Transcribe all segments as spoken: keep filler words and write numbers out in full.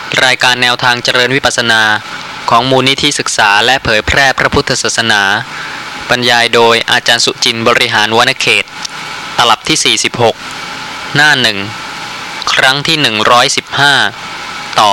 รายการแนวทางเจริญวิปัสสนาของมูลนิธิศึกษาและเผยแพร่พระพุทธศาสนาบรรยายโดยอาจารย์สุจินต์บริหารวรรณเขตตลับที่สี่สิบหกหน้าหนึ่งครั้งที่หนึ่งร้อยสิบห้าต่อ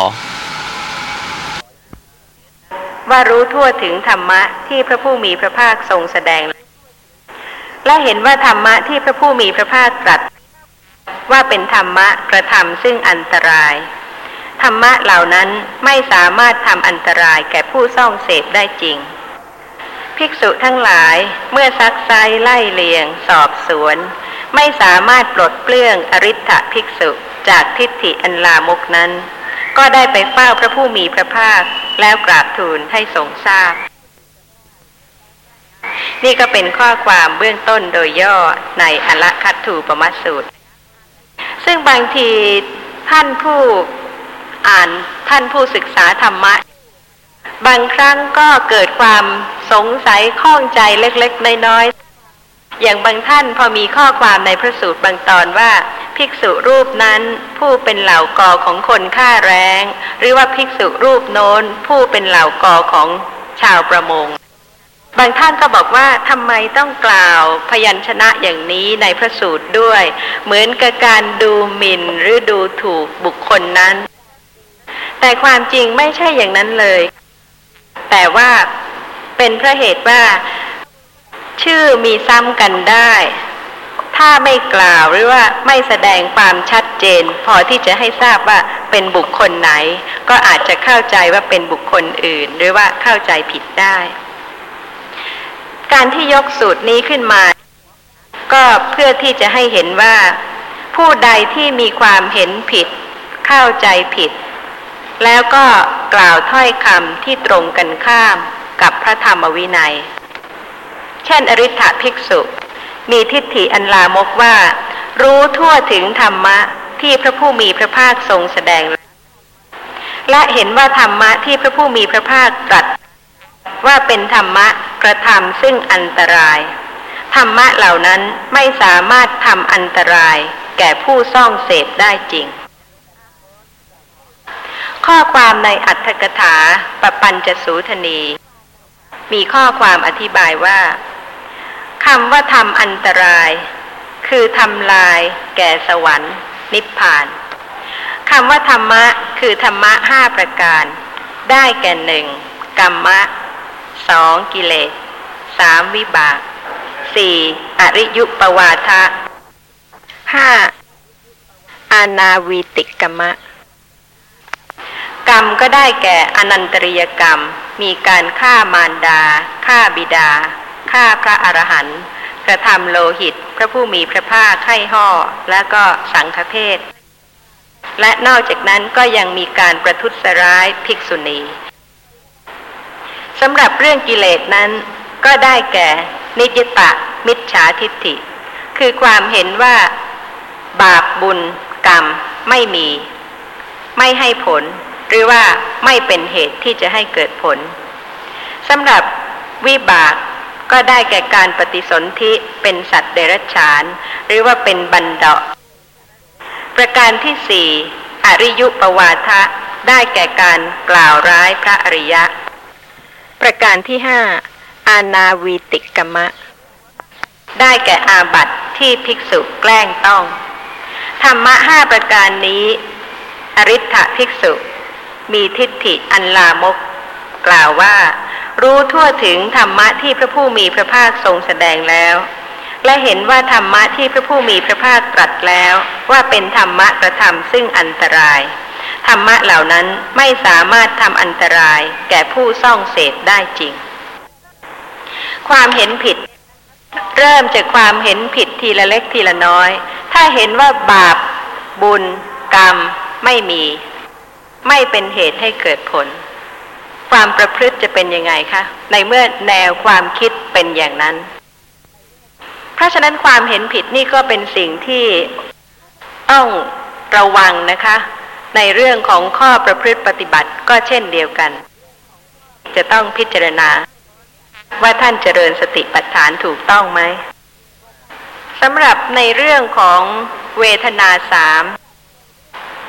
ว่ารู้ทั่วถึงธรรมะที่พระผู้มีพระภาคทรงแสดงและเห็นว่าธรรมะที่พระผู้มีพระภาคตรัสว่าเป็นธรรมะกระทำซึ่งอันตรายธรรมะเหล่านั้นไม่สามารถทำอันตรายแก่ผู้ส่องเสพได้จริงภิกษุทั้งหลายเมื่อซักไซไล่เลียงสอบสวนไม่สามารถปลดเปลื้องอริ ทธภิกษุจากทิฏฐิอันลามกนั้นก็ได้ไปเฝ้าพระผู้มีพระภาคแล้วกราบทูลให้ทรงทราบนี่ก็เป็นข้อความเบื้องต้นโดยย่อในอละคัตถูปมัสสูตรซึ่งบางทีท่านผู้อ่านท่านผู้ศึกษาธรรมะบางครั้งก็เกิดความสงสัยข้องใจเล็กๆน้อยๆอย่างบางท่านพอมีข้อความในพระสูตรบางตอนว่าภิกษุรูปนั้นผู้เป็นเหล่ากอของคนฆ่าแร้งหรือว่าภิกษุรูปโน้นผู้เป็นเหล่ากอของชาวประมงบางท่านก็บอกว่าทำไมต้องกล่าวพยัญชนะอย่างนี้ในพระสูตรด้วยเหมือนกับการดูหมิ่นหรือดูถูกบุคคลนั้นแต่ความจริงไม่ใช่อย่างนั้นเลยแต่ว่าเป็นเพราะเหตุว่าชื่อมีซ้ำกันได้ถ้าไม่กล่าวหรือว่าไม่แสดงความชัดเจนพอที่จะให้ทราบว่าเป็นบุคคลไหนก็อาจจะเข้าใจว่าเป็นบุคคลอื่นหรือว่าเข้าใจผิดได้การที่ยกสูตรนี้ขึ้นมาก็เพื่อที่จะให้เห็นว่าผู้ใดที่มีความเห็นผิดเข้าใจผิดแล้วก็กล่าวถ้อยคำที่ตรงกันข้ามกับพระธรรมวินัยเช่นอริ ทธภิกษุมีทิฏฐิอันลามกว่ารู้ทั่วถึงธรรมะที่พระผู้มีพระภาคทรงแสดงและเห็นว่าธรรมะที่พระผู้มีพระภาคตรัสว่าเป็นธรรมะกระทำซึ่งอันตรายธรรมะเหล่านั้นไม่สามารถทำอันตรายแก่ผู้ส่องเสพได้จริงข้อความในอรรถกถาปปัญจสูทนีมีข้อความอธิบายว่าคำว่าทำอันตรายคือทำลายแก่สวรรค์นิพพานคำว่าธรรมะคือธรรมะห้าประการได้แก่หนึ่งกรรมะสองกิเลสสามวิบากสี่อริยุปวาทะห้าอานาวีติกรรมะกรรมก็ได้แก่อนันตริยกรรมมีการฆ่ามารดาฆ่าบิดาฆ่าพระอรหันต์กระทำโลหิตพระผู้มีพระภาคให้ห่อและก็สังฆเพศและนอกจากนั้นก็ยังมีการประทุษร้ายภิกษุณีสำหรับเรื่องกิเลสนั้นก็ได้แก่นิจจตมิจฉาทิฏฐิคือความเห็นว่าบาปบุญกรรมไม่มีไม่ให้ผลหรือว่าไม่เป็นเหตุที่จะให้เกิดผลสำหรับวิบากก็ได้แก่การปฏิสนธิเป็นสัตว์เดรัจฉานหรือว่าเป็นบัณฑะประการที่สี่อริยุปวาทะได้แก่การกล่าวร้ายพระอริยะประการที่ห้าอานาวีติกรรมะได้แก่อาบัติที่ภิกษุแกล้งต้องธรรมะห้าประการนี้อริ ทธภิกษุมีทิฏฐิอันลามกกล่าวว่ารู้ทั่วถึงธรรมะที่พระผู้มีพระภาคทรงแสดงแล้วและเห็นว่าธรรมะที่พระผู้มีพระภาคตรัสแล้วว่าเป็นธรรมะกระทำซึ่งอันตรายธรรมะเหล่านั้นไม่สามารถทำอันตรายแก่ผู้ส่องเสพได้จริงความเห็นผิดเริ่มจากความเห็นผิดทีละเล็กทีละน้อยถ้าเห็นว่าบาปบุญกรรมไม่มีไม่เป็นเหตุให้เกิดผลความประพฤติจะเป็นยังไงคะในเมื่อแนวความคิดเป็นอย่างนั้นเพราะฉะนั้นความเห็นผิดนี่ก็เป็นสิ่งที่ต้องระวังนะคะในเรื่องของข้อประพฤติปฏิบัติก็เช่นเดียวกันจะต้องพิจารณาว่าท่านเจริญสติปัฏฐานถูกต้องไหมสำหรับในเรื่องของเวทนาสาม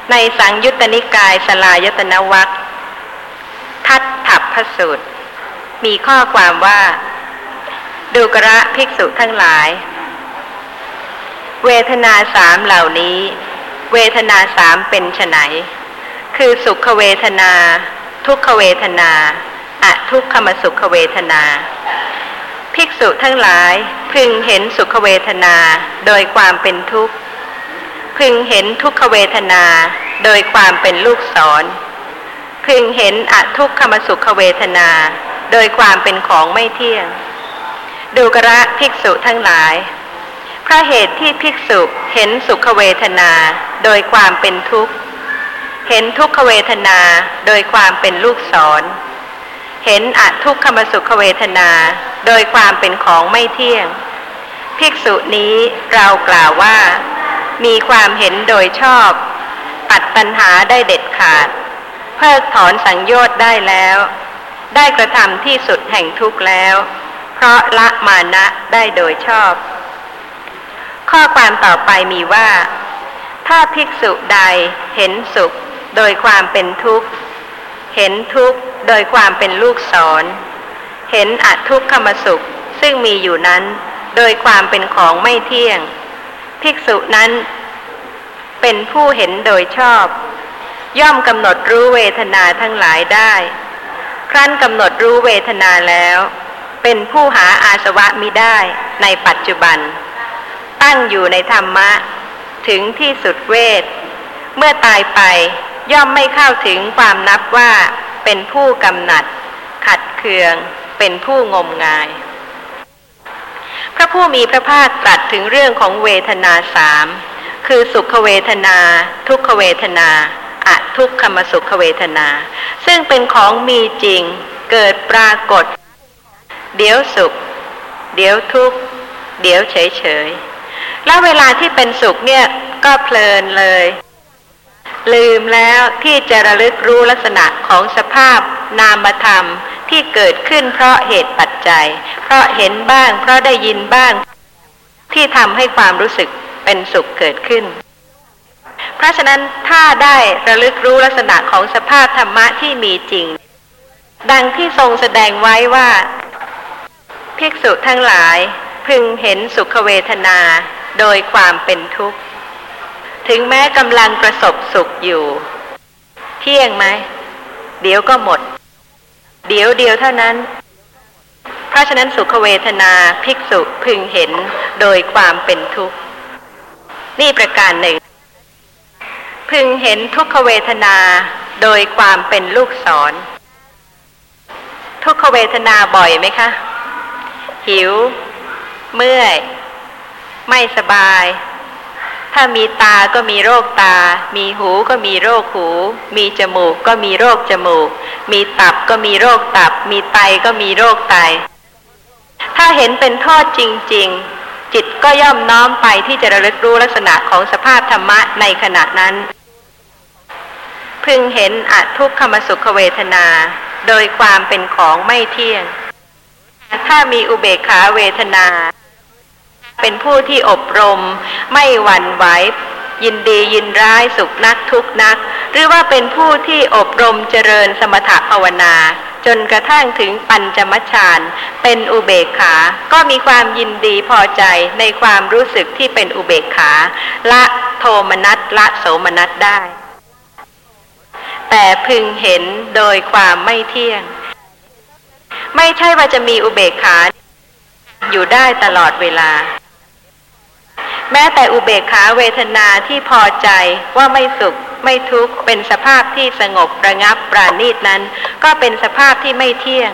ในสังยุตตนิกายสลายตนวรรคทัตถัพพสูตรมีข้อความว่าดูกระภิกษุทั้งหลายเวทนาสามเหล่านี้เวทนาสามเป็นไฉนคือสุขเวทนาทุกขเวทนาอทุกขมสุขเวทนาภิกษุทั้งหลายพึงเห็นสุขเวทนาโดยความเป็นทุกข์พึงเห็นทุกขเวทนาโดยความเป็นลูกศรพึงเห็นอทุกขมสุขเวทนาโดยความเป็นของไม่เที่ยงดูกระภิกษุทั้งหลายเพราะเหตุที่ภิกษุเห็นสุขเวทนาโดยความเป็นทุกข์เห็นทุกขเวทนาโดยความเป็นลูกศรเห็นอทุกขมสุขเวทนาโดยความเป็นของไม่เที่ยงภิกษุนี้เรากล่าวว่ามีความเห็นโดยชอบตัดตัณหาได้เด็ดขาดเพิกถอนสังโยชน์ได้แล้วได้กระทำที่สุดแห่งทุกข์แล้วเพราะละมานะได้โดยชอบข้อความต่อไปมีว่าถ้าภิกษุใดเห็นสุขโดยความเป็นทุกข์เห็นทุกข์โดยความเป็นลูกศรเห็นอทุกขมสุขซึ่งมีอยู่นั้นโดยความเป็นของไม่เที่ยงภิกษุนั้นเป็นผู้เห็นโดยชอบย่อมกำหนดรู้เวทนาทั้งหลายได้ครั้นกำหนดรู้เวทนาแล้วเป็นผู้หาอาสวะมิได้ในปัจจุบันตั้งอยู่ในธรรมะถึงที่สุดเวทเมื่อตายไปย่อมไม่เข้าถึงความนับว่าเป็นผู้กำหนัดขัดเคืองเป็นผู้งมงายพระผู้มีพระภาคตรัสถึงเรื่องของเวทนาสามคือสุขเวทนาทุกขเวทนาอทุกขมสุขเวทนาซึ่งเป็นของมีจริงเกิดปรากฏเดี๋ยวสุขเดี๋ยวทุกข์เดี๋ยวเฉยเฉยแล้วเวลาที่เป็นสุขเนี่ยก็เพลินเลยลืมแล้วที่จะระลึกรู้ลักษณะของสภาพนามธรรมที่เกิดขึ้นเพราะเหตุปัจจัยเพราะเห็นบ้างเพราะได้ยินบ้างที่ทำให้ความรู้สึกเป็นสุขเกิดขึ้นเพราะฉะนั้นถ้าได้ระลึกรู้ลักษณะของสภาพธรรมะที่มีจริงดังที่ทรงแสดงไว้ว่าภิกษุทั้งหลายพึงเห็นสุขเวทนาโดยความเป็นทุกข์ถึงแม้กำลังประสบสุขอยู่เที่ยงไหมเดี๋ยวก็หมดเดี๋ยวเดียวเท่านั้นเพราะฉะนั้นสุขเวทนาภิกษุพึงเห็นโดยความเป็นทุกข์นี่ประการหนึ่งพึงเห็นทุกขเวทนาโดยความเป็นลูกศรทุกขเวทนาบ่อยไหมคะหิวเมื่อยไม่สบายถ้ามีตาก็มีโรคตามีหูก็มีโรคหูมีจมูกก็มีโรคจมูกมีตับก็มีโรคตับมีไตก็มีโรคไตถ้าเห็นเป็นโทษจริงๆจิตก็ย่อมน้อมไปที่จะระลึกรู้ลักษณะของสภาพธรรมะในขณะนั้นพึงเห็นอทุกขมสุขเวทนาโดยความเป็นของไม่เที่ยงถ้ามีอุเบกขาเวทนาเป็นผู้ที่อบรมไม่หวั่นไหวยินดียินร้ายสุขนักทุกข์นักหรือว่าเป็นผู้ที่อบรมเจริญสมถภาวนาจนกระทั่งถึงปัญจมัชฌานเป็นอุเบกขาก็มีความยินดีพอใจในความรู้สึกที่เป็นอุเบกขาละโทมนัสละโสมนัสได้แต่พึงเห็นโดยความไม่เที่ยงไม่ใช่ว่าจะมีอุเบกขาอยู่ได้ตลอดเวลาแม้แต่อุเบกขาเวทนาที่พอใจว่าไม่สุขไม่ทุกข์เป็นสภาพที่สงบระงับปราณีตนั้นก็เป็นสภาพที่ไม่เที่ยง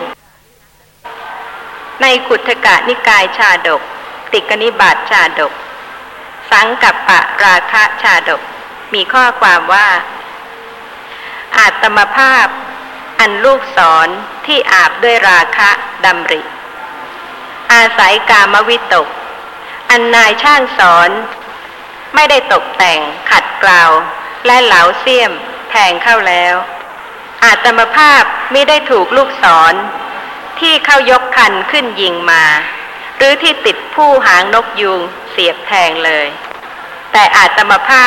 ในขุททกนิกายชาดกติกนิบาตชาดกสังกัปปะราคะชาดกมีข้อความว่าอาตมภาพอันลูกศรที่อาบด้วยราคะดำริอาศัยกามวิตกอันนายช่างสอนไม่ได้ตกแต่งขัดเกลาและเหลาเสี้ยมแทงเข้าแล้วอาตมภาพมิได้ถูกลูกศรที่เข้ายกคันขึ้นยิงมาหรือที่ติดผู้หางนกยูงเสียบแทงเลยแต่อาตมภาพ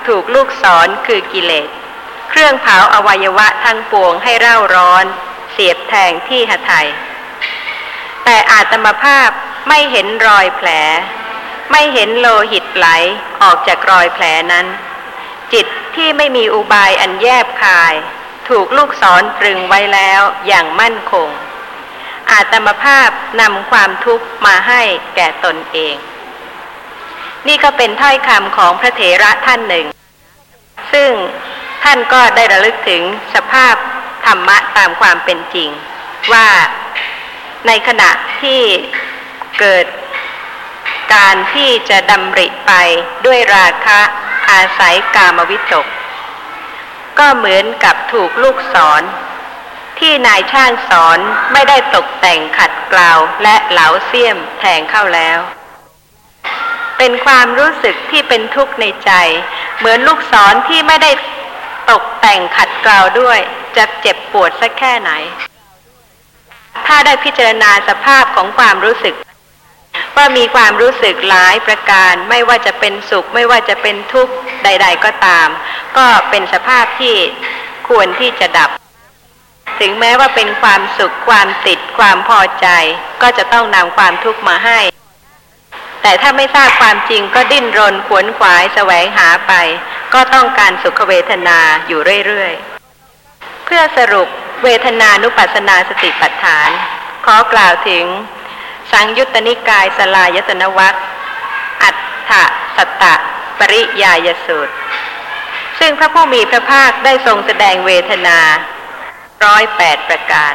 ถูกลูกศรคือกิเลสเครื่องเผาอวัยวะทั้งปวงให้เร่าร้อนเสียบแทงที่หทัยแต่อาตมภาพไม่เห็นรอยแผลไม่เห็นโลหิตไหลออกจากรอยแผลนั้นจิตที่ไม่มีอุบายอันแยบคายถูกลูกศรตรึงไว้แล้วอย่างมั่นคงอาตมภาพนำความทุกข์มาให้แก่ตนเองนี่ก็เป็นถ้อยคำของพระเถระท่านหนึ่งซึ่งท่านก็ได้ระลึกถึงสภาพธรรมะตามความเป็นจริงว่าในขณะที่เกิดการที่จะดำริไปด้วยราคะอาศัยกามวิตกก็เหมือนกับถูกลูกศรที่นายช่างสอนไม่ได้ตกแต่งขัดเกลาและเหลาเสี้ยมแทงเข้าแล้วเป็นความรู้สึกที่เป็นทุกข์ในใจเหมือนลูกศรที่ไม่ได้ตกแต่งขัดเกลาด้วยจะเจ็บปวดสักแค่ไหนถ้าได้พิจารณาสภาพของความรู้สึกว่ามีความรู้สึกหลายประการไม่ว่าจะเป็นสุขไม่ว่าจะเป็นทุกข์ใดๆก็ตามก็เป็นสภาพที่ควรที่จะดับถึงแม้ว่าเป็นความสุขความติดความพอใจก็จะต้องนำความทุกข์มาให้แต่ถ้าไม่ทราบความจริงก็ดิ้นรนขวนขวายแสวงหาไปก็ต้องการสุขเวทนาอยู่เรื่อยๆเพื่อสรุปเวทนานุปัสสนาสติปัฏฐานขอกล่าวถึงสังยุตตนิกายสลายตนวรรคอัฏฐสัตตปริยายสูตรซึ่งพระผู้มีพระภาคได้ทรงแสดงเวทนาร้อยแปดประการ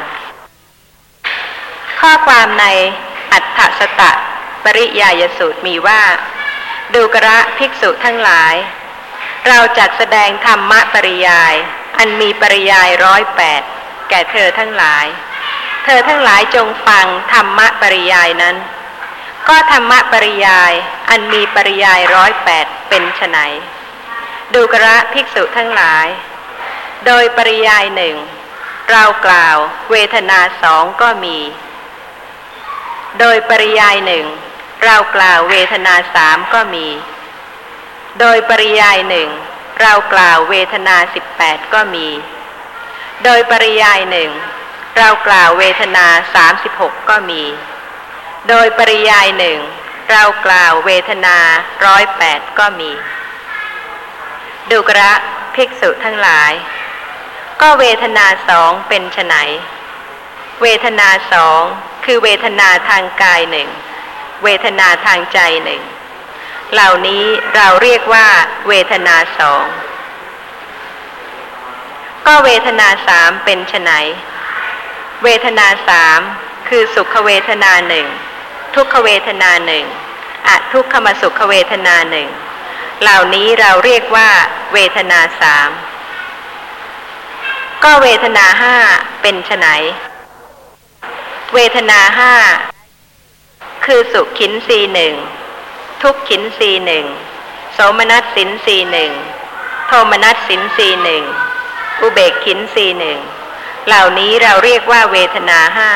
ข้อความในอัฏฐสัตตปริยายสูตรมีว่าดูกระภิกษุทั้งหลายเราจักแสดงธรรมปริยายอันมีปริยายร้อยแปดแก่เธอทั้งหลายเธอทั้งหลายจงฟังธรรมปริยายนั้นก็ธรรมปริยายอันมีปริยายร้อยแปดเป็นไฉนดูกระภิกษุทั้งหลายโดยปริยายหนึ่งเรากล่าวเวทนาสองก็มีโดยปริยายหนึ่งเรากล่าวเวทนาสามก็มีโดยปริยายหนึ่งเรากล่าวเวทนาสิบแปดก็มีโดยปริยายหนึ่งเรากล่าวเวทนาสามสิบหกก็มีโดยปริยายหนึ่งเรากล่าวเวทนาร้อยแปดก็มีดูกระภิกษุทั้งหลายก็เวทนาสองเป็นไฉนเวทนาสองคือเวทนาทางกายหนึ่งเวทนาทางใจหนึ่งเหล่านี้เราเรียกว่าเวทนาสองก็เวทนาสามเป็นไฉนเวทนาสามคือสุขเวทนาหนึ่งทุกขเวทนาหนึ่งอทุกขมสุขเวทนาหนึ่งเหล่านี้เราเรียกว่าเวทนาสามก็เวทนาห้าเป็นไฉนเวทนาห้าคือสุขินสีหนึ่งทุกขินสีหนึ่งโสมนัสสินสีหนึ่งโทมนัสสินสีหนึ่งอุเบกขินสีหนึ่งเหล่านี้เราเรียกว่าเวทนาห้า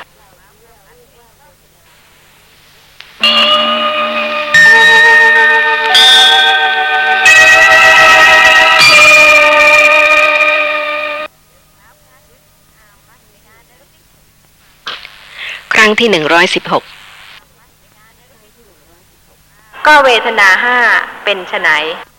ครั้งที่หนึ่งร้อยสิบหกก็เวทนาห้าเป็นไฉน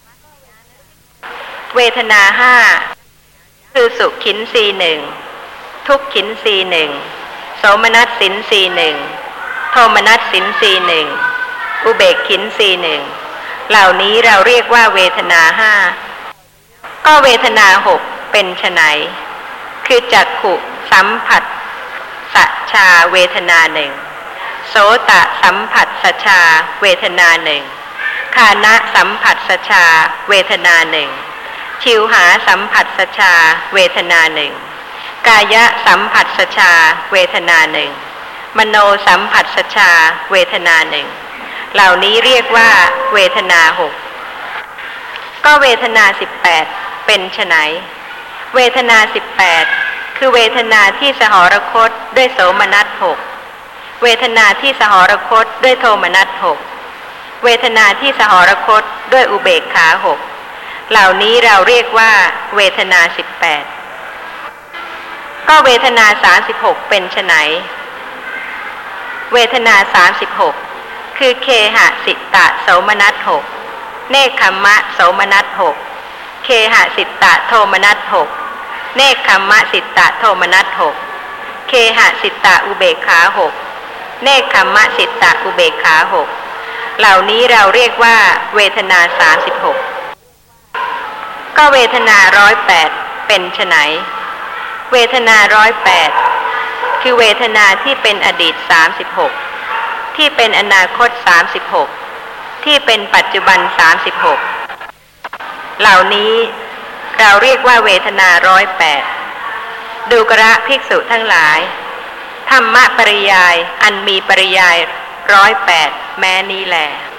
เวทนาห้าคือสุขินสีหนึ่งทุกขินสีหนึ่งโสมนัสสินสีหนึ่งโทมนัสสินสีหนึ่งอุเบกขินสีหนึ่งเหล่านี้เราเรียกว่าเวทนาห้าก็เวทนาหกเป็นไฉนคือจักขุสัมผัสสัชชาเวทนาหนึ่งโสตสัมผัสสัชชาเวทนาหนึ่งฆานะสัมผัสสัชชาเวทนาหนึ่งชิวหาสัมผัสสัชชาเวทนาหนึ่งกายสัมผัสสัชชาเวทนาหนึ่งมโนสัมผัสสัชชาเวทนาหนึ่งเหล่านี้เรียกว่าเวทนาหกก็เวทนาสิบแปดเป็นไฉนเวทนาสิบแปดคือเวทนาที่สหรคตด้วยโสมนัสหกเวทนาที่สหรคตด้วยโทมนัสหกเวทนาที่สหรคตด้วยอุเบกขาหกเหล่านี้เราเรียกว่าเวทนาสิบแปดก็เวทนาสามสิบหกเป็นไฉนเวทนาสามสิบหกคือเคหสิตะโสมนัสหกเนคขัมมะโสมนัสหกเคหสิตะโทมนัสหกเนคขัมมะสิตะโทมนัสหกเคหสิตะอุเบกขาหกเนคขัมมะสิตะอุเบกขาหกเหล่านี้เราเรียกว่าเวทนาสามสิบหกก็เวทนาร้อยแปดเป็นไฉนเวทนาร้อยแปดคือเวทนาที่เป็นอดีตสามสิบหกที่เป็นอนาคตสามสิบหกที่เป็นปัจจุบันสามสิบหกเหล่านี้เราเรียกว่าเวทนาร้อยแปดดูกระภิกษุทั้งหลายธรรมปริยายอันมีปริยายร้อยแปดแม้นี้แล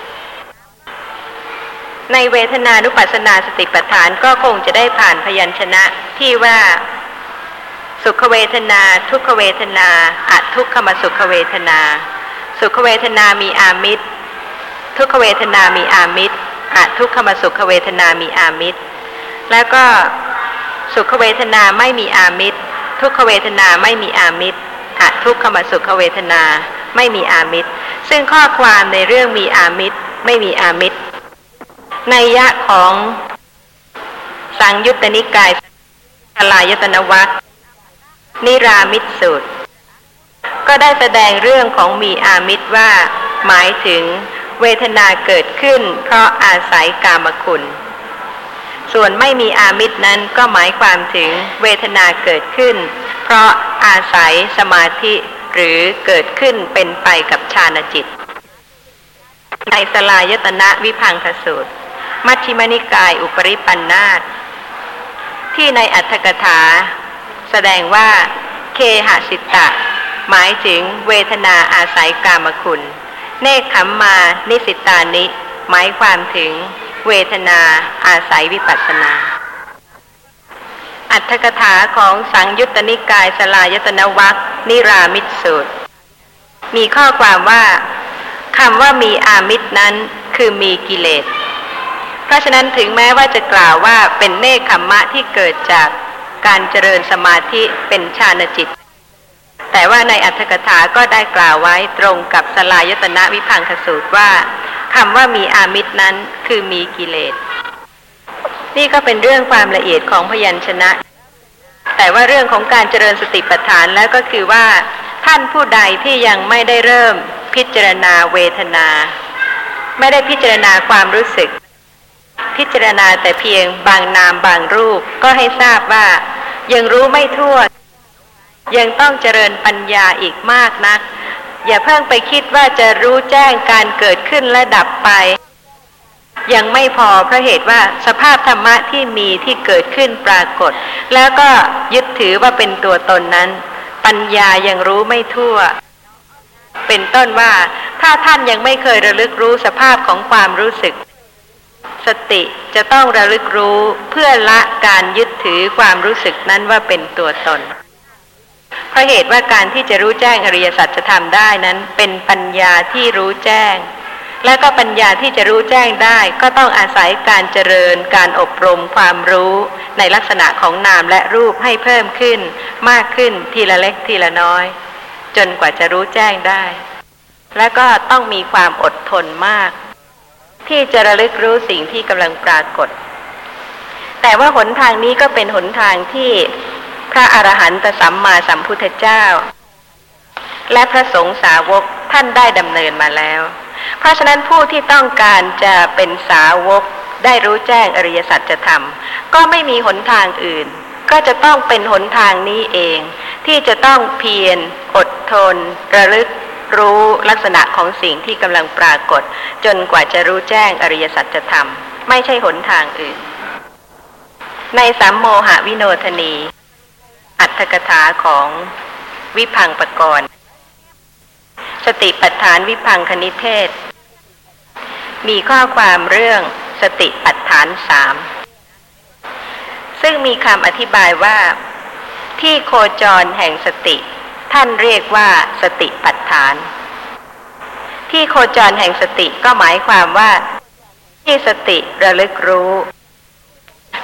ในเวทนานุปัสสนาสติปัฏฐานก็คงจะได้ผ่านพยัญชนะที่ว่าสุขเวทนาทุกขเวทนาอทุกขมสุขเวทนาสุขเวทนามีอามิตรทุกขเวทนามีอามิตรอทุกขมสุขเวทนามีอามิตรแล้วก็สุขเวทนาไม่มีอามิตรทุกขเวทนาไม่มีอามิตรอทุกขมสุขเวทนาไม่มีอามิตรซึ่งข้อความในเรื่องมีอามิตรไม่มีอามิตรนัยยะของสังยุตตนิกายสลายตนวรรคนิรามิตสูตรก็ได้แสดงเรื่องของมีอามิตรว่าหมายถึงเวทนาเกิดขึ้นเพราะอาศัยกามคุณส่วนไม่มีอามิตรนั้นก็หมายความถึงเวทนาเกิดขึ้นเพราะอาศัยสมาธิหรือเกิดขึ้นเป็นไปกับฌานจิตในสลายตนะวิภังคสูตรมัชฌิมนิกายอุปริปันธาสที่ในอรรถกถาแสดงว่าเคหสิตะหมายถึงเวทนาอาศัยกามคุณเนคขัมมานิสิตานิหมายความถึงเวทนาอาศัยวิปัสสนาอรรถกถาของสังยุตตนิกายสลายตนวรรคนิรามิตสูตรมีข้อความว่าคำว่ามีอามิตรนั้นคือมีกิเลสเพราะฉะนั้นถึงแม้ว่าจะกล่าวว่าเป็นเนคขัมมะที่เกิดจากการเจริญสมาธิเป็นฌานจิตแต่ว่าในอรรถกถาก็ได้กล่าวไว้ตรงกับสลายตนะวิภังคสูตรว่าคำว่ามีอามิตรนั้นคือมีกิเลสนี่ก็เป็นเรื่องความละเอียดของพยัญชนะแต่ว่าเรื่องของการเจริญสติปัฏฐานแล้วก็คือว่าท่านผู้ใดที่ยังไม่ได้เริ่มพิจารณาเวทนาไม่ได้พิจารณาความรู้สึกพิจารณาแต่เพียงบางนามบางรูปก็ให้ทราบว่ายังรู้ไม่ทั่วยังต้องเจริญปัญญาอีกมากนักอย่าเพิ่งไปคิดว่าจะรู้แจ้งการเกิดขึ้นและดับไปยังไม่พอเพราะเหตุว่าสภาพธรรมะที่มีที่เกิดขึ้นปรากฏแล้วก็ยึดถือว่าเป็นตัวตนนั้นปัญญายังรู้ไม่ทั่วเป็นต้นว่าถ้าท่านยังไม่เคยระลึกรู้สภาพของความรู้สึกสติจะต้องระลึกรู้เพื่อละการยึดถือความรู้สึกนั้นว่าเป็นตัวตนเพราะเหตุว่าการที่จะรู้แจ้งอริยสัจธรรมได้นั้นเป็นปัญญาที่รู้แจ้งและก็ปัญญาที่จะรู้แจ้งได้ก็ต้องอาศัยการเจริญการอบรมความรู้ในลักษณะของนามและรูปให้เพิ่มขึ้นมากขึ้นทีละเล็กทีละน้อยจนกว่าจะรู้แจ้งได้และก็ต้องมีความอดทนมากที่จะระลึกรู้สิ่งที่กำลังปรากฏแต่ว่าหนทางนี้ก็เป็นหนทางที่พระอรหันตสัมมาสัมพุทธเจ้าและพระสงฆ์สาวกท่านได้ดำเนินมาแล้วเพราะฉะนั้นผู้ที่ต้องการจะเป็นสาวกได้รู้แจ้งอริยสัจธรรมก็ไม่มีหนทางอื่นก็จะต้องเป็นหนทางนี้เองที่จะต้องเพียรอดทนระลึกรู้ลักษณะของสิ่งที่กำลังปรากฏจนกว่าจะรู้แจ้งอริยสัจธรรมไม่ใช่หนทางอื่นในสัมโมหวิโนทนีอรรถกถาของวิภังปกรณ์สติปัฏฐานวิภังคณิเทศมีข้อความเรื่องสติปัฏฐานสามซึ่งมีคำอธิบายว่าที่โคจรแห่งสติท่านเรียกว่าสติปัฏฐานที่โคจรแห่งสติก็หมายความว่าที่สติระลึกรู้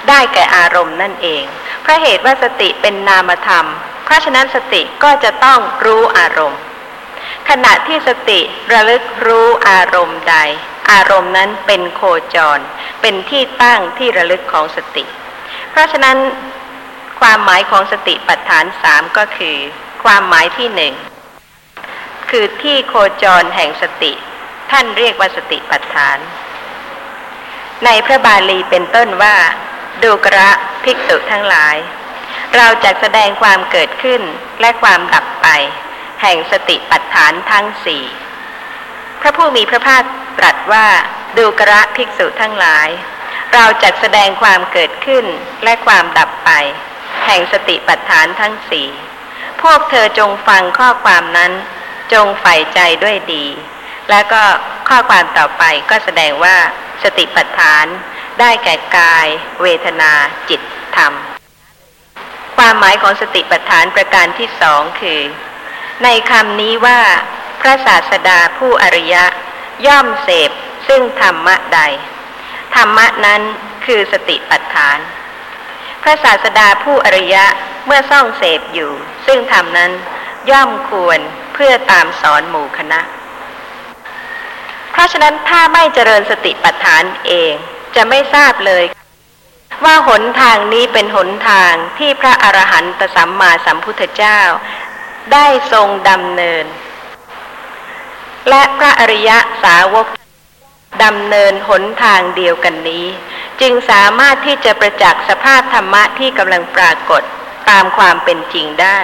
ได้แก่อารมณ์นั่นเองเพราะเหตุว่าสติเป็นนามธรรมเพราะฉะนั้นสติก็จะต้องรู้อารมณ์ขณะที่สติระลึกรู้อารมณ์ใดอารมณ์นั้นเป็นโคจรเป็นที่ตั้งที่ระลึกของสติเพราะฉะนั้นความหมายของสติปัฏฐานสามก็คือความหมายที่หนึ่งคือที่โคจรแห่งสติท่านเรียกว่าสติปัฏฐานในพระบาลีเป็นต้นว่าดูกระภิกษุทั้งหลายเราจะแสดงความเกิดขึ้นและความดับไปแห่งสติปัฏฐานทั้งสี่พระผู้มีพระภาคตรัสว่าดูกระภิกษุทั้งหลายเราจะแสดงความเกิดขึ้นและความดับไปแห่งสติปัฏฐานทั้งสี่พวกเธอจงฟังข้อความนั้นจงใฝ่ใจด้วยดีแล้วก็ข้อความต่อไปก็แสดงว่าสติปัฏฐานได้แก่กายเวทนาจิตธรรมความหมายของสติปัฏฐานประการที่สองคือในคำนี้ว่าพระศาสดาผู้อริยะย่อมเสพซึ่งธรรมะใดธรรมะนั้นคือสติปัฏฐานพระศาสดาผู้อริยะเมื่อซ่องเสพอยู่ซึ่งธรรมนั้นย่อมควรเพื่อตามสอนหมู่คณะเพราะฉะนั้นถ้าไม่เจริญสติปัฏฐานเองจะไม่ทราบเลยว่าหนทางนี้เป็นหนทางที่พระอรหันตสัมมาสัมพุทธเจ้าได้ทรงดำเนินและพระอริยสาวกดำเนินหนทางเดียวกันนี้จึงสามารถที่จะประจักษ์สภาพธรรมะที่กำลังปรากฏตามความเป็นจริงได้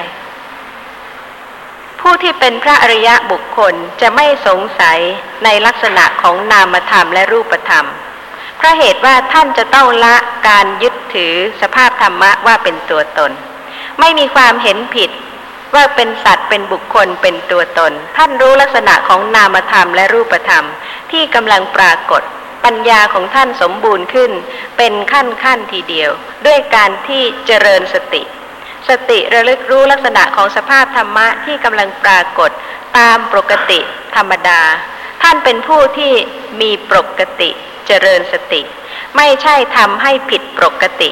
ผู้ที่เป็นพระอริยบุคคลจะไม่สงสัยในลักษณะของนามธรรมและรูปธรรมเพราะเหตุว่าท่านจะต้องละการยึดถือสภาพธรรมะว่าเป็นตัวตนไม่มีความเห็นผิดว่าเป็นสัตว์เป็นบุคคลเป็นตัวตนท่านรู้ลักษณะของนามธรรมและรูปธรรมที่กำลังปรากฏปัญญาของท่านสมบูรณ์ขึ้นเป็นขั้นขั้นทีเดียวด้วยการที่เจริญสติสติระลึกรู้ลักษณะของสภาพธรรมะที่กำลังปรากฏตามปกติธรรมดาท่านเป็นผู้ที่มีปกติเจริญสติไม่ใช่ทำให้ผิดปกติ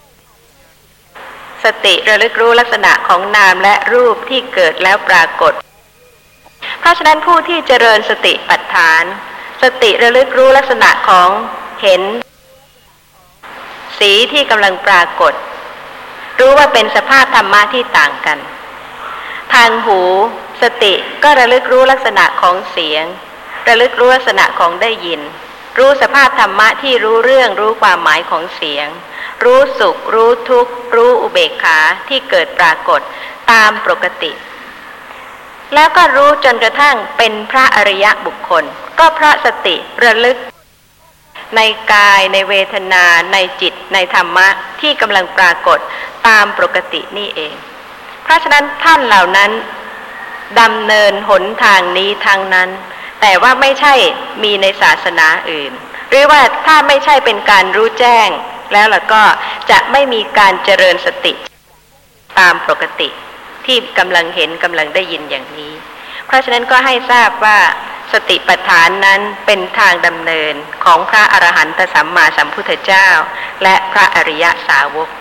สติระลึกรู้ลักษณะของนามและรูปที่เกิดแล้วปรากฏเพราะฉะนั้นผู้ที่เจริญสติปัฏฐานสติระลึกรู้ลักษณะของเห็นสีที่กำลังปรากฏรู้ว่าเป็นสภาพธรรมะที่ต่างกันทางหูสติก็ระลึกรู้ลักษณะของเสียงระลึกรู้ลักษณะของได้ยินรู้สภาพธรรมะที่รู้เรื่องรู้ความหมายของเสียงรู้สุขรู้ทุกข์รู้อุเบกขาที่เกิดปรากฏตามปกติแล้วก็รู้จนกระทั่งเป็นพระอริยบุคคลก็เพราะสติระลึกในกายในเวทนาในจิตในธรรมะที่กำลังปรากฏตามปกตินี่เองเพราะฉะนั้นท่านเหล่านั้นดำเนินหนทางนี้ทางนั้นแต่ว่าไม่ใช่มีในศาสนาอื่นหรือว่าถ้าไม่ใช่เป็นการรู้แจ้งแล้วล่ะก็จะไม่มีการเจริญสติตามปกติที่กำลังเห็นกำลังได้ยินอย่างนี้เพราะฉะนั้นก็ให้ทราบว่าสติปัฏฐานนั้นเป็นทางดำเนินของพระอรหันตสัมมาสัมพุทธเจ้าและพระอริยสาวก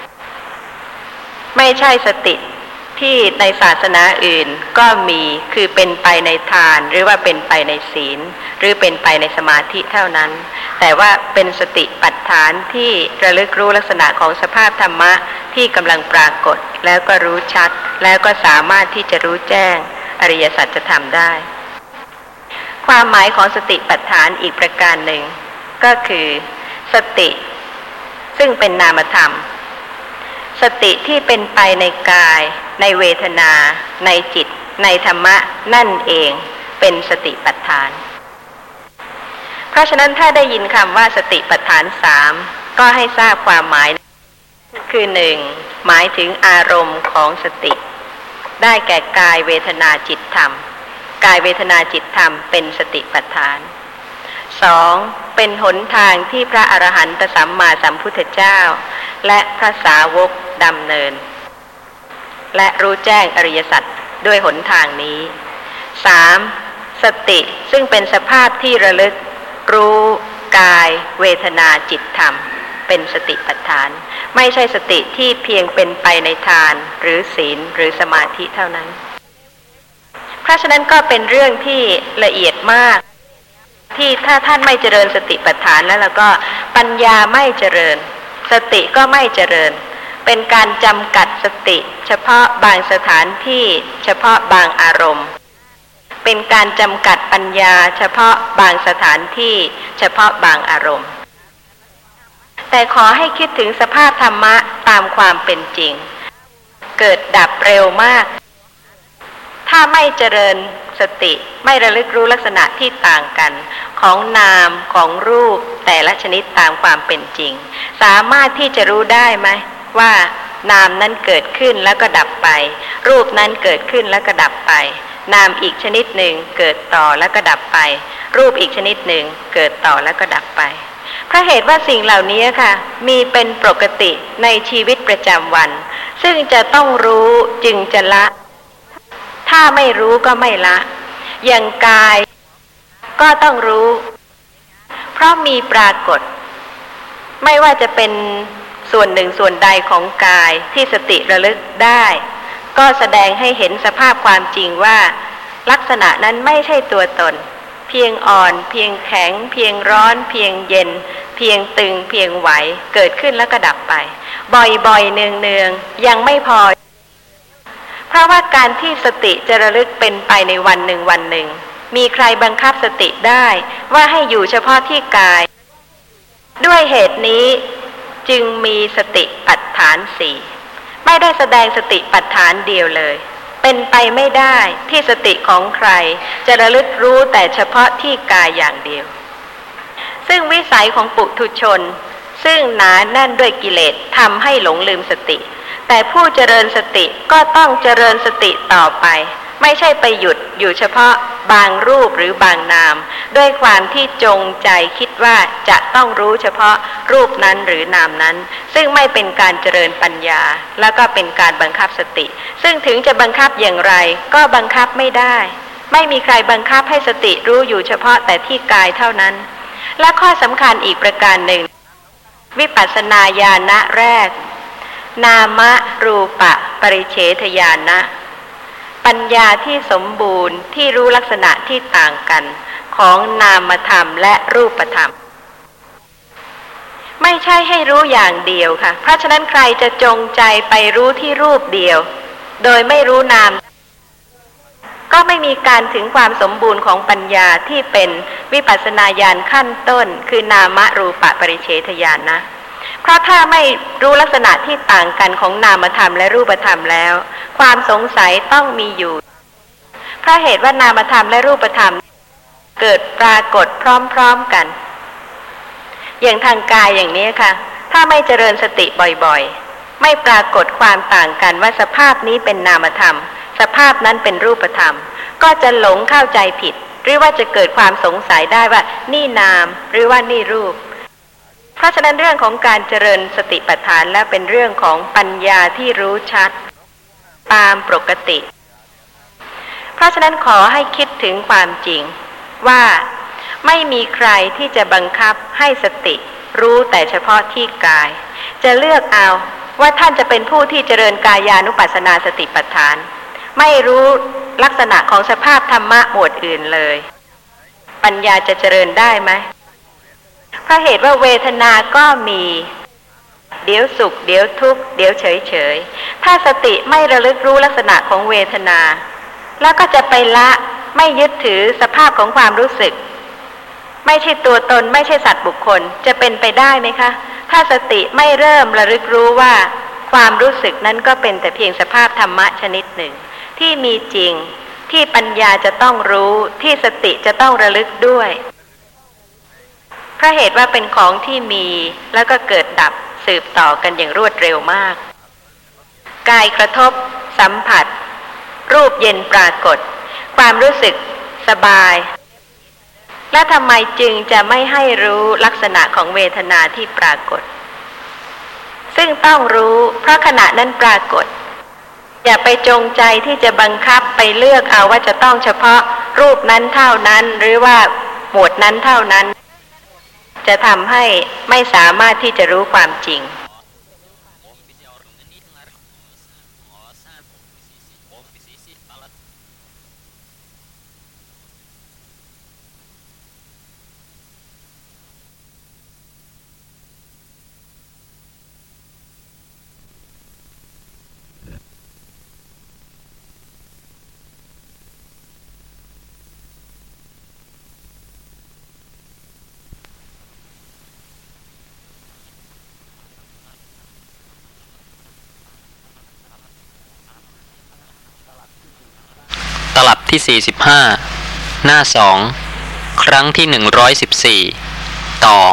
ไม่ใช่สติที่ในศาสนาอื่นก็มีคือเป็นไปในทานหรือว่าเป็นไปในศีลหรือเป็นไปในสมาธิเท่านั้นแต่ว่าเป็นสติปัฏฐานที่ระลึกรู้ลักษณะของสภาพธรรมะที่กำลังปรากฏแล้วก็รู้ชัดแล้วก็สามารถที่จะรู้แจ้งอริยสัจธรรมได้ความหมายของสติปัฏฐานอีกประการหนึ่งก็คือสติซึ่งเป็นนามธรรมสติที่เป็นไปในกายในเวทนาในจิตในธรรมะนั่นเองเป็นสติปัฏฐานเพราะฉะนั้นถ้าได้ยินคำว่าสติปัฏฐานสามก็ให้ทราบความหมายคือหนึ่งหมายถึงอารมณ์ของสติได้แก่กายเวทนาจิตธรรมกายเวทนาจิตธรรมเป็นสติปัฏฐานสองเป็นหนทางที่พระอรหันตสัมมาสัมพุทธเจ้าและพระสาวกดำเนินและรู้แจ้งอริยสัจด้วยหนทางนี้สามสติซึ่งเป็นสภาพที่ระลึกรู้กายเวทนาจิตธรรมเป็นสติปัฏฐานไม่ใช่สติที่เพียงเป็นไปในทานหรือศีลหรือสมาธิเท่านั้นเพราะฉะนั้นก็เป็นเรื่องที่ละเอียดมากที่ถ้าท่านไม่เจริญสติปัฏฐานแล้วแล้วก็ปัญญาไม่เจริญสติก็ไม่เจริญเป็นการจำกัดสติเฉพาะบางสถานที่เฉพาะบางอารมณ์เป็นการจำกัดปัญญาเฉพาะบางสถานที่เฉพาะบางอารมณ์แต่ขอให้คิดถึงสภาพธรรมะตามความเป็นจริงเกิดดับเร็วมากถ้าไม่เจริญสติไม่ระลึกรู้ลักษณะที่ต่างกันของนามของรูปแต่ละชนิดตามความเป็นจริงสามารถที่จะรู้ได้ไหมว่านามนั้นเกิดขึ้นแล้วก็ดับไปรูปนั้นเกิดขึ้นแล้วก็ดับไปนามอีกชนิดหนึ่งเกิดต่อแล้วก็ดับไปรูปอีกชนิดหนึ่งเกิดต่อแล้วก็ดับไปเพราะเหตุว่าสิ่งเหล่านี้ค่ะมีเป็นปกติในชีวิตประจำวันซึ่งจะต้องรู้จึงจะละถ้าไม่รู้ก็ไม่ละอย่างกายก็ต้องรู้เพราะมีปรากฏไม่ว่าจะเป็นส่วนหนึ่งส่วนใดของกายที่สติระลึกได้ก็แสดงให้เห็นสภาพความจริงว่าลักษณะนั้นไม่ใช่ตัวตนเพียงอ่อนเพียงแข็งเพียงร้อนเพียงเย็นเพียงตึงเพียงไหวเกิดขึ้นแล้วก็ดับไปบ่อยๆเนืองๆยังไม่พอเพราะว่าการที่สติจะระลึกเป็นไปในวันหนึ่งวันหนึ่งมีใครบังคับสติได้ว่าให้อยู่เฉพาะที่กายด้วยเหตุนี้จึงมีสติปัฏฐานสี่ไม่ได้แสดงสติปัฏฐานเดียวเลยเป็นไปไม่ได้ที่สติของใครจะระลึกรู้แต่เฉพาะที่กายอย่างเดียวซึ่งวิสัยของปุถุชนซึ่งหนาแน่นด้วยกิเลสทำให้หลงลืมสติแต่ผู้เจริญสติก็ต้องเจริญสติต่อไปไม่ใช่ไปหยุดอยู่เฉพาะบางรูปหรือบางนามด้วยความที่จงใจคิดว่าจะต้องรู้เฉพาะรูปนั้นหรือนามนั้นซึ่งไม่เป็นการเจริญปัญญาแล้วก็เป็นการบังคับสติซึ่งถึงจะบังคับอย่างไรก็บังคับไม่ได้ไม่มีใครบังคับให้สติรู้อยู่เฉพาะแต่ที่กายเท่านั้นและข้อสำคัญอีกประการหนึ่งวิปัสสนาญาณแรกนามรูปะปริเฉทญาณปัญญาที่สมบูรณ์ที่รู้ลักษณะที่ต่างกันของนามธรรมและรูปธรรมไม่ใช่ให้รู้อย่างเดียวค่ะเพราะฉะนั้นใครจะจงใจไปรู้ที่รูปเดียวโดยไม่รู้นามก็ไม่มีการถึงความสมบูรณ์ของปัญญาที่เป็นวิปัสสนาญาณขั้นต้นคือนามรูปะปริเฉทญาณเพราะถ้าไม่รู้ลักษณะที่ต่างกันของนามธรรมและรูปธรรมแล้วความสงสัยต้องมีอยู่เพราะเหตุว่านามธรรมและรูปธรรมเกิดปรากฏพร้อมๆกันอย่างทางกายอย่างนี้ค่ะถ้าไม่เจริญสติบ่อยๆไม่ปรากฏความต่างกันว่าสภาพนี้เป็นนามธรรมสภาพนั้นเป็นรูปธรรมก็จะหลงเข้าใจผิดหรือว่าจะเกิดความสงสัยได้ว่านี่นามหรือว่านี่รูปเพราะฉะนั้นเรื่องของการเจริญสติปัฏฐานและเป็นเรื่องของปัญญาที่รู้ชัดตามปกติเพราะฉะนั้นขอให้คิดถึงความจริงว่าไม่มีใครที่จะบังคับให้สติรู้แต่เฉพาะที่กายจะเลือกเอาว่าท่านจะเป็นผู้ที่เจริญกายานุปัสสนาสติปัฏฐานไม่รู้ลักษณะของสภาพธรรมะหมวดอื่นเลยปัญญาจะเจริญได้ไหมเพราะเหตุว่าเวทนาก็มีเดี๋ยวสุขเดี๋ยวทุกข์เดี๋ยวเฉยเฉยถ้าสติไม่ระลึกรู้ลักษณะของเวทนาแล้วก็จะไปละไม่ยึดถือสภาพของความรู้สึกไม่ใช่ตัวตนไม่ใช่สัตว์บุคคลจะเป็นไปได้ไหมคะถ้าสติไม่เริ่มระลึกรู้ว่าความรู้สึกนั้นก็เป็นแต่เพียงสภาพธรรมะชนิดหนึ่งที่มีจริงที่ปัญญาจะต้องรู้ที่สติจะต้องระลึกด้วยเพราะเหตุว่าเป็นของที่มีแล้วก็เกิดดับสืบต่อกันอย่างรวดเร็วมากกายกระทบสัมผัสรูปเย็นปรากฏความรู้สึกสบายและทำไมจึงจะไม่ให้รู้ลักษณะของเวทนาที่ปรากฏซึ่งต้องรู้เพราะขณะนั้นปรากฏอย่าไปจงใจที่จะบังคับไปเลือกเอาว่าจะต้องเฉพาะรูปนั้นเท่านั้นหรือว่าหมวดนั้นเท่านั้นจจะทำให้ไม่สามารถที่จะรู้ความจริงตลับที่สี่สิบห้าหน้าสองครั้งที่หนึ่งร้อยสิบสี่ต่อ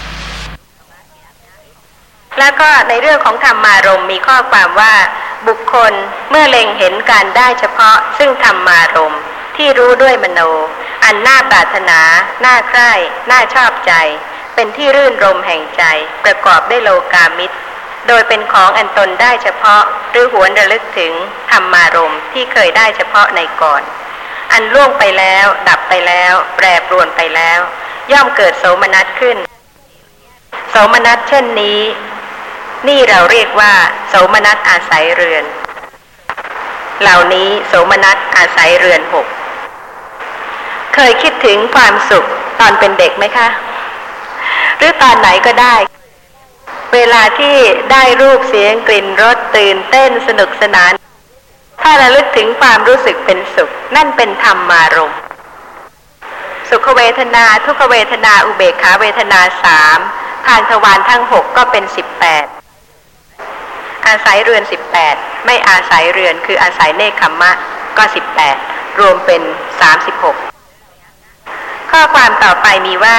แล้วก็ในเรื่องของธรรมารมณ์มีข้อความว่าบุคคลเมื่อเล็งเห็นการได้เฉพาะซึ่งธรรมารมณ์ที่รู้ด้วยมโนอันน่าปรารถนาน่าใคร่น่าชอบใจเป็นที่รื่นรมแห่งใจประกอบด้วยโลกามิตรโดยเป็นของอันตนได้เฉพาะหรือหวนระลึกถึงธรรมารมณ์ที่เคยได้เฉพาะในก่อนอันล่วงไปแล้วดับไปแล้วแปรปรวนไปแล้วย่อมเกิดโสมนัสขึ้นโสมนัสเช่นนี้นี่เราเรียกว่าโสมนัสอาศัยเรือนเหล่านี้โสมนัสอาศัยเรือนหกเคยคิดถึงความสุขตอนเป็นเด็กไหมคะหรือตอนไหนก็ได้เวลาที่ได้รูปเสียงกลิ่นรสตื่นเต้นสนุกสนานถ้าระลึกถึงความรู้สึกเป็นสุขนั่นเป็นธรรมารมณ์สุขเวทนาทุกขเวทนาอุเบกขาเวทนาสามทางทวารทั้งหกก็เป็นสิบแปดอาศัยเรือนสิบแปดไม่อาศัยเรือนคืออาศัยเนคขัมมะก็สิบแปดรวมเป็นสามสิบหกข้อความต่อไปมีว่า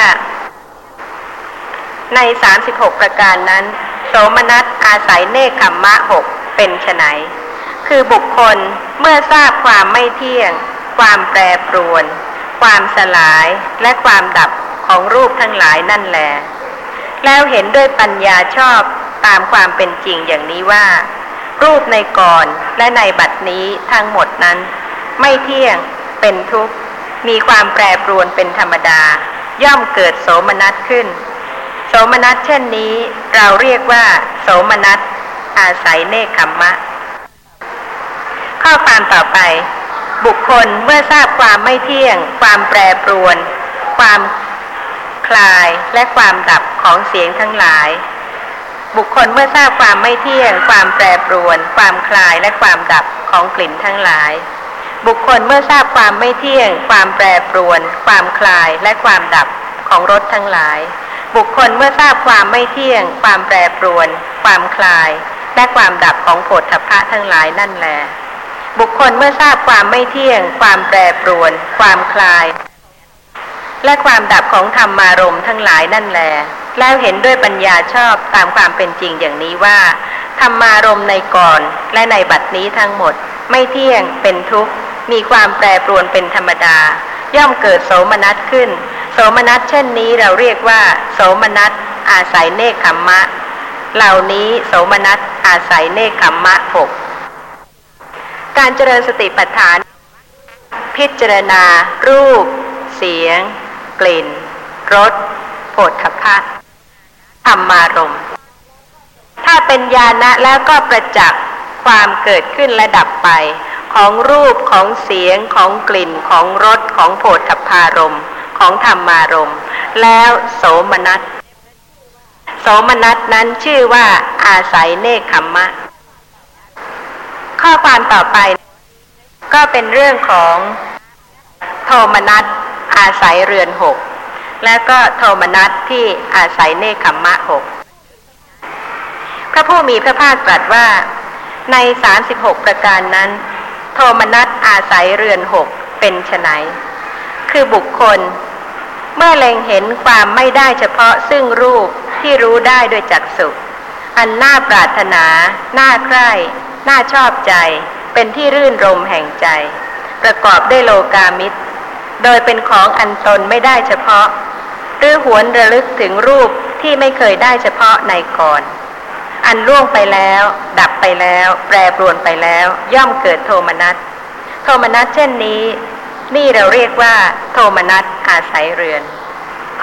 ในสามสิบหกประการนั้นโสมนัสอาศัยเนคขัมมะหกเป็นไฉนคือบุคคลเมื่อทราบความไม่เที่ยงความแปรปรวนความสลายและความดับของรูปทั้งหลายนั่นแลแล้วเห็นด้วยปัญญาชอบตามความเป็นจริงอย่างนี้ว่ารูปในก่อนและในบัดนี้ทั้งหมดนั้นไม่เที่ยงเป็นทุกข์มีความแปรปรวนเป็นธรรมดาย่อมเกิดโสมนัสขึ้นโสมนัสเช่นนี้เราเรียกว่าโสมนัสอาศัยเนคขัมมะข้อความต่อไปบุคคลเมื่อทราบความไม่เที่ยงความแปรปรวนความคลายและความดับของเสียงทั้งหลายบุคคลเมื่อทราบความไม่เที่ยงความแปรปรวนความคลายและความดับของกลิ่นทั้งหลายบุคคลเมื่อทราบความไม่เที่ยงความแปรปรวนความคลายและความดับของรสทั้งหลายบุคคลเมื่อทราบความไม่เที่ยงความแปรปรวนความคลายและความดับของโผฏฐัพพะทั้งหลายนั่นแลบุคคลเมื่อทราบความไม่เที่ยงความแปรปรวนความคลายและความดับของธรรมารมณ์ทั้งหลายนั่นแลแล้วเห็นด้วยปัญญาชอบตามความเป็นจริงอย่างนี้ว่าธรรมารมณ์ในก่อนและในบัดนี้ทั้งหมดไม่เที่ยงเป็นทุกข์มีความแปรปรวนเป็นธรรมดาย่อมเกิดโสมนัสขึ้นโสมนัสเช่นนี้เราเรียกว่าโสมนัสอาศัยเนคขัมมะเหล่านี้โสมนัสอาศัยเนคขัมมะหกการเจริญสติปัฏฐานพิจารณารูปเสียงกลิ่นรสโผฏฐัพพะธรรมารมณ์ถ้าเป็นญาณะแล้วก็ประจักษ์ความเกิดขึ้นและดับไปของรูปของเสียงของกลิ่นของรสของโผฏฐัพพารมณ์ของธรรมารมณ์แล้วโสมนัสโสมนัสนั้นชื่อว่าอาศัยเนคขัมมะข้อความต่อไปก็เป็นเรื่องของโทมนัสอาศัยเรือนหกและก็โทมนัสที่อาศัยเนคขัมมะหกพระผู้มีพระภาคตรัสว่าในสามสิบหกประการนั้นโทมนัสอาศัยเรือนหกเป็นไฉนคือบุคคลเมื่อเล็งเห็นความไม่ได้เฉพาะซึ่งรูปที่รู้ได้โดยจักษุอันน่าปรารถนาน่าใคร่น่าชอบใจเป็นที่รื่นรมแห่งใจประกอบด้วยโลกามิตรโดยเป็นของอันตนไม่ได้เฉพาะหรือหวนระลึกถึงรูปที่ไม่เคยได้เฉพาะในก่อนอันล่วงไปแล้วดับไปแล้วแปรปรวนไปแล้วย่อมเกิดโทมนัสโทมนัสเช่นนี้นี่เราเรียกว่าโทมนัสอาศัยเรือนข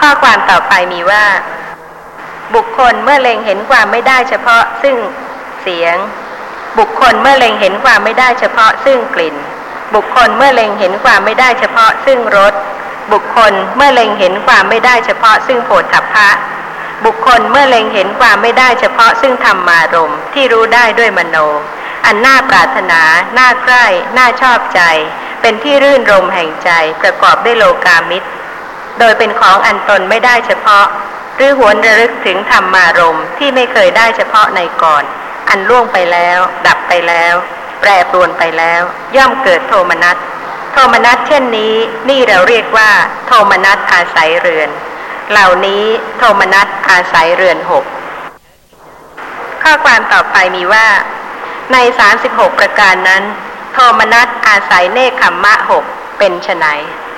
ข้อความต่อไปมีว่าบุคคลเมื่อเล็งเห็นความไม่ได้เฉพาะซึ่งเสียงบุคคลเมื่อเล็งเห็นความไม่ได้เฉพาะซึ่งกลิ่นบุคคลเมื่อเล็งเห็นความไม่ได้เฉพาะซึ่งรสบุคคลเมื่อเล็งเห็นความไม่ได้เฉพาะซึ่งโผฏฐัพพะบุคคลเมื่อเล็งเห็นความไม่ได้เฉพาะซึ่งธรรมารมณ์ที่รู้ได้ด้วยมโนอันน่าปรารถนาน่าใคร่น่าชอบใจเป็นที่รื่นรมแห่งใจประกอบด้วยโลกามิตรโดยเป็นของอันตนไม่ได้เฉพาะหรือหวนระลึกถึงธรรมารมณ์ที่ไม่เคยได้เฉพาะในก่อนอันล่วงไปแล้วดับไปแล้วแปรปรวนไปแล้วย่อมเกิดโทมนัสโทมนัสเช่นนี้นี่เราเรียกว่าโทมนัสอาศัยเรือนเหล่านี้โทมนัสอาศัยเรือนหกข้อความต่อไปมีว่าในสามสิบหกประการนั้นโทมนัสอาศัยเนคขัมมะหกเป็นไฉน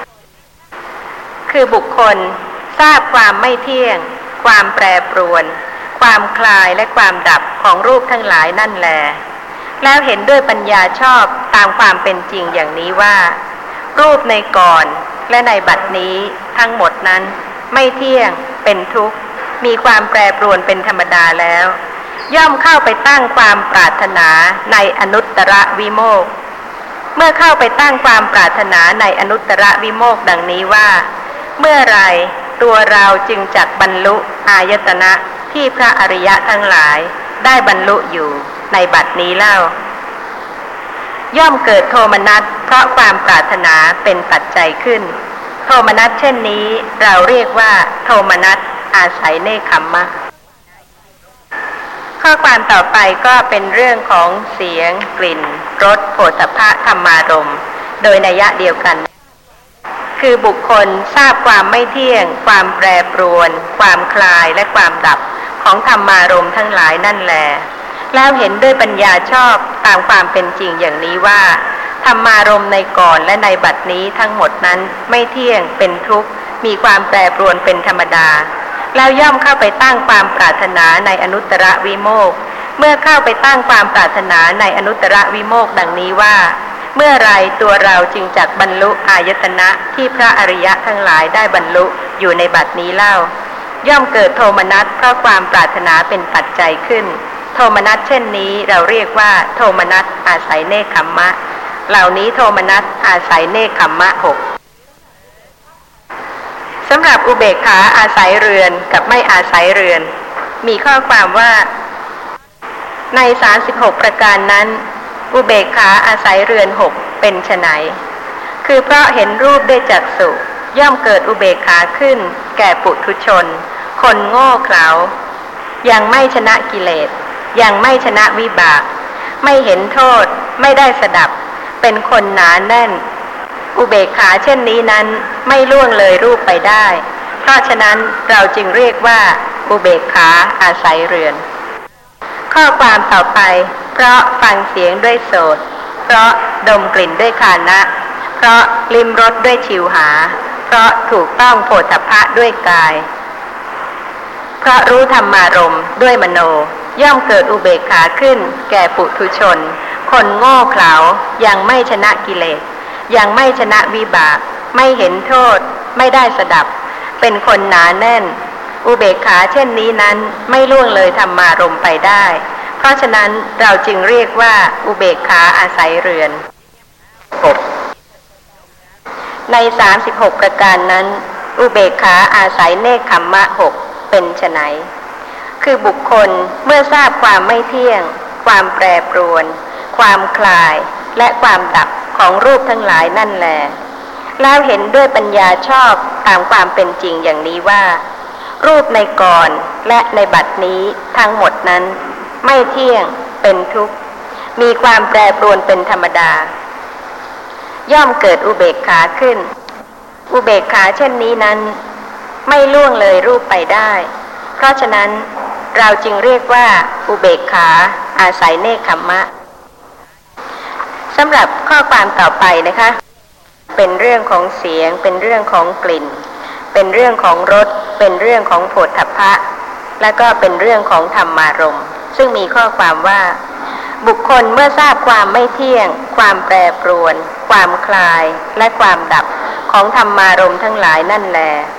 คือบุคคลทราบความไม่เที่ยงความแปรปรวนความคลายและความดับของรูปทั้งหลายนั่นแลแล้วเห็นด้วยปัญญาชอบตามความเป็นจริงอย่างนี้ว่ารูปในก่อนและในบัดนี้ทั้งหมดนั้นไม่เที่ยงเป็นทุกข์มีความแปรปรวนเป็นธรรมดาแล้วย่อมเข้าไปตั้งความปรารถนาในอนุตตรวิโมกข์เมื่อเข้าไปตั้งความปรารถนาในอนุตตรวิโมกข์ดังนี้ว่าเมื่อไรตัวเราจึงจักบรรลุอายตนะที่พระอริยะทั้งหลายได้บรรลุอยู่ในบัดนี้เล่าย่อมเกิดโทมนัสเพราะความปรารถนาเป็นปัจจัยขึ้นโทมนัสเช่นนี้เราเรียกว่าโทมนัสอาศัยเนคขัมมะข้อความต่อไปก็เป็นเรื่องของเสียงกลิ่นรสโผฏฐัพพะธรรมารมณ์โดยนัยยะเดียวกันคือบุคคลทราบความไม่เที่ยงความแปรปรวนความคลายและความดับของธรรมารมณ์ทั้งหลายนั่นแลแล้วเห็นด้วยปัญญาชอบตามความเป็นจริงอย่างนี้ว่าธรรมารมณ์ในก่อนและในบัดนี้ทั้งหมดนั้นไม่เที่ยงเป็นทุกข์มีความแปรปรวนเป็นธรรมดาแล้วย่อมเข้าไปตั้งความปรารถนาในอนุตตรวิโมกข์เมื่อเข้าไปตั้งความปรารถนาในอนุตตรวิโมกข์ดังนี้ว่าเมื่อไรตัวเราจึงจักบรรลุอายตนะที่พระอริยะทั้งหลายได้บรรลุอยู่ในบัดนี้เล่าย่อมเกิดโทมนัสเพราะความปรารถนาเป็นปัจจัยขึ้นโทมนัสเช่นนี้เราเรียกว่าโทมนัสอาศัยเนคขัมมะเหล่านี้โทมนัสอาศัยเนคขัมมะหกสำหรับอุเบกขาอาศัยเรือนกับไม่อาศัยเรือนมีข้อความว่าในสามสิบหกประการนั้นอุเบกขาอาศัยเรือนหกเป็นไฉนคือเพราะเห็นรูปด้วยจักษุย่อมเกิดอุเบกขาขึ้นแก่ปุถุชนคนโง่เขลายังไม่ชนะกิเลสยังไม่ชนะวิบากไม่เห็นโทษไม่ได้สดับเป็นคนหนาแน่นอุเบกขาเช่นนี้นั้นไม่ล่วงเลยรูปไปได้เพราะฉะนั้นเราจึงเรียกว่าอุเบกขาอาศัยเรือนข้อความต่อไปเพราะฟังเสียงด้วยโสตเพราะดมกลิ่นด้วยฆานะเพราะลิ้มรสด้วยชิวหาเพราะถูกต้องโผฏฐัพพะด้วยกายเพราะรู้ธรรมารมณ์ด้วยมโนย่อมเกิดอุเบกขาขึ้นแก่ปุถุชนคนโง่เขลายังไม่ชนะกิเลสยังไม่ชนะวิบากไม่เห็นโทษไม่ได้สดับเป็นคนหนาแน่นอุเบกขาเช่นนี้นั้นไม่ล่วงเลยธรรมารมณ์ไปได้เพราะฉะนั้นเราจึงเรียกว่าอุเบกขาอาศัยเรือนหกในสามสิบหกประการนั้นอุเบกขาอาศัยเนคขัมมะหกเป็นไฉนคือบุคคลเมื่อทราบความไม่เที่ยงความแปรปรวนความคลายและความดับของรูปทั้งหลายนั่นแลแล้วเห็นด้วยปัญญาชอบตามความเป็นจริงอย่างนี้ว่ารูปในก่อนและในบัดนี้ทั้งหมดนั้นไม่เที่ยงเป็นทุกข์มีความแปรปรวนเป็นธรรมดาย่อมเกิดอุเบกขาขึ้นอุเบกขาเช่นนี้นั้นไม่ล่วงเลยรูปไปได้เพราะฉะนั้นเราจึงเรียกว่าอุเบกขาอาศัยเนคขัมมะสำหรับข้อความต่อไปนะคะเป็นเรื่องของเสียงเป็นเรื่องของกลิ่นเป็นเรื่องของรสเป็นเรื่องของโผฏฐัพพะและก็เป็นเรื่องของธรรมารมณ์ซึ่งมีข้อความว่าบุคคลเมื่อทราบความไม่เที่ยงความแปรปรวนความคลายและความดับของธรรมารมณ์ทั้งหลายนั่นแล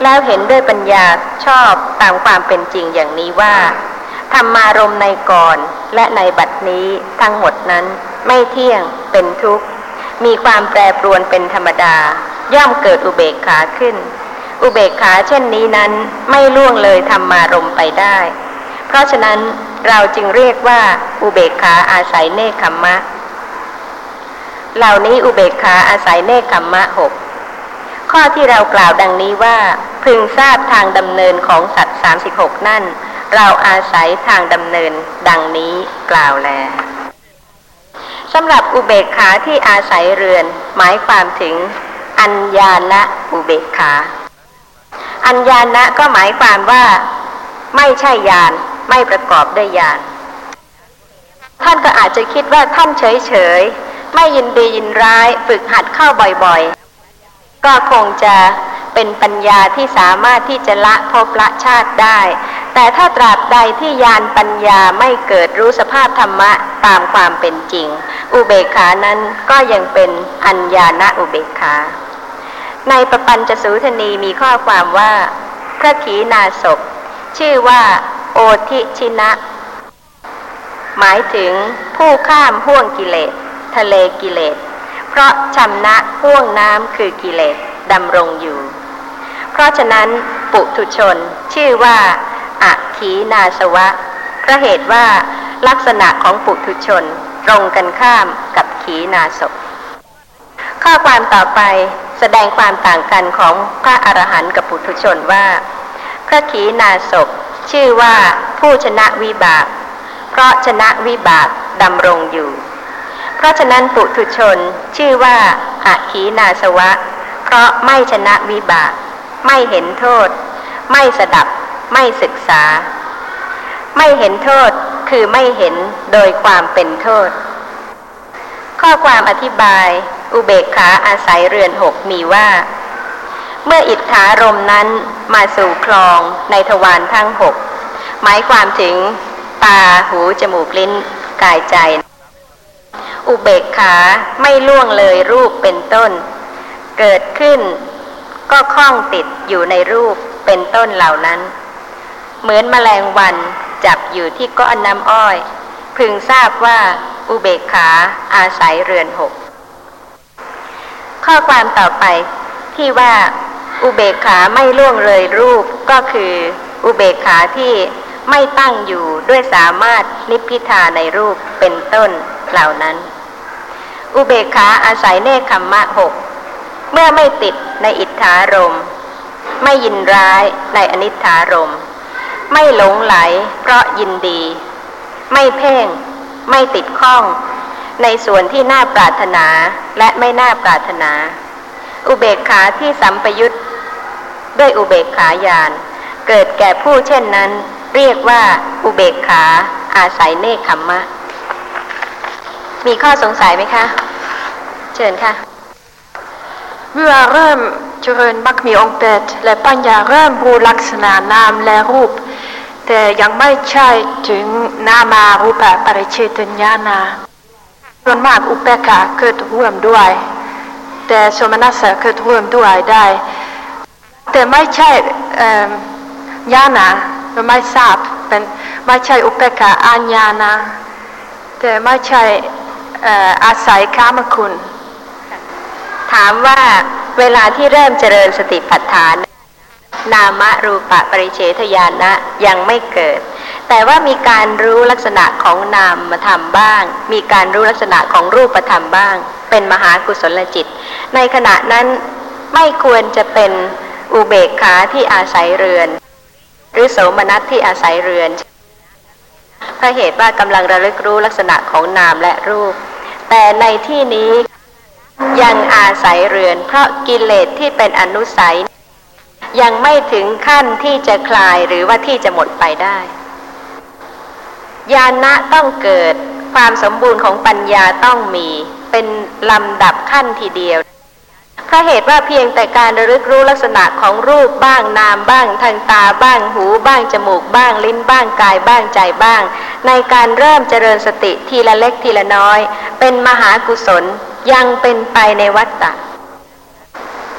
แล้วเห็นด้วยปัญญาชอบตามความเป็นจริงอย่างนี้ว่าธรรมารมณ์ในก่อนและในบัดนี้ทั้งหมดนั้นไม่เที่ยงเป็นทุกข์มีความแปรปรวนเป็นธรรมดาย่อมเกิดอุเบกขาขึ้นอุเบกขาเช่นนี้นั้นไม่ล่วงเลยธรรมารมณ์ไปได้เพราะฉะนั้นเราจึงเรียกว่าอุเบกขาอาศัยเนคขมมะเหล่านี้อุเบกขาอาศัยเนคขมมะหกข้อที่เรากล่าวดังนี้ว่าพึงทราบทางดำเนินของสัตว์สามสิบหกนั่นเราอาศัยทางดำเนินดังนี้กล่าวแลสำหรับอุเบกขาที่อาศัยเรือนหมายความถึงอัญญาณอุเบกขาอัญญาณก็หมายความว่าไม่ใช่ญาณไม่ประกอบด้วยญาณท่านก็อาจจะคิดว่าท่านเฉยๆไม่ยินดียินร้ายฝึกหัดเข้าบ่อยๆก็คงจะเป็นปัญญาที่สามารถที่จะละภพละชาติได้แต่ถ้าตราบใดที่ญาณปัญญาไม่เกิดรู้สภาพธรรมะตามความเป็นจริงอุเบกขานั้นก็ยังเป็นอัญญาณอุเบกขาในปปัญจสูทนีมีข้อความว่าพระขีณาสพชื่อว่าโอทิชินะหมายถึงผู้ข้ามห่วงกิเลสทะเลกิเลสเพราะชำนะห่วงน้ำคือกิเลสดำรงอยู่เพราะฉะนั้นปุถุชนชื่อว่าอขีนาสวะเพราะเหตุว่าลักษณะของปุถุชนตรงกันข้ามกับขีนาสพข้อความต่อไปแสดงความต่างกันของพระอรหันต์กับปุถุชนว่าพระขีณาสพชื่อว่าผู้ชนะวิบากเพราะชนะวิบากดำรงอยู่เพราะฉะนั้นปุถุชนชื่อว่าอขีนาสวะเพราะไม่ชนะวิบากไม่เห็นโทษไม่สดับไม่ศึกษาไม่เห็นโทษคือไม่เห็นโดยความเป็นโทษข้อความอธิบายอุเบกขาอาศัยเรือนหกมีว่าเมื่ออิทธารมนั้นมาสู่คลองในทวารทั้งหกหมายความถึงตาหูจมูกลิ้นกายใจอุเบกขาไม่ล่วงเลยรูปเป็นต้นเกิดขึ้นก็คล้องติดอยู่ในรูปเป็นต้นเหล่านั้นเหมือนแมลงวันจับอยู่ที่ก้อนน้ำอ้อยพึงทราบว่าอุเบกขาอาศัยเรือนหกข้อความต่อไปที่ว่าอุเบกขาไม่ล่วงเลยรูปก็คืออุเบกขาที่ไม่ตั้งอยู่ด้วยสามารถนิพพิทาในรูปเป็นต้นเหล่านั้นอุเบกขาอาศัยเนคขมมะหกเมื่อไม่ติดในอิทธารมณ์ไม่ยินร้ายในอนิทธารมณ์ไม่หลงไหลเพราะยินดีไม่เพ่งไม่ติดข้องในส่วนที่น่าปรารถนาและไม่น่าปรารถนาอุเบกขาที่สัมปยุตด้วยอุเบกขาญาณเกิดแก่ผู้เช่นนั้นเรียกว่าอุเบกขาอาศัยเนคขมมะมีข้อสงสัยไหมคะเชิญค่ะเมื่อเริ่มเจริญมรรคมีองค์แปดและปัญญาเริ่มรู้ลักษณะนามและรูปแต่ยังไม่ใช่ถึงนามารูปปริเฉทญาณส่วนมากอุเบกขาเกิดร่วมด้วยแต่สมนัสสะเกิดร่วมด้วยได้แต่ไม่ใช่ญาณไม่ทราบเป็นไม่ใช่อุเบกขาอัญญาณแต่ไม่ใช่อาศัยกามคุณถามว่าเวลาที่เริ่มเจริญสติปัฏฐานนามรูปปริเฉทญาณะยังไม่เกิดแต่ว่ามีการรู้ลักษณะของนามธรรมบ้างมีการรู้ลักษณะของรูปธรรมบ้างเป็นมหากุศลจิตในขณะนั้นไม่ควรจะเป็นอุเบกขาที่อาศัยเรือนหรือโสมนัสที่อาศัยเรือนเพราะเหตุว่ากำลังระลึกรู้ลักษณะของนามและรูปแต่ในที่นี้ยังอาศัยเรือนเพราะกิเลสที่เป็นอนุสัยยังไม่ถึงขั้นที่จะคลายหรือว่าที่จะหมดไปได้ญาณะต้องเกิดความสมบูรณ์ของปัญญาต้องมีเป็นลำดับขั้นทีเดียวเพราะเหตุว่าเพียงแต่การระลึกรู้ลักษณะของรูปบ้างนามบ้างทางตาบ้างหูบ้างจมูกบ้างลิ้นบ้างกายบ้างใจบ้างในการเริ่มเจริญสติทีละเล็กทีละน้อยเป็นมหากุศลยังเป็นไปในวัฏฏะ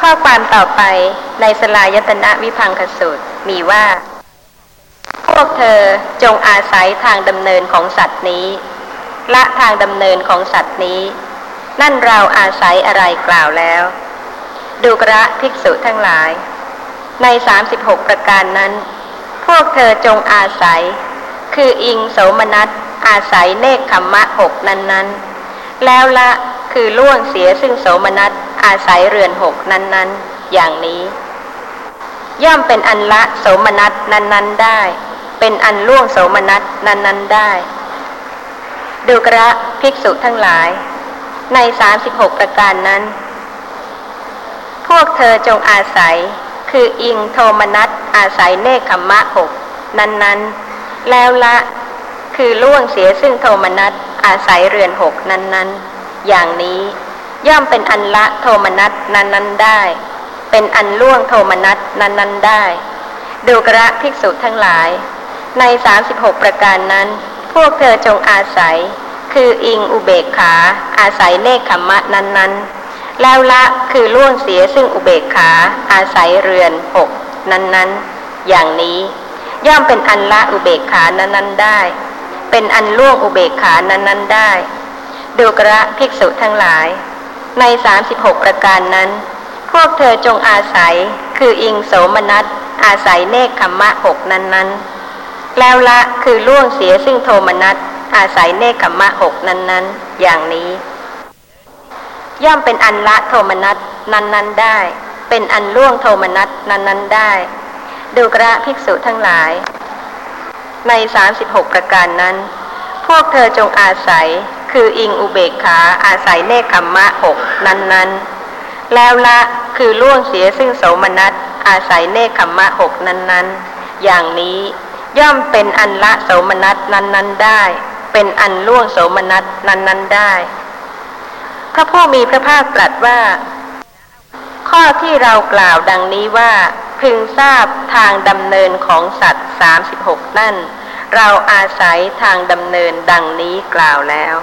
ข้อความต่อไปในสลายตนะวิภังคสูตรมีว่าพวกเธอจงอาศัยทางดำเนินของสัตว์นี้ละทางดำเนินของสัตว์นี้นั่นเราอาศัยอะไรกล่าวแล้วดูกระภิกษุทั้งหลายในสามสิบหกประการนั้นพวกเธอจงอาศัยคืออิงโสมนัสอาศัยเนกขัมมะหกนั้นๆแล้วละคือล่วงเสียซึ่งโสมนัสอาศัยเรือนหกนั้นๆอย่างนี้ย่อมเป็นอันละโสมนัสนั้นๆได้เป็นอันล่วงโสมนัสนั้นๆได้ดูกระภิกษุทั้งหลายในสามสิบหกประการนั้นพวกเธอจงอาศัยคืออิงโทมนัสอาศัยเนกขัมมะหกนั้นๆแล้วละคือล่วงเสียซึ่งโทมนัสอาศัยเรือนหกนั้นๆอย่างนี้ย่อมเป็นอันละโทมนัสนั้นๆได้เป็นอันล่วงโทมนัสนั้นๆได้ดูกระภิกษุทั้งหลายในสามสิบหกประการนั้นพวกเธอจงอาศัยคืออิงอุเบกขาอาศัยเนกขัมมะนั้นๆแล้วละคือล่วงเสียซึ่งอุเบกขาอาศัยเรือนหกนั้นๆอย่างนี้ย่อมเป็นอันละอุเบกขานั้นๆได้เป็นอันล่วงอุเบกขานั้นๆได้ดูกระภิกษุทั้งหลายในสามสิบหกประการนั้นพวกเธอจงอาศัยคืออิงโสมนัสอาศัยเนกขัมมะหกนั้นๆแล้วละคือล่วงเสียซึ่งโทมนัสอาศัยเนกขัมมะหกนั้นๆอย่างนี้ย่อมเป็นอันละโทมนัสนั้นๆได้เป็นอันล่วงโทมนัสนั้นๆได้ดูกระภิกษุทั้งหลายในสามสิบหกประการนั้นพวกเธอจงอาศัยคืออิงอุเบกขาอาศัยเนกขัมมะหกนั้นๆแล้วละคือล่วงเสียซึ่งโสมนัสอาศัยเนกขัมมะหกนั้นๆอย่างนี้ย่อมเป็นอันละโสมนัสนั้นๆได้เป็นอันล่วงโสมนัสนั้นๆได้พระผู้มีพระภาคตรัสว่าข้อที่เรากล่าวดังนี้ว่าพึงทราบทางดำเนินของสัตว์สามสิบหกนั่นเราอาศัยทางดำเนินดังนี้กล่าวแล้ว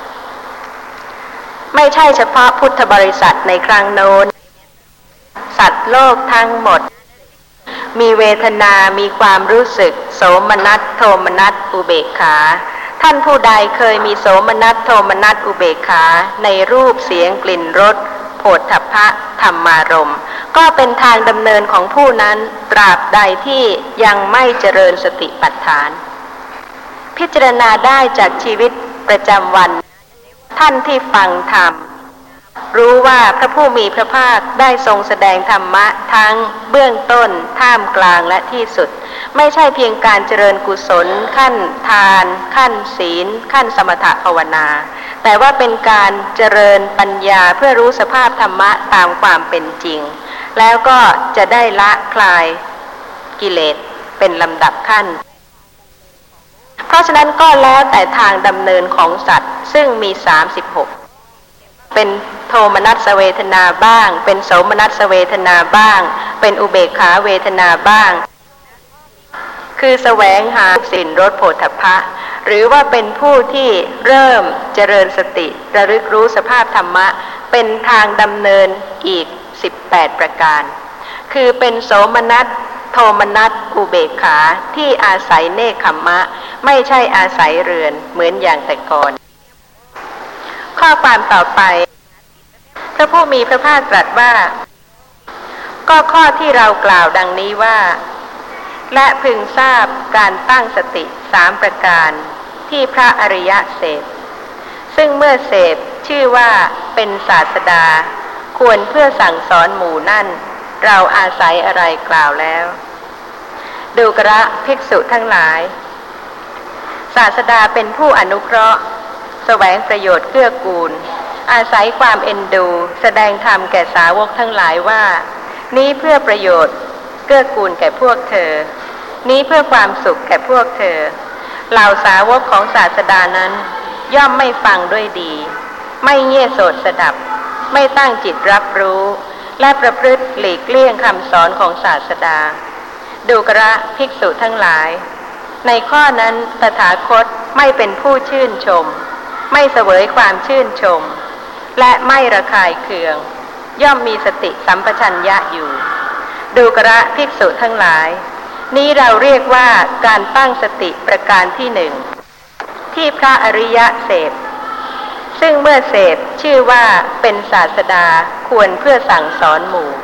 ไม่ใช่เฉพาะพุทธบริษัทในครั้งโน้นสัตว์โลกทั้งหมดมีเวทนามีความรู้สึกโสมนัสโทมนัสอุเบกขาท่านผู้ใดเคยมีโสมนัสโทมนัสอุเบกขาในรูปเสียงกลิ่นรสโผฏฐัพพะธรรมารมณ์ก็เป็นทางดำเนินของผู้นั้นตราบใดที่ยังไม่เจริญสติปัฏฐานพิจารณาได้จากชีวิตประจำวันท่านที่ฟังธรรมรู้ว่าพระผู้มีพระภาคได้ทรงแสดงธรรมะทั้งเบื้องต้นท่ามกลางและที่สุดไม่ใช่เพียงการเจริญกุศลขั้นทานขั้นศีลขั้นสมถภาวนาแต่ว่าเป็นการเจริญปัญญาเพื่อรู้สภาพธรรมะตามความเป็นจริงแล้วก็จะได้ละคลายกิเลสเป็นลำดับขั้นเพราะฉะนั้นก็แล้วแต่ทางดำเนินของสัตว์ซึ่งมีสามสิบหกเป็นโทมนัสเวทนาบ้างเป็นโสมนัสเวทนาบ้างเป็นอุเบกขาเวทนาบ้างคือแสวงหาสิ่งรสโผฏฐัพพะหรือว่าเป็นผู้ที่เริ่มเจริญสติระลึกรู้สภาพธรรมะเป็นทางดำเนินอีกสิบแปดประการคือเป็นโสมนัสโทมนัสอุเบกขาที่อาศัยเนกขัมมะไม่ใช่อาศัยเรือนเหมือนอย่างแต่ก่อนข้อความต่อไปพระผู้มีพระภาคตรัสว่าก็ข้อที่เรากล่าวดังนี้ว่าและพึงทราบการตั้งสติสามประการที่พระอริยะเสพซึ่งเมื่อเสพชื่อว่าเป็นศาสดาควรเพื่อสั่งสอนหมู่นั่นเราอาศัยอะไรกล่าวแล้วดูกระภิกษุทั้งหลายศาสดาเป็นผู้อนุเคราะห์แสวงประโยชน์เกื้อกูลอาศัยความเอ็นดูแสดงธรรมแก่สาวกทั้งหลายว่านี้เพื่อประโยชน์เกื้อกูลแก่พวกเธอนี้เพื่อความสุขแก่พวกเธอเหล่าสาวกของศาสดานั้นย่อมไม่ฟังด้วยดีไม่เงี่ยโสดสดับไม่ตั้งจิตรับรู้และประพฤติหลีกเลี่ยงคำสอนของศาสดาดูกระภิกษุทั้งหลายในข้อนั้นตถาคตไม่เป็นผู้ชื่นชมไม่เสวยความชื่นชมและไม่ระคายเคืองย่อมมีสติสัมปชัญญะอยู่ดูกระภิกษุทั้งหลายนี้เราเรียกว่าการตั้งสติประการที่หนึ่งที่พระอริยะเสพซึ่งเมื่อเสพชื่อว่าเป็นศาสดาควรเพื่อสั่งสอนหมู่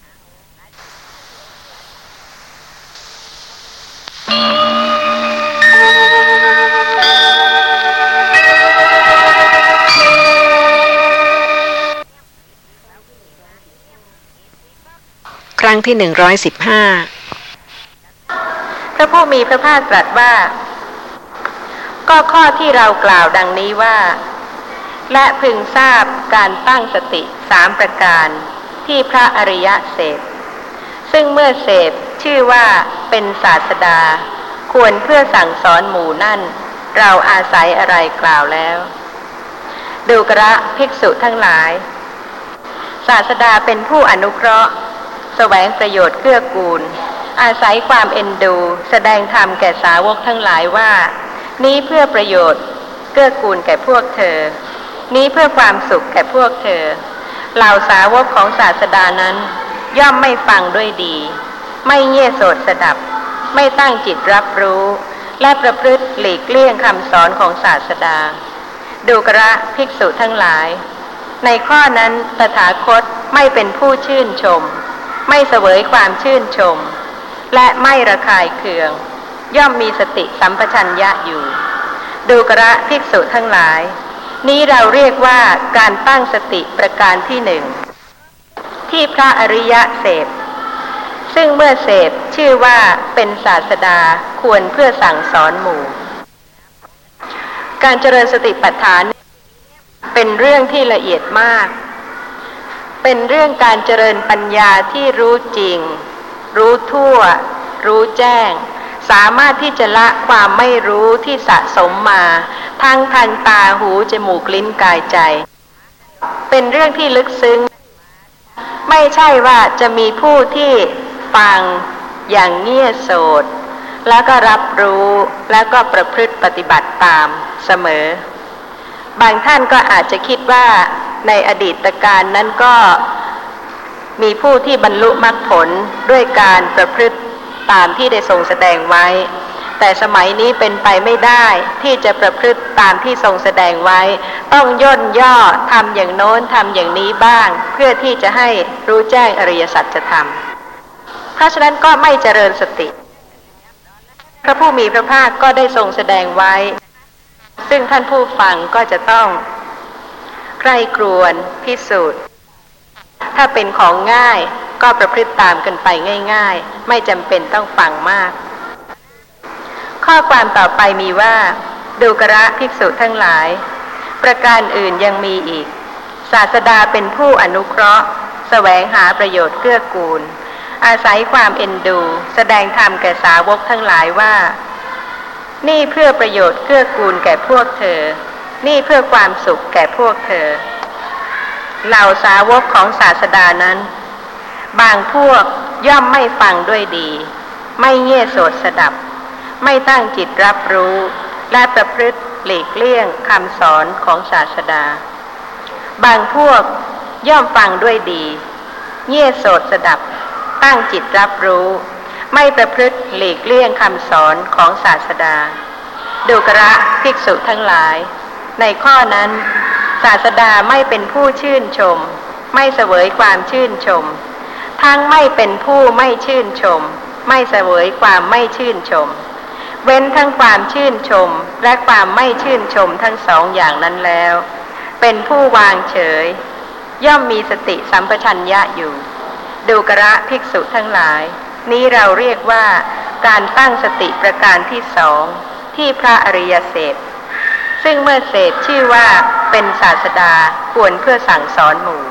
ครั้งที่หนึ่งร้อยสิบห้าพระผู้มีพระภาคตรัสว่าก็ข้อที่เรากล่าวดังนี้ว่าและพึงทราบการตั้งสติสามประการที่พระอริยะเสพซึ่งเมื่อเสพชื่อว่าเป็นศาสดาควรเพื่อสั่งสอนหมู่นั่นเราอาศัยอะไรกล่าวแล้วดูกระภิกษุทั้งหลายศาสดาเป็นผู้อนุเคราะห์แสวงประโยชน์เกื้อกูลอาศัยความเอ็นดูแสดงธรรมแก่สาวกทั้งหลายว่านี้เพื่อประโยชน์เกื้อกูลแก่พวกเธอนี้เพื่อความสุขแก่พวกเธอเหล่าสาวกของศาสดานั้นย่อมไม่ฟังด้วยดีไม่เงี่ยโสดสดับไม่ตั้งจิตรับรู้และประพฤติหลีกเลี่ยงคำสอนของศาสดาดูกระภิกษุทั้งหลายในข้อนั้นตถาคตไม่เป็นผู้ชื่นชมไม่เสวยความชื่นชมและไม่ระคายเคืองย่อมมีสติสัมปชัญญะอยู่ดูกระภิกษุทั้งหลายนี้เราเรียกว่าการตั้งสติประการที่หนึ่งที่พระอริยะเสพซึ่งเมื่อเสพชื่อว่าเป็นศาสดาควรเพื่อสั่งสอนหมู่การเจริญสติปัฏฐานเป็นเรื่องที่ละเอียดมากเป็นเรื่องการเจริญปัญญาที่รู้จริงรู้ทั่วรู้แจ้งสามารถที่จะละความไม่รู้ที่สะสมมาทั้งทางตาหูจมูกลิ้นกายใจเป็นเรื่องที่ลึกซึ้งไม่ใช่ว่าจะมีผู้ที่ฟังอย่างเงี่ยโสดแล้วก็รับรู้แล้วก็ประพฤติปฏิบัติตามเสมอบางท่านก็อาจจะคิดว่าในอดีตการนั้นก็มีผู้ที่บรรลุมรรคผลด้วยการประพฤติตามที่ได้ทรงแสดงไว้แต่สมัยนี้เป็นไปไม่ได้ที่จะประพฤติตามที่ทรงแสดงไว้ต้องย่นย่อทำอย่างโน้นทำอย่างนี้บ้างเพื่อที่จะให้รู้แจ้งอริยสัจธรรมเพราะฉะนั้นก็ไม่เจริญสติพระผู้มีพระภาคก็ได้ทรงแสดงไว้ซึ่งท่านผู้ฟังก็จะต้องใคร่ครวญพิสูจน์ถ้าเป็นของง่ายก็ประพฤติตามกันไปง่ายๆไม่จำเป็นต้องฟังมากข้อความต่อไปมีว่าดูกระภิกษุทั้งหลายประการอื่นยังมีอีกศาสดาเป็นผู้อนุเคราะห์แสวงหาประโยชน์เกื้อกูลอาศัยความเอ็นดูแสดงธรรมแก่สาวกทั้งหลายว่านี่เพื่อประโยชน์เกื้อกูลแก่พวกเธอนี่เพื่อความสุขแก่พวกเธอเหล่าสาวกของศาสดานั้นบางพวกย่อมไม่ฟังด้วยดีไม่เงี่ยโสดสดับไม่ตั้งจิตรับรู้และประพฤติหลีกเลี่ยงคำสอนของศาสดาบางพวกย่อมฟังด้วยดีเงี่ยโสดสดับตั้งจิตรับรู้ไม่ประพฤติหลีกเลี่ยงคำสอนของศาสดาดูกระภิกษุทั้งหลายในข้อนั้นศาสดาไม่เป็นผู้ชื่นชมไม่เสวยความชื่นชมทั้งไม่เป็นผู้ไม่ชื่นชมไม่เสวยความไม่ชื่นชมเว้นทั้งความชื่นชมและความไม่ชื่นชมทั้งสองอย่างนั้นแล้วเป็นผู้วางเฉยย่อมมีสติสัมปชัญญะอยู่ดูกระภิกษุทั้งหลายนี้เราเรียกว่าการตั้งสติประการที่สองที่พระอริยเสพซึ่งเมื่อเสพชื่อว่าเป็นศาสดาควรเพื่อสั่งสอนหมู่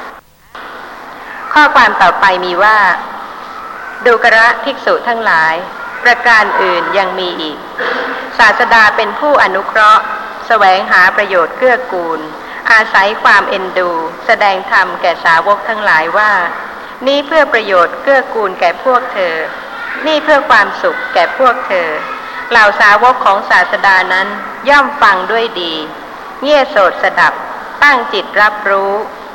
ข้อความต่อไปมีว่าดูกระภิกษุทั้งหลายประการอื่นยังมีอีกศาสดาเป็นผู้อนุเคราะห์แสวงหาประโยชน์เกื้อกูลอาศัยความเอ็นดูแสดงธรรมแก่สาวกทั้งหลายว่านี่เพื่อประโยชน์เกื้อกูลแก่พวกเธอนี่เพื่อความสุขแก่พวกเธอเหล่าสาวกของศาสดานั้นย่อมฟังด้วยดีเงี่ยโสดสดับตั้งจิตรับรู้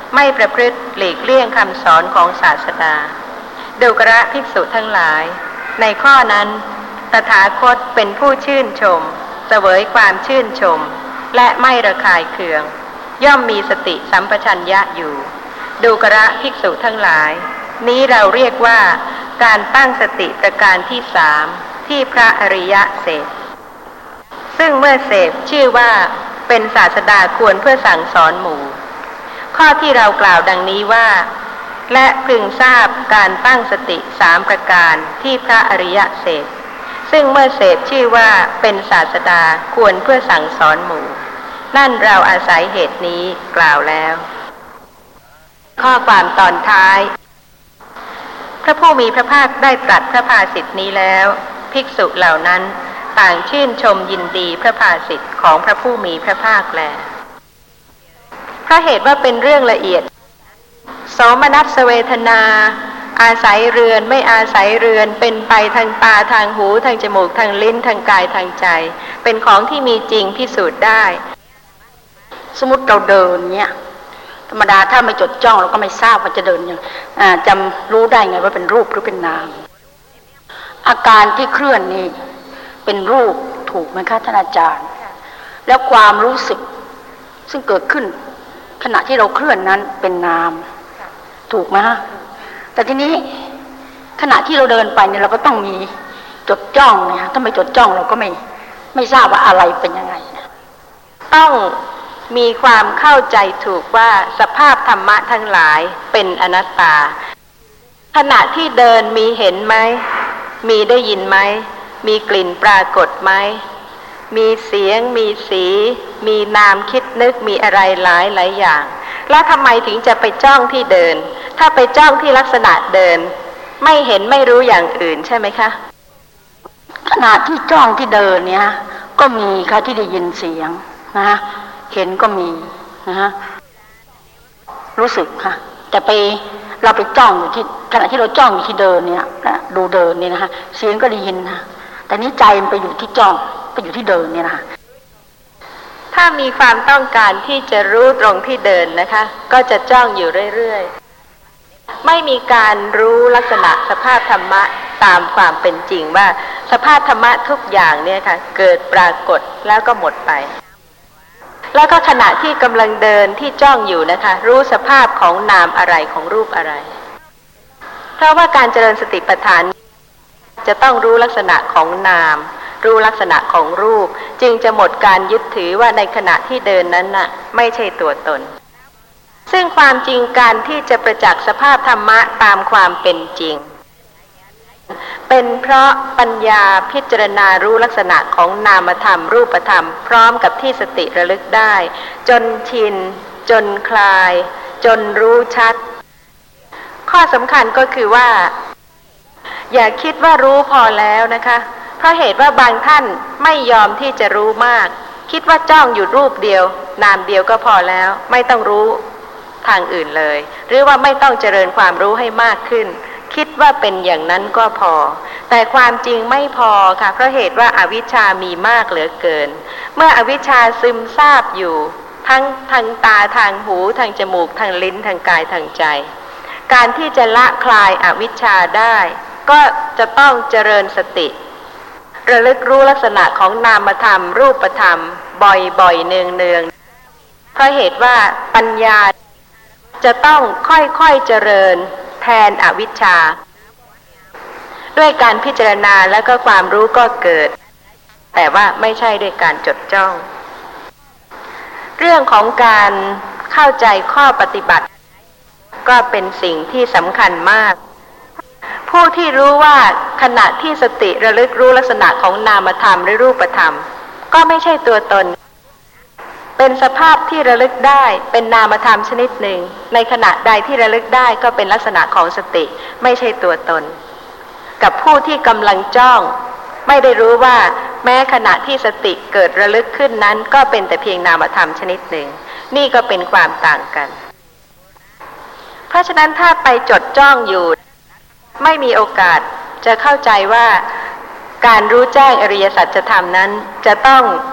ไม่ประพฤติหลีกเลี่ยงคำสอนของศาสดาดูกระภิกษุทั้งหลายในข้อนั้นตถาคตเป็นผู้ชื่นชมเสวยความชื่นชมและไม่ระคายเคืองย่อมมีสติสัมปชัญญะอยู่ดูกระภิกษุทั้งหลายนี้เราเรียกว่าการตั้งสติประการที่สามที่พระอริยะเสพซึ่งเมื่อเสพชื่อว่าเป็นศาสดาควรเพื่อสั่งสอนหมู่ข้อที่เรากล่าวดังนี้ว่าและพึงทราบการตั้งสติสามประการที่พระอริยะเสพซึ่งเมื่อเสพชื่อว่าเป็นศาสดาควรเพื่อสั่งสอนหมู่นั่นเราอาศัยเหตุนี้กล่าวแล้วข้อความตอนท้ายพระผู้มีพระภาคได้ตรัสพระภาสิทธินี้แล้วภิกษุเหล่านั้นต่างชื่นชมยินดีพระภาสิทธิของพระผู้มีพระภาคแลเพราะเหตุว่าเป็นเรื่องละเอียดโสมนัสเวทนาอาศัยเรือนไม่อาศัยเรือนเป็นไปทางตาทางหูทางจมูกทางลิ้นทางกายทางใจเป็นของที่มีจริงพิสูจน์ได้สมมติเราเดินเนี่ยธรรมดาถ้าไม่จดจ้องเราก็ไม่ทราบว่าจะเดินอย่างจำรู้ได้ไงว่าเป็นรูปหรือเป็นนามอาการที่เคลื่อนนี่เป็นรูปถูกไหมคะท่านอาจารย์แล้วความรู้สึกซึ่งเกิดขึ้นขณะที่เราเคลื่อนนั้นเป็นนามถูกไหมฮะแต่ทีนี้ขณะที่เราเดินไปเนี่ยเราก็ต้องมีจดจ้องเนี่ยถ้าไม่จดจ้องเราก็ไม่ไม่ทราบว่าอะไรเป็นยังไงต้องมีความเข้าใจถูกว่าสภาพธรรมะทั้งหลายเป็นอนัตตาขณะที่เดินมีเห็นไหมมีได้ยินไหมมีกลิ่นปรากฏไหมมีเสียงมีสีมีนามคิดนึกมีอะไรหลายหลายอย่างแล้วทำไมถึงจะไปจ้องที่เดินถ้าไปจ้องที่ลักษณะเดินไม่เห็นไม่รู้อย่างอื่นใช่ไหมคะขณะที่จ้องที่เดินเนี่ยก็มีค่ะที่ได้ยินเสียงนะเห็นก็มีนะฮะรู้สึกค่ะแต่ไปเราไปจ้องอยู่ที่ขณะที่เราจ้องอยู่ที่เดินเนี่ยดูเดินเนี่ยนะคะเสียงก็ได้ยินนะแต่นี้ใจมันไปอยู่ที่จ้องไปอยู่ที่เดินเนี่ยนะคะถ้ามีความต้องการที่จะรู้ตรงที่เดินนะคะก็จะจ้องอยู่เรื่อยๆไม่มีการรู้ลักษณะสภาพธรรมะตามความเป็นจริงว่าสภาพธรรมะทุกอย่างเนี่ยค่ะเกิดปรากฏแล้วก็หมดไปแล้วก็ขณะที่กำลังเดินที่จ้องอยู่นะคะรู้สภาพของนามอะไรของรูปอะไรเพราะว่าการเจริญสติปัฏฐานจะต้องรู้ลักษณะของนามรู้ลักษณะของรูปจึงจะหมดการยึดถือว่าในขณะที่เดินนั้นน่ะไม่ใช่ตัวตนซึ่งความจริงการที่จะประจักษ์สภาพธรรมะตามความเป็นจริงเป็นเพราะปัญญาพิจารณารู้ลักษณะของนามธรรมรูปธรรมพร้อมกับที่สติระลึกได้จนชินจนคลายจนรู้ชัดข้อสำคัญก็คือว่าอย่าคิดว่ารู้พอแล้วนะคะเพราะเหตุว่าบางท่านไม่ยอมที่จะรู้มากคิดว่าจ้องอยู่รูปเดียวนามเดียวก็พอแล้วไม่ต้องรู้ทางอื่นเลยหรือว่าไม่ต้องเจริญความรู้ให้มากขึ้นคิดว่าเป็นอย่างนั้นก็พอแต่ความจริงไม่พอค่ะเพราะเหตุว่าอาวิชชามีมากเหลือเกินเมื่ออวิชชาซึมซาบอยู่ทั้งทางตาทางหูทางจมูกทางลิ้นทางกายทางใจการที่จะละคลายอวิชชาได้ก็จะต้องเจริญสติระลึกรู้ลักษณะของนามธรรมรูปธรรมบ่อยๆเนืองๆเพราะเหตุว่าปัญญาจะต้องค่อยๆเจริญแทนอวิชชาด้วยการพิจารณาแล้วก็ความรู้ก็เกิดแต่ว่าไม่ใช่ด้วยการจดจ้องเรื่องของการเข้าใจข้อปฏิบัติก็เป็นสิ่งที่สำคัญมากผู้ที่รู้ว่าขณะที่สติระลึกรู้ลักษณะของนามธรรมหรือรูปธรรมก็ไม่ใช่ตัวตนเป็นสภาพที่ระลึกได้เป็นนามธรรมชนิดหนึ่งในขณะใดที่ระลึกได้ก็เป็นลักษณะของสติไม่ใช่ตัวตนกับผู้ที่กำลังจ้องไม่ได้รู้ว่าแม้ขณะที่สติเกิดระลึกขึ้นนั้นก็เป็นแต่เพียงนามธรรมชนิดหนึ่งนี่ก็เป็นความต่างกันเพราะฉะนั้นถ้าไปจดจ้องอยู่ไม่มีโอกาสจะเข้าใจว่าการรู้แจ้งอริยสัจธรรมนั้นจะต้อง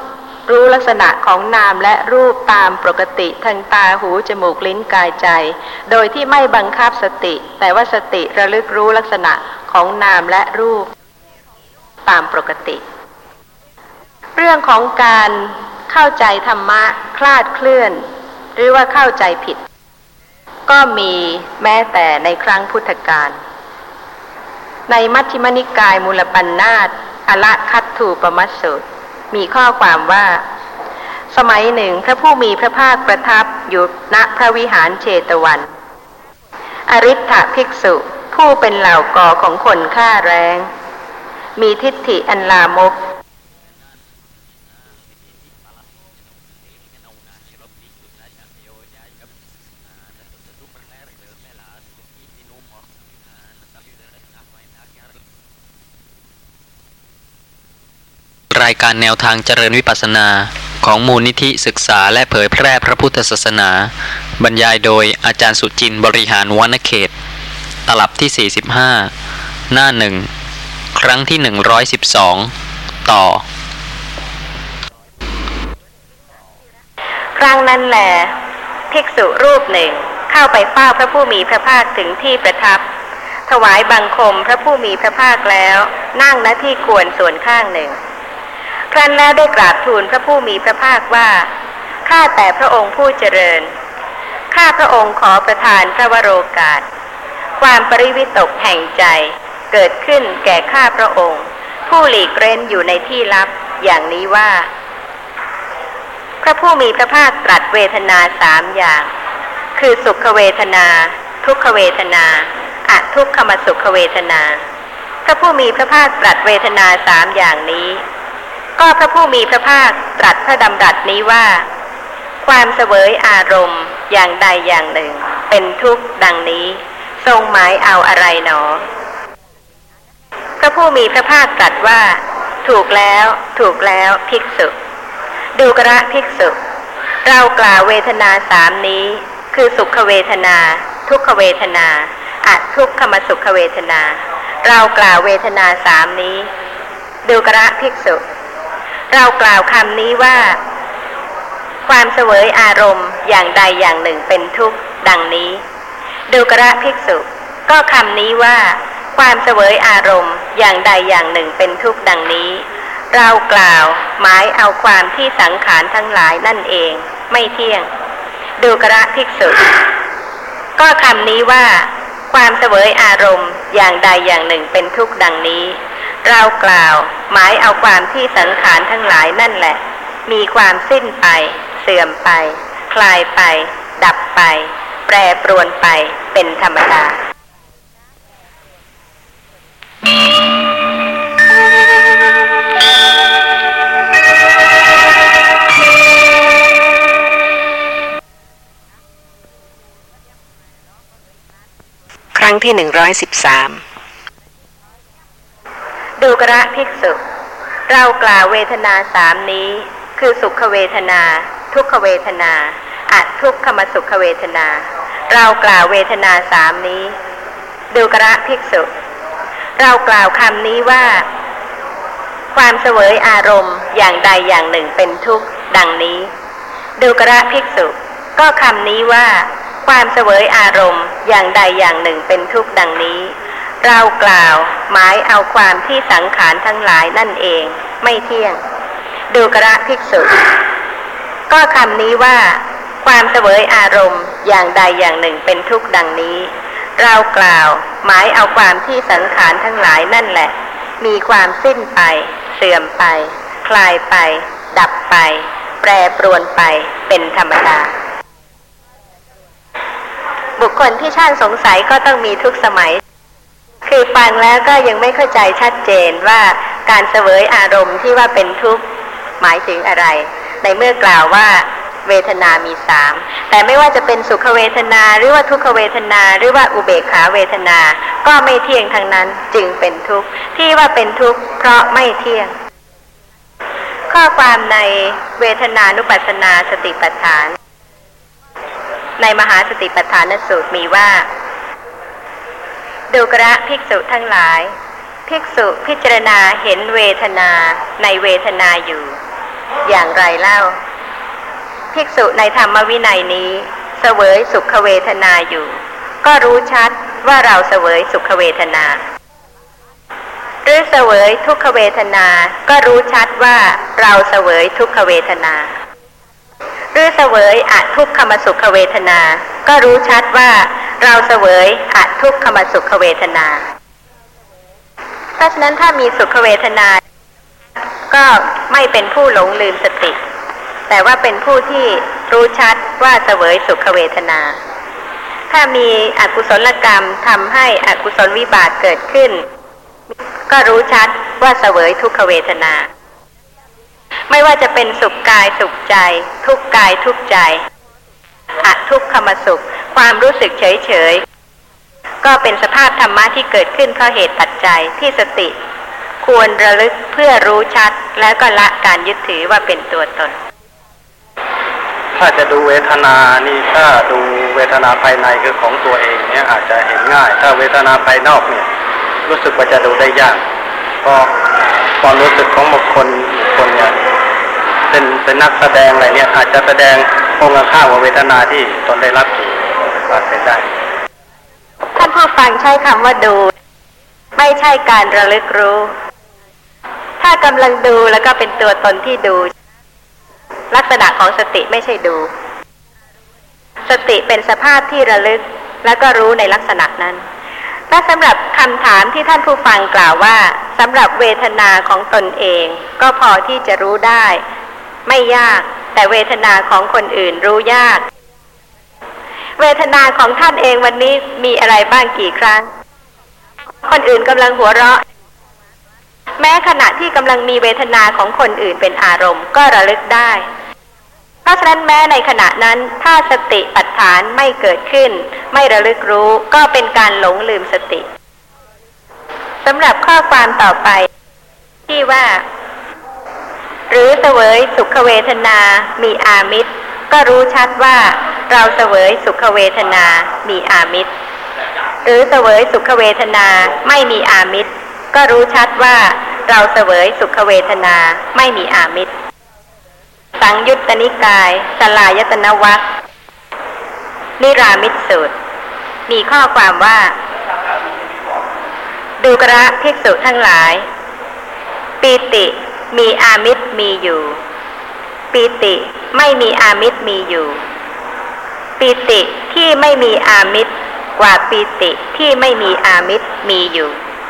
รู้ลักษณะของนามและรูปตามปกติทางตาหูจมูกลิ้นกายใจโดยที่ไม่บังคับสติแต่ว่าสติระลึกรู้ลักษณะของนามและรูปตามปกติเรื่องของการเข้าใจธรรมะคลาดเคลื่อนหรือว่าเข้าใจผิดก็มีแม้แต่ในครั้งพุทธกาลในมัชฌิมนิกายมูลปัณณาสอละคัตถูปมัสสูตรมีข้อความว่าสมัยหนึ่งพระผู้มีพระภาคประทับอยู่ณพระวิหารเชตวันอริ ฏฐภิกษุผู้เป็นเหล่ากอของคนฆ่าแร้งมีทิฏฐิอันลามกรายการแนวทางเจริญวิปัสสนาของมูลนิธิศึกษาและเผยแพร่พระพุทธศาสนาบรรยายโดยอาจารย์สุจินต์บริหารวรรณเขตตลับที่สี่สิบห้าหน้าหนึ่งครั้งที่หนึ่งร้อยสิบสองต่อครั้งนั้นแหละภิกษุรูปหนึ่งเข้าไปเฝ้าพระผู้มีพระภาคถึงที่ประทับถวายบังคมพระผู้มีพระภาคแล้วนั่งณที่ควรส่วนข้างหนึ่งครั้นแล้วได้กราบทูลพระผู้มีพระภาคว่าข้าแต่พระองค์ผู้เจริญข้าพระองค์ขอประทานพระวโรกาสความปริวิตกแห่งใจเกิดขึ้นแก่ข้าพระองค์ผู้หลีกเร้นอยู่ในที่ลับอย่างนี้ว่าพระผู้มีพระภาคตรัสเวทนาสามอย่างคือสุขเวทนาทุกขเวทนาอทุกขมสุขเวทนาพระผู้มีพระภาคตรัสเวทนาสามอย่างนี้ก็พระผู้มีพระภาคตรัสพระดำรัสนี้ว่าความเสวยอารมณ์อย่างใดอย่างหนึ่งเป็นทุกข์ดังนี้ทรงหมายเอาอะไรหนอพระผู้มีพระภาคตรัสว่าถูกแล้วถูกแล้วภิกษุดูกระภิกษุเรากล่าวเวทนาสามนี้คือสุขเวทนาทุกขเวทนาอทุกขมสุขเวทนาเรากล่าวเวทนาสามนี้ดูกระภิกษุเรากล่าวคำนี้ว่าความเสวยอารมณ์อย่างใดอย่างหนึ่งเป็นทุกข์ดังนี้ดูกระภิกษุก็คำนี้ว่าความเสวยอารมณ์อย่างใดอย่างหนึ่งเป็นทุกข์ดังนี้เรากล่าวหมายเอาความที่สังขารทั้งหลายนั่นเองไม่เที่ยงดูกระภิกษุก็คำนี้ว่าความเสวยอารมณ์อย่างใดอย่างหนึ่งเป็นทุกข์ดังนี้เรากล่าวหมายเอาความที่สังขารทั้งหลายนั่นแหละมีความสิ้นไปเสื่อมไปคลายไปดับไปแปรปรวนไปเป็นธรรมดาครั้งที่หนึ่งร้อยสิบสามดูกระภิกษุเรากล่าวเวทนาสามนี้คือสุขเวทนาทุกขเวทนาอทุกขมสุขเวทนาเรากล่าวเวทนาสามนี้ดูกระภิกษุเรากล่าวคำนี้ว่าความเสวยอารมณ์อย่างใดอย่างหนึ่งเป็นทุกข์ดังนี้ดูกระภิกษุก็คำนี้ว่าความเสวยอารมณ์อย่างใดอย่างหนึ่งเป็นทุกข์ดังนี้เรากล่าวหมายเอาความที่สังขารทั้งหลายนั่นเองไม่เที่ยงดูกระภิกษุก็คำนี้ว่าความเสวยอารมณ์อย่างใดอย่างหนึ่งเป็นทุกข์ดังนี้เรากล่าวหมายเอาความที่สังขารทั้งหลายนั่นแหละมีความสิ้นไปเสื่อมไปคลายไปดับไปแปรปรวนไปเป็นธรรมดาบุคคลที่ช่างสงสัยก็ต้องมีทุกสมัยคือฟังแล้วก็ยังไม่เข้าใจชัดเจนว่าการเสวยอารมณ์ที่ว่าเป็นทุกข์หมายถึงอะไรในเมื่อกล่าวว่าเวทนามีสามแต่ไม่ว่าจะเป็นสุขเวทนาหรือว่าทุกขเวทนาหรือว่าอุเบกขาเวทนาก็ไม่เที่ยงทั้งนั้นจึงเป็นทุกข์ที่ว่าเป็นทุกข์เพราะไม่เที่ยงข้อความในเวทนานุปัสสนาสติปัฏฐานในมหาสติปัฏฐานสูตรมีว่าดูกระภิกษุทั้งหลายภิกษุพิจารณาเห็นเวทนาในเวทนาอยู่อย่างไรเล่าภิกษุในธรรมวินัยนี้เสวยสุขเวทนาอยู่ก็รู้ชัดว่าเราเสวยสุขเวทนาหรือเสวยทุกขเวทนาก็รู้ชัดว่าเราเสวยทุกขเวทนาหรือเสวยอทุกขมสุขเวทนาก็รู้ชัดว่าเราเสวยอทุกขมสุขเวทนาเพราะฉะนั้นถ้ามีสุขเวทนาก็ไม่เป็นผู้หลงลืมสติแต่ว่าเป็นผู้ที่รู้ชัดว่าเสวยสุขเวทนาถ้ามีอกุศลกรรมทำให้อกุศลวิบากเกิดขึ้นก็รู้ชัดว่าเสวยทุกขเวทนาไม่ว่าจะเป็นสุขกายสุขใจทุกกายทุกใจอทุกขมสุขความรู้สึกเฉยเฉยก็เป็นสภาพธรรมะที่เกิดขึ้นเพราะเหตุปัจจัยที่สติควรระลึกเพื่อรู้ชัดแล้วก็ละการยึดถือว่าเป็นตัวตนถ้าจะดูเวทนานี่ถ้าดูเวทนาภายในคือของตัวเองเนี่ยอาจจะเห็นง่ายถ้าเวทนาภายนอกเนี่ยรู้สึกว่าจะดูได้ยากเพราะความรู้สึกของบุคคลบุคคลเนี่ยเป็นเป็นนักแสดงอะไรเนี่ยอาจจะแสดงตรงกันข้ามกับเวทนาที่ตนได้รับอยู่อาจเป็นได้ท่านผู้ฟังใช้คำว่าดูไม่ใช่การระลึกรู้ถ้ากำลังดูแล้วก็เป็นตัวตนที่ดูลักษณะของสติไม่ใช่ดูสติเป็นสภาพที่ระลึกแล้วก็รู้ในลักษณะนั้นและสำหรับคำถามที่ท่านผู้ฟังกล่าวว่าสำหรับเวทนาของตนเองก็พอที่จะรู้ได้ไม่ยากแต่เวทนาของคนอื่นรู้ยากเวทนาของท่านเองวันนี้มีอะไรบ้างกี่ครั้งคนอื่นกำลังหัวเราะแม้ขณะที่กำลังมีเวทนาของคนอื่นเป็นอารมณ์ก็ระลึกได้เพราะฉะนั้นแม้ในขณะนั้นถ้าสติปัฏฐานไม่เกิดขึ้นไม่ระลึกรู้ก็เป็นการหลงลืมสติสำหรับข้อความต่อไปที่ว่าหรือเสวยสุขเวทนามีอามิตรก็รู้ชัดว่าเราเสวยสุขเวทนามีอามิตรหรือเสวยสุขเวทนาไม่มีอามิตรก็รู้ชัดว่าเราเสวยสุขเวทนาไม่มีอามิตรสังยุตตนิกายสลายตนวรรคนิรามิตสูตรมีข้อความว่าดูกระภิกษุทั้งหลายปีติมีอามิตรมีอยู่ปีติไม่มีอามิตรมีอยู่ปีติที่ไม่มีอามิตรกว่าปีติที่ไม่มีอามิตรมีอยู่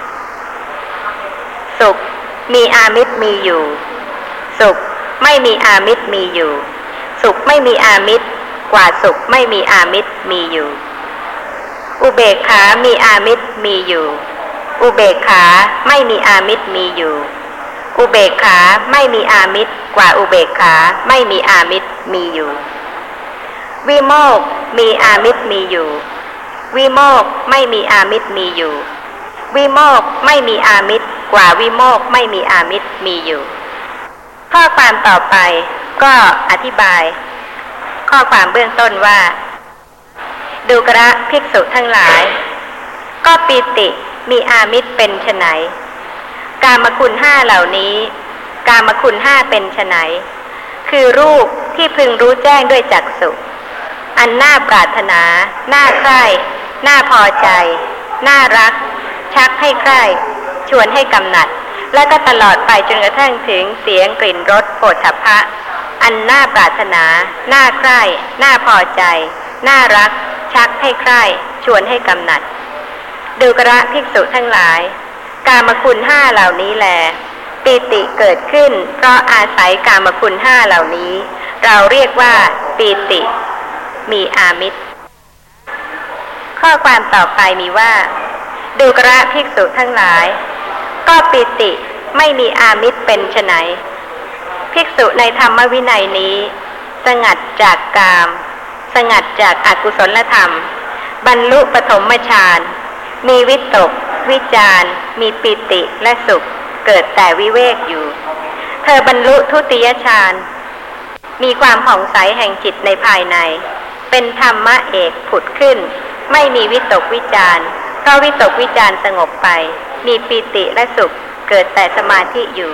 สุขมีอามิตรมีอยู่สุขไม่มีอามิตรมีอยู่สุขไม่มีอามิตรกว่าสุขไม่มีอามิตรมีอยู่อุเบกขามีอามิตรมีอยู่อุเบกขาไม่มีอามิตรมีอยู่อุเบกขาไม่มีอามิตรกว่าอุเบกขาไม่มีอามิตรมีอยู่วิโมกข์มีอามิตรมีอยู่วิโมกข์ไม่มีอามิตรมีอยู่วิโมกข์ไม่มีอามิตรกว่าวิโมกข์ไม่มีอามิตรมีอยู่ข้อความต่อไปก็อธิบายข้อความเบื้องต้นว่าดูกระภิกษุทั้งหลายก็ปีติมีอามิตรเป็นไฉนกามคุณห้าเหล่านี้กามคุณห้าเป็นไฉนคือรูปที่พึงรู้แจ้งด้วยจักษุอันน่าปรารถนาน่าใคร่น่าพอใจน่ารักชักให้ใคร่ชวนให้กำหนัดและก็ตลอดไปจนกระทั่งถึงเสียงกลิ่นรสโผฏฐัพพะอันน่าปรารถนาน่าใคร่น่าพอใจน่ารักชักให้ใคร่ชวนให้กำหนัดดูกระภิกษุทั้งหลายกามคุณห้าเหล่านี้แลปีติเกิดขึ้นเพราะอาศัยกามคุณห้าเหล่านี้เราเรียกว่าปีติมีอามิตรข้อความต่อไปมีว่าดูกระภิกษุทั้งหลายก็ปีติไม่มีอามิตรเป็นไฉนภิกษุในธรรมวินัยนี้สงัดจากกามสงัดจากอกุศลธรรมบรรลุปฐมฌานมีวิตกวิจารมีปิติและสุขเกิดแต่วิเวกอยู่เธอบรรลุทุติยฌานมีความผ่องใสแห่งจิตในภายในเป็นธรรมะเอกผุดขึ้นไม่มีวิตกวิจารเพราะวิตกวิจารสงบไปมีปิติและสุขเกิดแต่สมาธิอยู่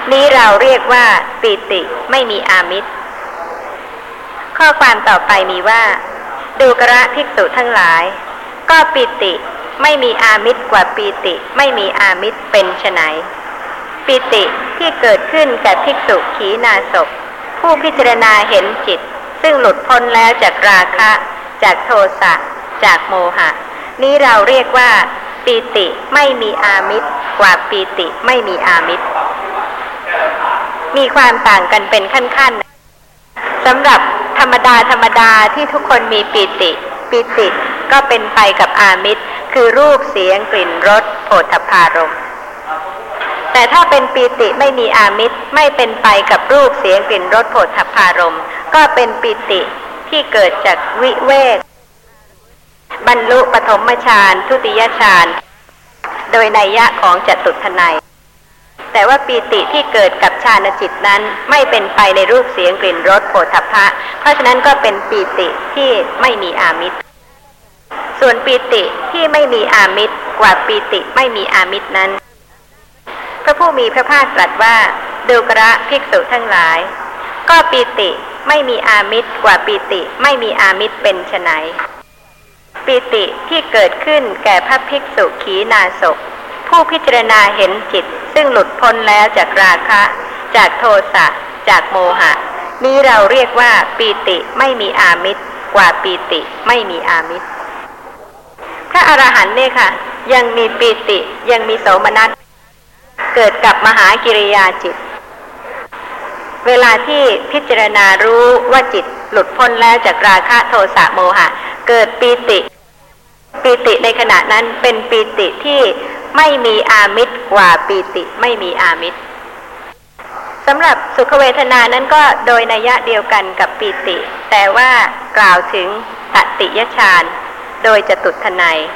นี้เราเรียกว่าปีติไม่มีอามิตรข้อความต่อไปมีว่าดูกระภิกษุทั้งหลายก็ปีติไม่มีอามิตรกว่าปีติไม่มีอามิตรเป็นไฉนปีติที่เกิดขึ้นแก่ภิกษุขีณาสพผู้พิจารณาเห็นจิตซึ่งหลุดพ้นแล้วจากราคะจากโทสะจากโมหะนี้เราเรียกว่าปีติไม่มีอามิตรกว่าปีติไม่มีอามิตรมีความต่างกันเป็นขั้นๆสำหรับธรรมดาธรรมดาที่ทุกคนมีปีติปีติก็เป็นไปกับอามิตรคือรูปเสียงกลิ่นรสโผฏฐัพพารมณ์แต่ถ้าเป็นปีติไม่มีอามิตรไม่เป็นไปกับรูปเสียงกลิ่นรสโผฏฐัพพารมณ์ก็เป็นปีติที่เกิดจากวิเวกบรรลุปฐมฌานทุติยฌานโดยนัยยะของจตุตถนัยแต่ว่าปีติที่เกิดกับฌานจิตนั้นไม่เป็นไปในรูปเสียงกลิ่นรสโผฏฐัพพะเพราะฉะนั้นก็เป็นปีติที่ไม่มีอามิตรส่วนปีติที่ไม่มีอามิตรกว่าปีติไม่มีอามิตรนั้นพระผู้มีพระภาคตรัสว่าดูกระภิกษุทั้งหลายก็ปีติไม่มีอามิตรกว่าปีติไม่มีอามิตรเป็นไฉนปีติที่เกิดขึ้นแก่พระภิกษุขีณาสพผู้พิจารณาเห็นจิตซึ่งหลุดพ้นแล้วจากราคะจากโทสะจากโมหะนี้เราเรียกว่าปีติไม่มีอามิตรกว่าปีติไม่มีอามิตรพระอรหันต์เนี่ยค่ะยังมีปีติยังมีโสมนัสเกิดกับมหากิริยาจิตเวลาที่พิจารณารู้ว่าจิตหลุดพ้นแล้วจากราคะโทสะโมหะเกิดปีติปีติในขณะนั้นเป็นปีติที่ไม่มีอามิตรกว่าปีติไม่มีอามิตรสำหรับสุขเวทนานั้นก็โดยนัยยะเดียวกันกับปีติแต่ว่ากล่าวถึงตติยฌานโดยจตุตถนัย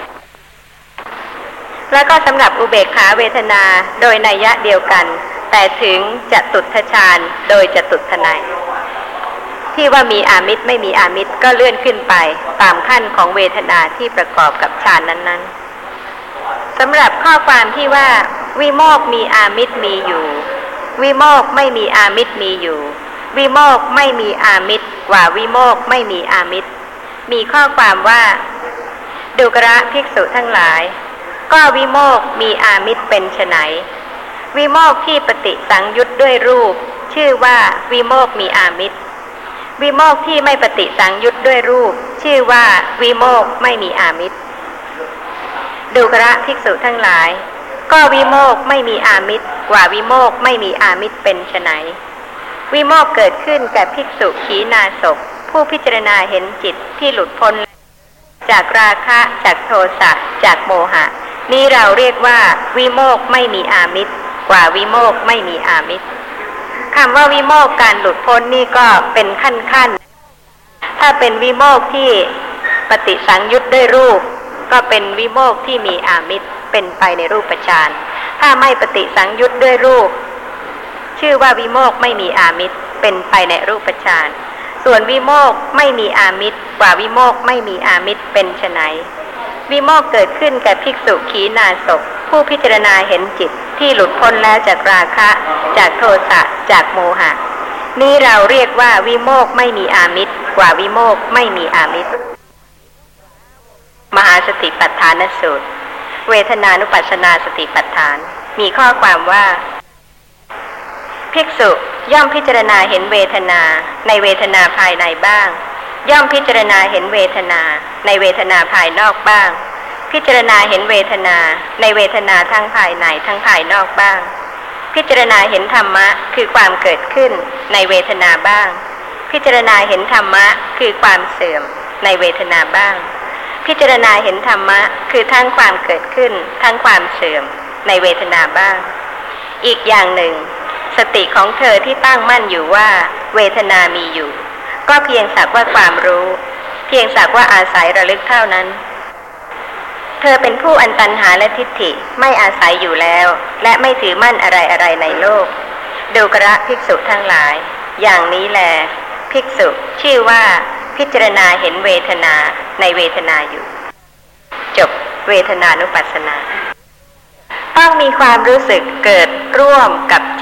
แล้วก็สำหรับอุเบกขาเวทนาโดยนัยยะเดียวกันแต่ถึงจตุตถฌานโดยจตุตถนัยที่ว่ามีอามิตรไม่มีอามิตรก็เลื่อนขึ้นไปตามขั้นของเวทนาที่ประกอบกับฌานนั้นๆสำหรับข้อความที่ว่าวิโมกข์มีอามิตรมีอยู่วิโมกข์ไม่มีอามิตรมีอยู่วิโมกข์ไม่มีอามิตรกว่าวิโมกข์ไม่มีอามิตรมีข้อความว่าดูกระภิกษุทั้งหลายก็วิโมกข์มีอามิตรเป็นไฉนวิโมกข์ที่ปฏิสังยุตด้วยรูปชื่อว่าวิโมกข์มีอามิตรวิโมกข์ที่ไม่ปฏิสังยุตด้วยรูปชื่อว่าวิโมกข์ไม่มีอามิตรดูกระภิกษุทั้งหลายก็วิโมกข์ไม่มีอามิตรกว่าวิโมกข์ไม่มีอามิตรเป็นไฉนวิโมกข์เกิดขึ้นแก่ภิกษุขีณาสพผู้พิจารณาเห็นจิตที่หลุดพ้นจากราคะจากโทสะจากโมหะนี้เราเรียกว่าวิโมกข์ไม่มีอามิตรกว่าวิโมกข์ไม่มีอามิตรคำว่าวิโมกข์การหลุดพ้นนี่ก็เป็นขั้นๆถ้าเป็นวิโมกข์ที่ปฏิสังยุตด้วยรูปก็เป็นวิโมกข์ที่มีอามิตรเป็นไปในรูปฌานถ้าไม่ปฏิสังยุตด้วยรูปชื่อว่าวิโมกข์ไม่มีอามิตรเป็นไปในรูปฌานส่วนวิโมกข์ไม่มีอามิตรกว่าวิโมกข์ไม่มีอามิตรเป็นไฉนวิโมกข์เกิดขึ้นแก่ภิกษุขีณาสพผู้พิจารณาเห็นจิตที่หลุดพ้นแล้วจากราคะจากโทสะจากโมหะนี้เราเรียกว่าวิโมกข์ไม่มีอามิตรกว่าวิโมกข์ไม่มีอามิตรมหาสติปัฏฐานสูตรเวทนานุปัสสนาสติปัฏฐานมีข้อความว่าภิกษุย่อมพิจารณาเห็นเวทนาในเวทนาภายในบ้างย่อมพิจารณาเห็นเวทนาในเวทนาภายนอกบ้างพิจารณาเห็นเวทนาในเวทนาทั้งภายในทั้งภายนอกบ้างพิจารณาเห็นธรรมะคือความเกิดขึ้นในเวทนาบ้างพิจารณาเห็นธรรมะคือความเสื่อมในเวทนาบ้างพิจารณาเห็นธรรมะคือทั้งความเกิดขึ้นทั้งความเสื่อมในเวทนาบ้างอีกอย่างหนึ่งสติของเธอที่ตั้งมั่นอยู่ว่าเวทนามีอยู่ก็เพียงสักว่าความรู้เพียงสักว่าอาศัยระลึกเท่านั้นเธอเป็นผู้อันตัณหาและทิฏฐิไม่อาศัยอยู่แล้วและไม่ถือมั่นอะไรอะไรในโลกดูกระภิกษุทั้งหลายอย่างนี้แลภิกษุชื่อว่าพิจารณาเห็นเวทนาในเวทนาอยู่จบเวทนานุปัสสนาต้องมีความรู้สึกเกิดร่วมกับจิต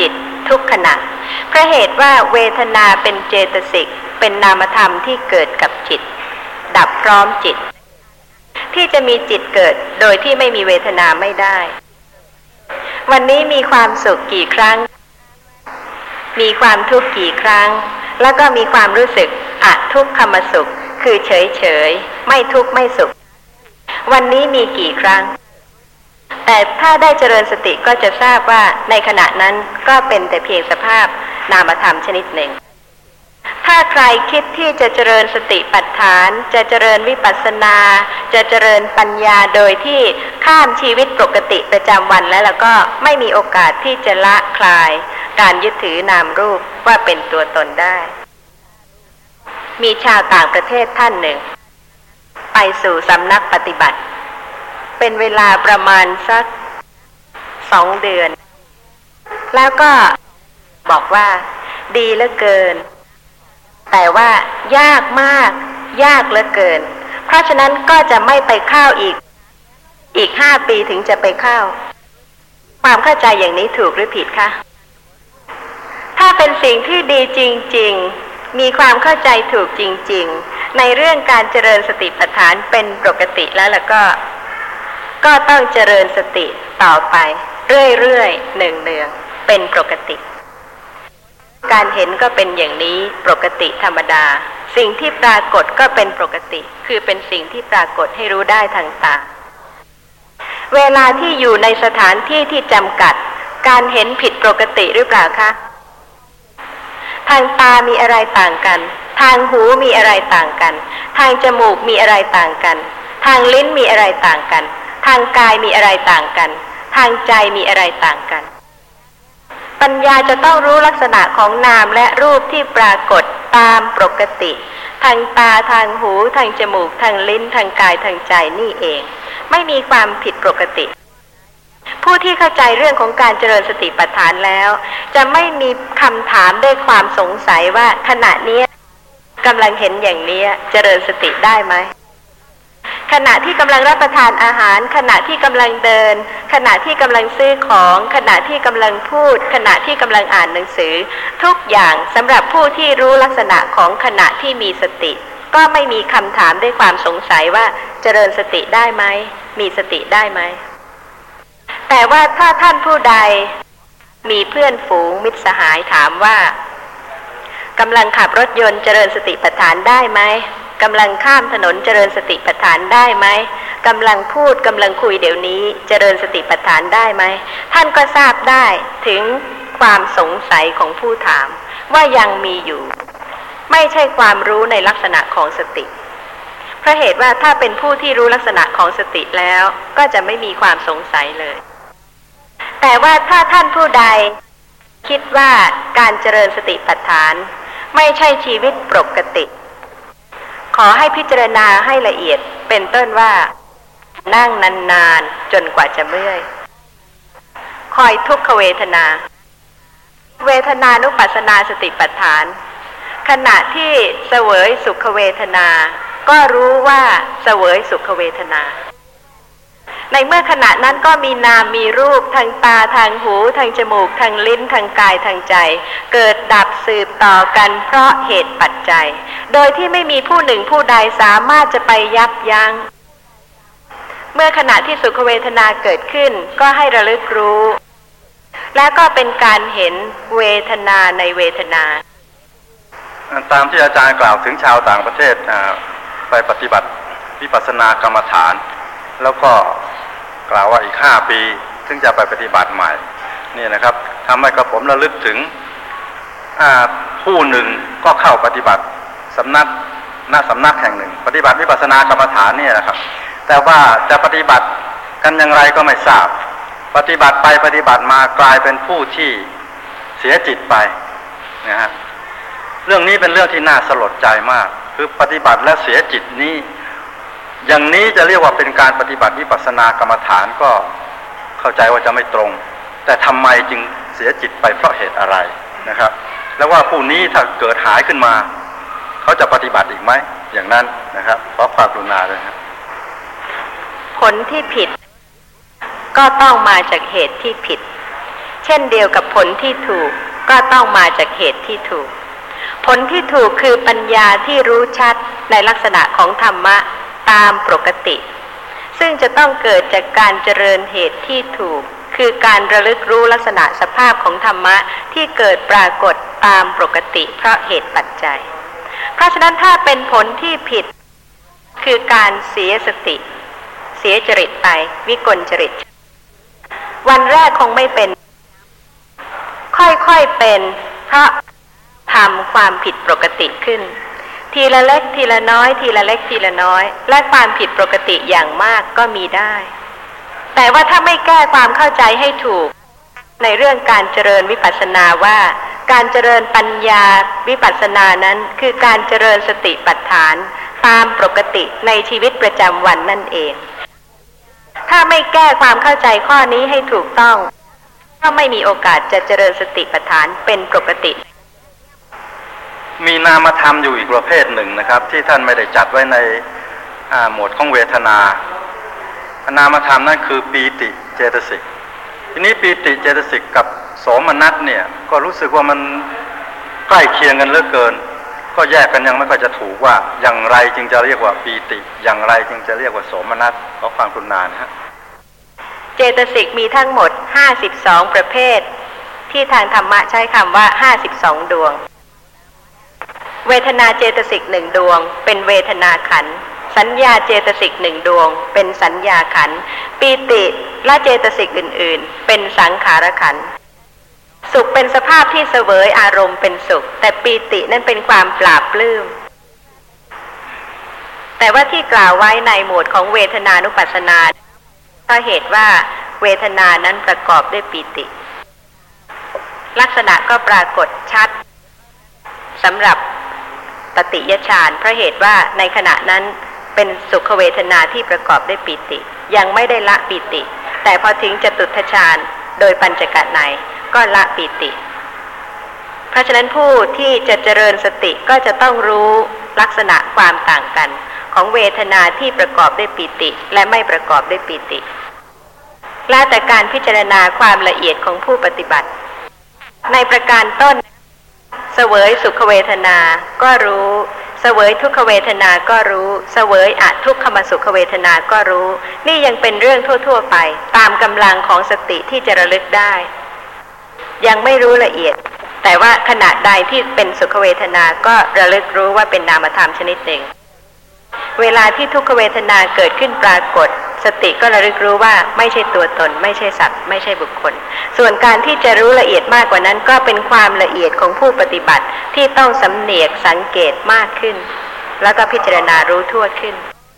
ทุกขณะเพราะเหตุว่าเวทนาเป็นเจตสิกเป็นนามธรรมที่เกิดกับจิตดับพร้อมจิตที่จะมีจิตเกิดโดยที่ไม่มีเวทนาไม่ได้วันนี้มีความสุขกี่ครั้งมีความทุกข์กี่ครั้งแล้วก็มีความรู้สึกอะทุกขมสุขคือเฉยเฉยไม่ทุกข์ไม่สุขวันนี้มีกี่ครั้งแต่ถ้าได้เจริญสติก็จะทราบว่าในขณะนั้นก็เป็นแต่เพียงสภาพนามธรรมชนิดหนึ่งถ้าใครคิดที่จะเจริญสติปัฏฐานจะเจริญวิปัสสนาจะเจริญปัญญาโดยที่ข้ามชีวิตปกติประจำวันแล้วแล้วก็ไม่มีโอกาสที่จะละคลายการยึดถือนามรูปว่าเป็นตัวตนได้มีชาวต่างประเทศท่านหนึ่งไปสู่สำนักปฏิบัติเป็นเวลาประมาณสักสองเดือนแล้วก็บอกว่าดีเหลือเกินแต่ว่ายากมากยากเหลือเกินเพราะฉะนั้นก็จะไม่ไปเข้าอีกอีกห้าปีถึงจะไปเข้าความเข้าใจอย่างนี้ถูกหรือผิดคะถ้าเป็นสิ่งที่ดีจริงๆมีความเข้าใจถูกจริงๆในเรื่องการเจริญสติปัฏฐานเป็นปกติแล้วแล้วก็ก็ต้องเจริญสติต่อไปเรื่อยๆเนืองๆเป็นปกติการเห็นก็เป็นอย่างนี้ปกติธรรมดาสิ่งที่ปรากฏก็เป็นปกติคือเป็นสิ่งที่ปรากฏให้รู้ได้ทางตาเวลาที่อยู่ในสถานที่ที่จำกัดการเห็นผิดปกติหรือเปล่าคะทางตามีอะไรต่างกันทางหูมีอะไรต่างกันทางจมูกมีอะไรต่างกันทางลิ้นมีอะไรต่างกันทางกายมีอะไรต่างกันทางใจมีอะไรต่างกันปัญญาจะต้องรู้ลักษณะของนามและรูปที่ปรากฏตามปกติทางตาทางหูทางจมูกทางลิ้นทางกายทางใจนี่เองไม่มีความผิดปกติผู้ที่เข้าใจเรื่องของการเจริญสติปัฏฐานแล้วจะไม่มีคำถามด้วยความสงสัยว่าขณะนี้กำลังเห็นอย่างนี้เจริญสติได้ไหมขณะที่กำลังรับประทานอาหารขณะที่กำลังเดินขณะที่กำลังซื้อของขณะที่กำลังพูดขณะที่กำลังอ่านหนังสือทุกอย่างสำหรับผู้ที่รู้ลักษณะของขณะที่มีสติก็ไม่มีคำถามด้วยความสงสัยว่าเจริญสติได้ไหมมีสติได้ไหมแต่ว่าถ้าท่านผู้ใดมีเพื่อนฝูงมิตรสหายถามว่ากำลังขับรถยนต์เจริญสติปัฏฐานได้ไหมกำลังข้ามถนนเจริญสติปัฏฐานได้ไหมกำลังพูดกำลังคุยเดี๋ยวนี้เจริญสติปัฏฐานได้ไหมท่านก็ทราบได้ถึงความสงสัยของผู้ถามว่ายังมีอยู่ไม่ใช่ความรู้ในลักษณะของสติเพราะเหตุว่าถ้าเป็นผู้ที่รู้ลักษณะของสติแล้วก็จะไม่มีความสงสัยเลยแต่ว่าถ้าท่านผู้ใดคิดว่าการเจริญสติปัฏฐานไม่ใช่ชีวิตปกติขอให้พิจารณาให้ละเอียดเป็นต้นว่านั่งนานๆจนกว่าจะเมื่อยคอยทุกขเวทนาเวทนานุปัสสนาสติปัฏฐานขณะที่เสวยสุขเวทนาก็รู้ว่าเสวยสุขเวทนาในเมื่อขณะนั้นก็มีนามมีรูปทางตาทางหูทางจมูกทางลิ้นทางกายทางใจเกิดดับสืบต่อกันเพราะเหตุปัจจัยโดยที่ไม่มีผู้หนึ่งผู้ใดสามารถจะไปยับยั้งเมื่อขณะที่สุขเวทนาเกิดขึ้นก็ให้ระลึกรู้และก็เป็นการเห็นเวทนาในเวทนาตามที่อาจารย์กล่าวถึงชาวต่างประเทศไปปฏิบัติวิปัสสนากรรมฐานแล้วก็กล่าวว่าอีกห้าปีถึงจะไปปฏิบัติใหม่นี่นะครับทำให้กระผมระลึกถึงผู้หนึ่งก็เข้าปฏิบัติสำนักณสำนักแห่งหนึ่งปฏิบัติวิปัสสนากรรมฐานนี่นะครับแต่ว่าจะปฏิบัติกันอย่างไรก็ไม่ทราบปฏิบัติไปปฏิบัติมากลายเป็นผู้ที่เสียจิตไปนะฮะเรื่องนี้เป็นเรื่องที่น่าสลดใจมากคือปฏิบัติและเสียจิตนี้อย่างนี้จะเรียกว่าเป็นการปฏิบัติวิปัสสนากรรมฐานก็เข้าใจว่าจะไม่ตรงแต่ทำไมจึงเสียจิตไปเพราะเหตุอะไรนะครับแล้วว่าผู้นี้ถ้าเกิดหายขึ้นมาเขาจะปฏิบัติอีกไหมอย่างนั้นนะครับขอความกรุณาด้วยครับผลที่ผิดก็ต้องมาจากเหตุที่ผิดเช่นเดียวกับผลที่ถูกก็ต้องมาจากเหตุที่ถูกผลที่ถูกคือปัญญาที่รู้ชัดในลักษณะของธรรมะตามปกติซึ่งจะต้องเกิดจากการเจริญเหตุที่ถูกคือการระลึกรู้ลักษณะสภาพของธรรมะที่เกิดปรากฏตามปกติเพราะเหตุปัจจัยเพราะฉะนั้นถ้าเป็นผลที่ผิดคือการเสียสติเสียจริตไปวิกลจริตวันแรกคงไม่เป็นค่อยๆเป็นเพราะทำความผิดปกติขึ้นทีละเล็กทีละน้อยทีละเล็กทีละน้อยและความผิดปกติอย่างมากก็มีได้แต่ว่าถ้าไม่แก้ความเข้าใจให้ถูกในเรื่องการเจริญวิปัสสนาว่าการเจริญปัญญาวิปัสสนานั้นคือการเจริญสติปัฏฐานตามปกติในชีวิตประจำวันนั่นเองถ้าไม่แก้ความเข้าใจข้อนี้ให้ถูกต้องก็ไม่มีโอกาสจะเจริญสติปัฏฐานเป็นปกติมีนามธรรมอยู่อีกประเภทหนึ่งนะครับที่ท่านไม่ได้จัดไว้ในหมวดของเวทนานามธรรมนั่นคือปีติเจตสิกทีนี้ปีติเจตสิกกับโสมนัสเนี่ยก็รู้สึกว่ามันใกล้เคียงกันเหลือเกินก็แยกกันยังไม่ค่อยจะถูกว่าอย่างไรจึงจะเรียกว่าปีติอย่างไรจึงจะเรียกว่าโสมนัสขอความกรุณานะฮะเจตสิกมีทั้งหมดห้าสิบสองประเภทที่ทางธรรมะใช้คำว่าห้าสิบสองดวงเวทนาเจตสิกหนึ่งดวงเป็นเวทนาขันธ์สัญญาเจตสิกหนึ่งดวงเป็นสัญญาขันธ์ปีติและเจตสิกอื่นๆเป็นสังขารขันธ์สุขเป็นสภาพที่เสวยอารมณ์เป็นสุขแต่ปีตินั่นเป็นความปราบปลื้มแต่ว่าที่กล่าวไว้ในหมวดของเวทนานุปัสสนาเพราะเหตุว่าเวทนานั้นประกอบด้วยปีติลักษณะก็ปรากฏชัดสำหรับตติยฌานเพราะเหตุว่าในขณะนั้นเป็นสุขเวทนาที่ประกอบด้วยปีติยังไม่ได้ละปีติแต่พอถึงจตุตถฌานโดยปัญจกนัยก็ละปีติเพราะฉะนั้นผู้ที่จะเจริญสติก็จะต้องรู้ลักษณะความต่างกันของเวทนาที่ประกอบด้วยปีติและไม่ประกอบด้วยปีติและแต่การพิจารณาความละเอียดของผู้ปฏิบัติในประการต้นเสวยสุขเวทนาก็รู้เสวยทุกขเวทนาก็รู้เสวยอทุกขมสุขเวทนาก็รู้นี่ยังเป็นเรื่องทั่วๆไปตามกำลังของสติที่จะระลึกได้ยังไม่รู้ละเอียดแต่ว่าขณะใดที่เป็นสุขเวทนาก็ระลึกรู้ว่าเป็นนามธรรมชนิดหนึ่งเวลาที่ทุกขเวทนาเกิดขึ้นปรากฏสติก็ระลึกรู้ว่าไม่ใช่ตัวตนไม่ใช่สัตว์ไม่ใช่บุคคลส่วนการที่จะรู้ละเอียดมากกว่านั้นก็เป็นความละเอียดของผู้ปฏิบัติที่ต้องสำเนียกสังเกตมากขึ้นแล้วก็พิจารณารู้ทั่วขึ้น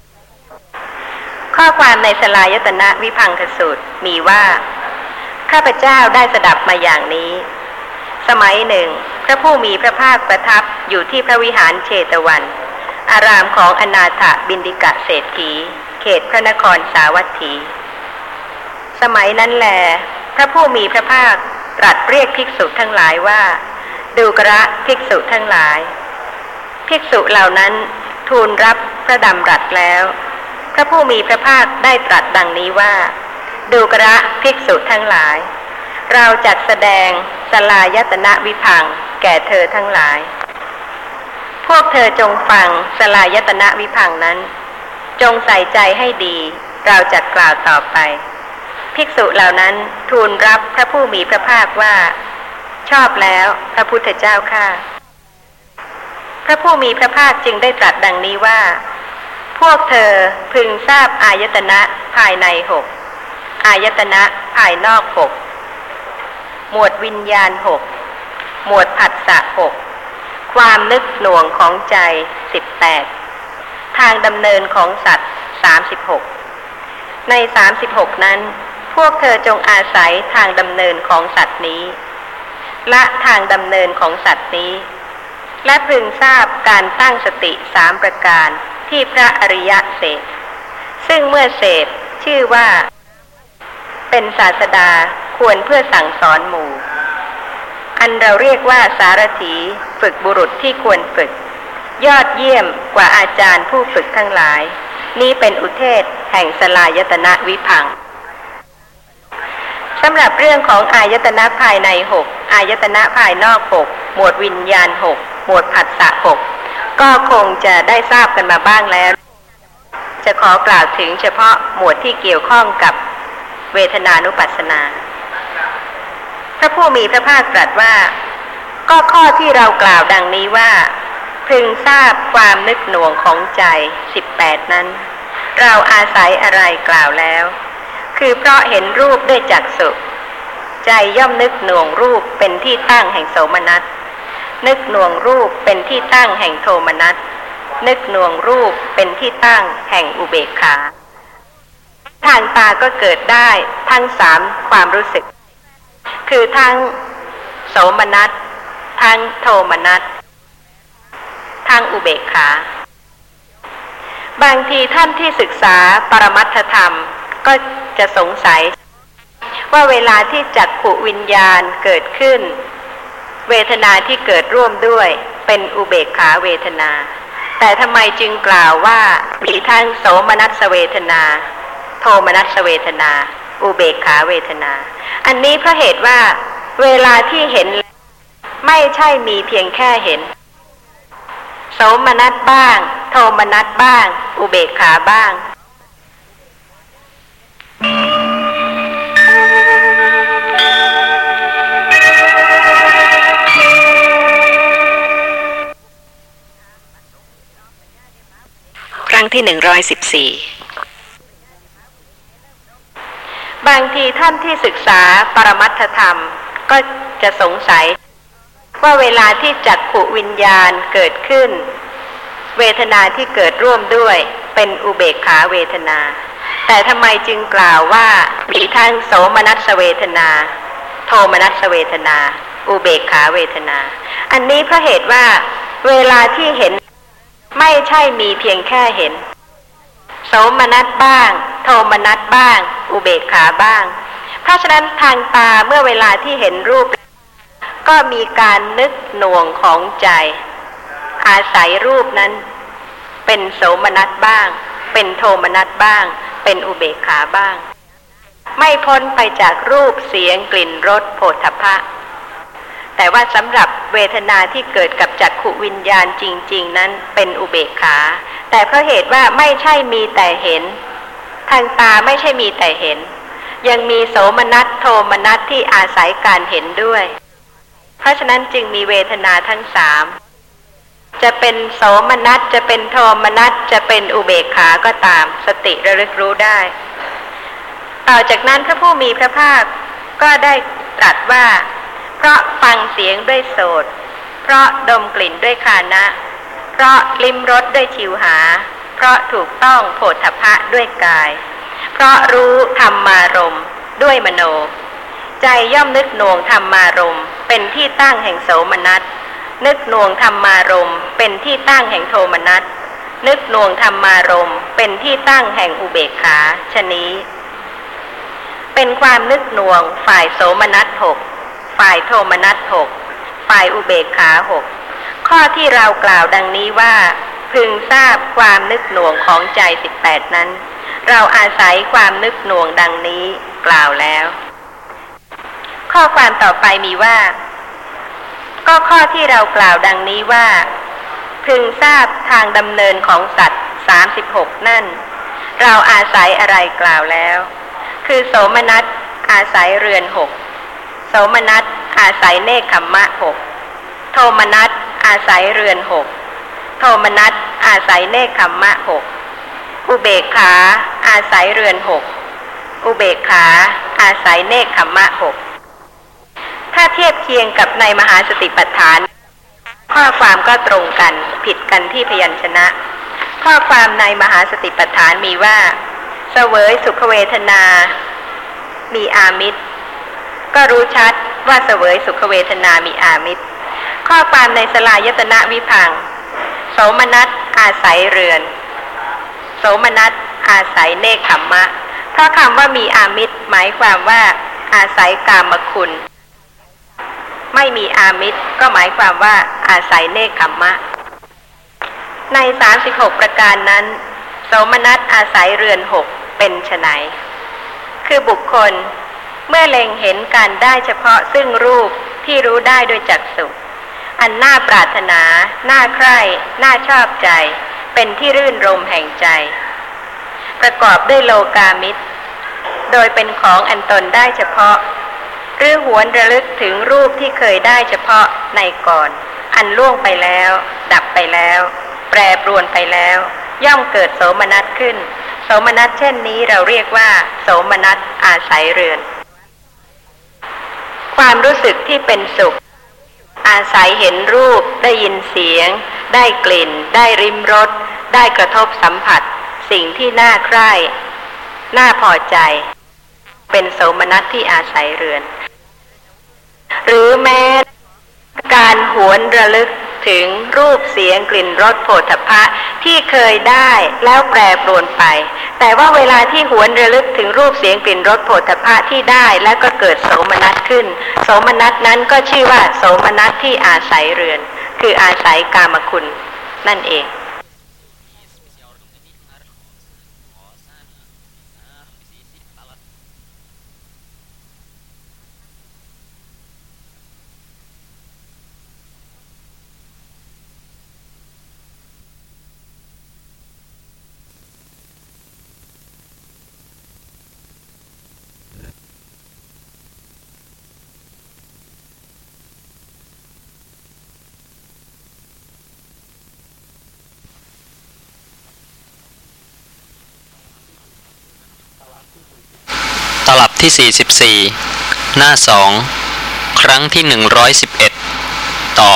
ข้อความในสลายตนะวิภังคสูตรมีว่าข้าพเจ้าได้สดับมาอย่างนี้สมัยหนึ่งพระผู้มีพระภาคประทับอยู่ที่พระวิหารเชตวันอารามของอนาถบิณฑิกะเศรษฐีเขตพระนครสาวัตถีสมัยนั้นแลพระผู้มีพระภาคตรัสเรียกภิกษุทั้งหลายว่าดูกระภิกษุทั้งหลายภิกษุเหล่านั้นทูลรับพระดำรัสแล้วพระผู้มีพระภาคได้ตรัสดังนี้ว่าดูกระภิกษุทั้งหลายเราจักแสดงสลายตนะวิภังแก่เธอทั้งหลายพวกเธอจงฟังสลายตนะวิภังนั้นจงใส่ใจให้ดีเราจะกล่าวต่อไปภิกษุเหล่านั้นทูลรับพระผู้มีพระภาคว่าชอบแล้วพระพุทธเจ้าข้าพระผู้มีพระภาคจึงได้ตรัสดังนี้ว่าพวกเธอพึงทราบอายตนะภายในหกอายตนะภายนอกหกหมวดวิญญาณหกหมวดผัสสะหกความนึกหน่วงของใจสิบแปดทางดำเนินของสัตว์สามสิบหกในสามสิบหกนั้นพวกเธอจงอาศัยทางดำเนินของสัตว์นี้ละทางดำเนินของสัตว์นี้และพึงทราบการตั้งสติสามประการที่พระอริยะเสพซึ่งเมื่อเสพชื่อว่าเป็นศาสดาควรเพื่อสั่งสอนหมู่อันเราเรียกว่าสารถีฝึกบุรุษที่ควรฝึกยอดเยี่ยมกว่าอาจารย์ผู้ฝึกทั้งหลายนี้เป็นอุเทศแห่งสลายตนะวิภังสำหรับเรื่องของอายตนะภายในหกอายตนะภายนอกหกหมวดวิญญาณหกหมวดผัสสะหกก็คงจะได้ทราบกันมาบ้างแล้วจะขอกล่าวถึงเฉพาะหมวดที่เกี่ยวข้องกับเวทนานุปัสสนาพระผู้มีพระภาคตรัสว่าก็ข้อที่เรากล่าวดังนี้ว่าพึงทราบความนึกหน่วงของใจสิบแปดนั้นเราอาศัยอะไรกล่าวแล้วคือเพราะเห็นรูปด้วยจักษุใจย่อมนึกหน่วงรูปเป็นที่ตั้งแห่งโสมนัสนึกหน่วงรูปเป็นที่ตั้งแห่งโทมนัสนึกหน่วงรูปเป็นที่ตั้งแห่งอุเบกขาทางตาก็เกิดได้ทั้งสามความรู้สึกคือทั้งโสมนัสทั้งโทมนัสทั้งอุเบกขาบางทีท่านที่ศึกษาปรมัตถธรรมก็จะสงสัยว่าเวลาที่จักขุวิญญาณเกิดขึ้นเวทนาที่เกิดร่วมด้วยเป็นอุเบกขาเวทนาแต่ทำไมจึงกล่าวว่ามีทั้งโสมนัสเวทนาโทมนัสเวทนาอุเบกขาเวทนาอันนี้เพราะเหตุว่าเวลาที่เห็นไม่ใช่มีเพียงแค่เห็นโสมนัสบ้างโทมนัสบ้างอุเบกขาบ้างครั้งที่หนึ่งร้อยสิบสี่บางทีท่านที่ศึกษาปรมัตถธรรมก็จะสงสัยว่าเวลาที่จักขุวิญญาณเกิดขึ้นเวทนาที่เกิดร่วมด้วยเป็นอุเบกขาเวทนาแต่ทำไมจึงกล่าวว่ามีทั้งโสมนัสเวทนาโทมนัสเวทนาอุเบกขาเวทนาอันนี้เพราะเหตุว่าเวลาที่เห็นไม่ใช่มีเพียงแค่เห็นโสมนัสบ้างโทมนัสบ้างอุเบกขาบ้างเพราะฉะนั้นทางตาเมื่อเวลาที่เห็นรูปก็มีการนึกหน่วงของใจอาศัยรูปนั้นเป็นโสมนัสบ้างเป็นโทมนัสบ้างเป็นอุเบกขาบ้างไม่พ้นไปจากรูปเสียงกลิ่นรสโผฏฐัพพะแต่ว่าสำหรับเวทนาที่เกิดกับจักขุวิญญาณจริงๆนั้นเป็นอุเบกขาแต่เพราะเหตุว่าไม่ใช่มีแต่เห็นทางตาไม่ใช่มีแต่เห็นยังมีโสมนัสโทมนัสที่อาศัยการเห็นด้วยเพราะฉะนั้นจึงมีเวทนาทั้งสามจะเป็นโสมนัสจะเป็นโทมนัสจะเป็นอุเบกขาก็ตามสติระลึกรู้ได้ต่อจากนั้นพระผู้มีพระภาคก็ได้ตรัสว่าเพราะฟังเสียงด้วยโสตเพราะดมกลิ่นด้วยฆานะเพราะลิ้มรสด้วยชิวหาเพราะถูกต้องโผฏฐัพพะด้วยกายเพราะรู้ธรรมารมณ์ด้วยมโนใจย่อมนึกหน่วงธรรมารมณ์เป็นที่ตั้งแห่งโสมนัสนึกหน่วงธรรมารมณ์เป็นที่ตั้งแห่งโทมนัสนึกหน่วงธรรมารมณ์เป็นที่ตั้งแห่งอุเบกขาฉะนี้เป็นความนึกหน่วงฝ่ายโสมนัสหกฝ่ายโทมนัสหกฝ่ายอุเบกขาหกข้อที่เรากล่าวดังนี้ว่าพึงทราบความนึกหน่วงของใจสิบแปดนั้นเราอาศัยความนึกหน่วงดังนี้กล่าวแล้วข้อความต่อไปมีว่าก็ข้อที่เรากล่าวดังนี้ว่าพึงทราบทางดำเนินของสัตว์สามสิบหกนั่นเราอาศัยอะไรกล่าวแล้วคือโสมนัสอาศัยเรือนหกโสมนัสอาศัยเนกขัมมะหกโทมนัสอาศัยเรือนหกโทมนัสอาศัยเนกขัมมะหกอุเบกขาอาศัยเรือนหกอุเบกขาอาศัยเนกขัมมะหกถ้าเทียบเคียงกับในมหาสติปัฏฐานข้อความก็ตรงกันผิดกันที่พยัญชนะข้อความในมหาสติปัฏฐานมีว่าเสวยสุขเวทนามีอามิตรก็รู้ชัดว่าเสวยสุขเวทนามีอามิตรข้อความในสลายตนะวิภังค์โสมนัสอาศัยเรือนโสมนัสอาศัยเนกขัมมะเพราะคำว่ามีอามิตรหมายความว่าอาศัยกามคุณไม่มีอามิตรก็หมายความว่าอาศัยเนกขัมมะในสามสิบหกประการนั้นโสมนัสอาศัยเรือนหกเป็นไฉนคือบุคคลเมื่อเล็งเห็นการได้เฉพาะซึ่งรูปที่รู้ได้โดยจักษุอันน่าปรารถนาน่าใคร่น่าชอบใจเป็นที่รื่นรมแห่งใจประกอบด้วยโลกามิตรโดยเป็นของอันตนได้เฉพาะหรือหวนระลึกถึงรูปที่เคยได้เฉพาะในก่อนอันล่วงไปแล้วดับไปแล้วแปรปรวนไปแล้วย่อมเกิดโสมนัสขึ้นโสมนัสเช่นนี้เราเรียกว่าโสมนัสอาศัยเรือนความรู้สึกที่เป็นสุขอาศัยเห็นรูปได้ยินเสียงได้กลิ่นได้ริมรสได้กระทบสัมผัสสิ่งที่น่าใคร่น่าพอใจเป็นโสมนัสที่อาศัยเรือนหรือแม้การหวนระลึกถึงรูปเสียงกลิ่นรสโผฏฐัพพะที่เคยได้แล้วแปรปรวนไปแต่ว่าเวลาที่หวนระลึกถึงรูปเสียงกลิ่นรสโผฏฐัพพะที่ได้แล้วก็เกิดโสมนัสขึ้นโสมนัสนั้นก็ชื่อว่าโสมนัสที่อาศัยเรือนคืออาศัยกามคุณนั่นเองตลับที่สี่สิบสี่หน้าสองครั้งที่หนึ่งร้อยสิบเอ็ดต่อ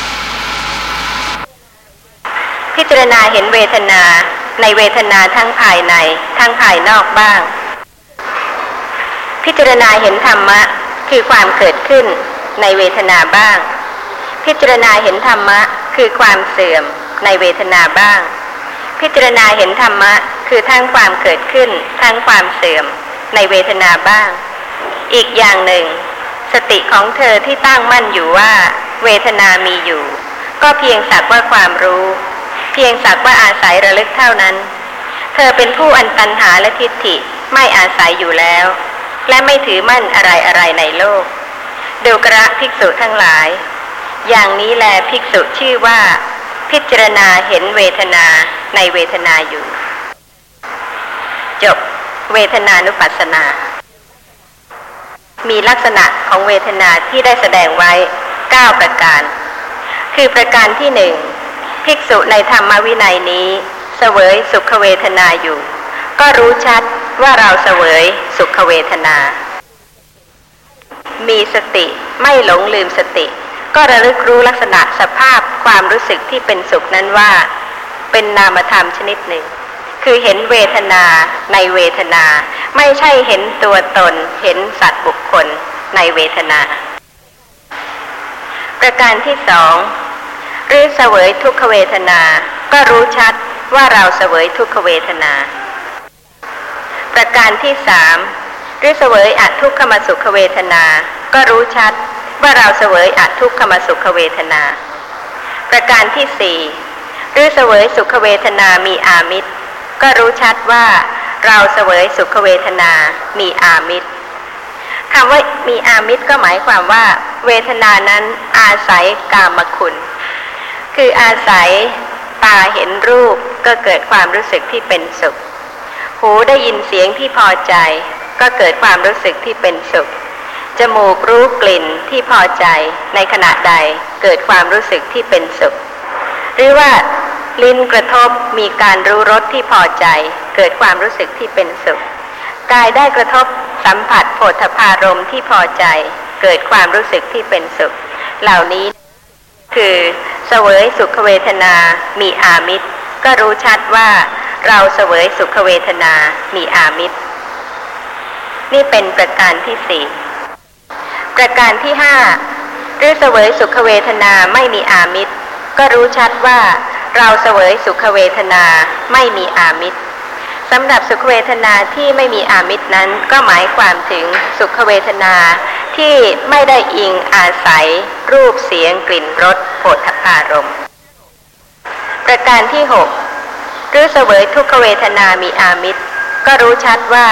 พิจารณาเห็นเวทนาในเวทนาทั้งภายในทั้งภายนอกบ้างพิจารณาเห็นธรรมะคือความเกิดขึ้นในเวทนาบ้างพิจารณาเห็นธรรมะคือความเสื่อมในเวทนาบ้างพิจารณาเห็นธรรมะคือทั้งความเกิดขึ้นทั้งความเสื่อมในเวทนาบ้างอีกอย่างหนึ่งสติของเธอที่ตั้งมั่นอยู่ว่าเวทนามีอยู่ก็เพียงสักว่าความรู้เพียงสักว่าอาศัยระลึกเท่านั้นเธอเป็นผู้อันตัณหาและทิฏฐิไม่อาศัยอยู่แล้วและไม่ถือมั่นอะไรอะไรในโลกดูกระภิกษุทั้งหลายอย่างนี้แลภิกษุชื่อว่าพิจารณาเห็นเวทนาในเวทนาอยู่จบเวทนานุปัสสนามีลักษณะของเวทนาที่ได้แสดงไว้เก้าประการคือประการที่หนึ่งภิกษุในธรรมวินัยนี้เสวยสุขเวทนาอยู่ก็รู้ชัดว่าเราเสวยสุขเวทนามีสติไม่หลงลืมสติก็ระลึกรู้ลักษณะสภาพความรู้สึกที่เป็นสุขนั้นว่าเป็นนามธรรมชนิดหนึ่งคือเห็นเวทนาในเวทนาไม่ใช่เห็นตัวตนเห็นสัตว์บุคคลในเวทนาประการที่สองหรือเสวยทุกขเวทนาก็รู้ชัดว่าเราเสวยทุกขเวทนาประการที่สามหรือเสวยอทุกขมสุขเวทนาก็รู้ชัดว่าเราเสวยอทุกขมสุขเวทนาประการที่สี่หรือเสวยสุขเวทนามีอามิตรก็รู้ชัดว่าเราเสวยสุขเวทนามีอามิตรคำว่ามีอามิตรก็หมายความว่าเวทนานั้นอาศัยกามคุณคืออาศัยตาเห็นรูปก็เกิดความรู้สึกที่เป็นสุขหูได้ยินเสียงที่พอใจก็เกิดความรู้สึกที่เป็นสุขจมูกรู้กลิ่นที่พอใจในขณะใดเกิดความรู้สึกที่เป็นสุขหรือว่าลิ้นกระทบมีการรู้รสที่พอใจเกิดความรู้สึกที่เป็นสุขกายได้กระทบสัมผัสโผฏฐัพพารมณ์ที่พอใจเกิดความรู้สึกที่เป็นสุขเหล่านี้คือเสวยสุขเวทนามีอามิตรก็รู้ชัดว่าเราเสวยสุขเวทนามีอามิตรนี่เป็นประการที่สี่ประการที่ห้าหรือเสวยสุขเวทนาไม่มีอามิตรก็รู้ชัดว่าเราเสวยสุขเวทนาไม่มีอามิตรสำหรับสุขเวทนาที่ไม่มีอามิตรนั้นก็หมายความถึงสุขเวทนาที่ไม่ได้อิงอาศัยรูปเสียงกลิ่นรสโผฏฐัพพารมณ์ประการที่หกหรือเสวยทุกขเวทนามีอามิตรก็รู้ชัดว่า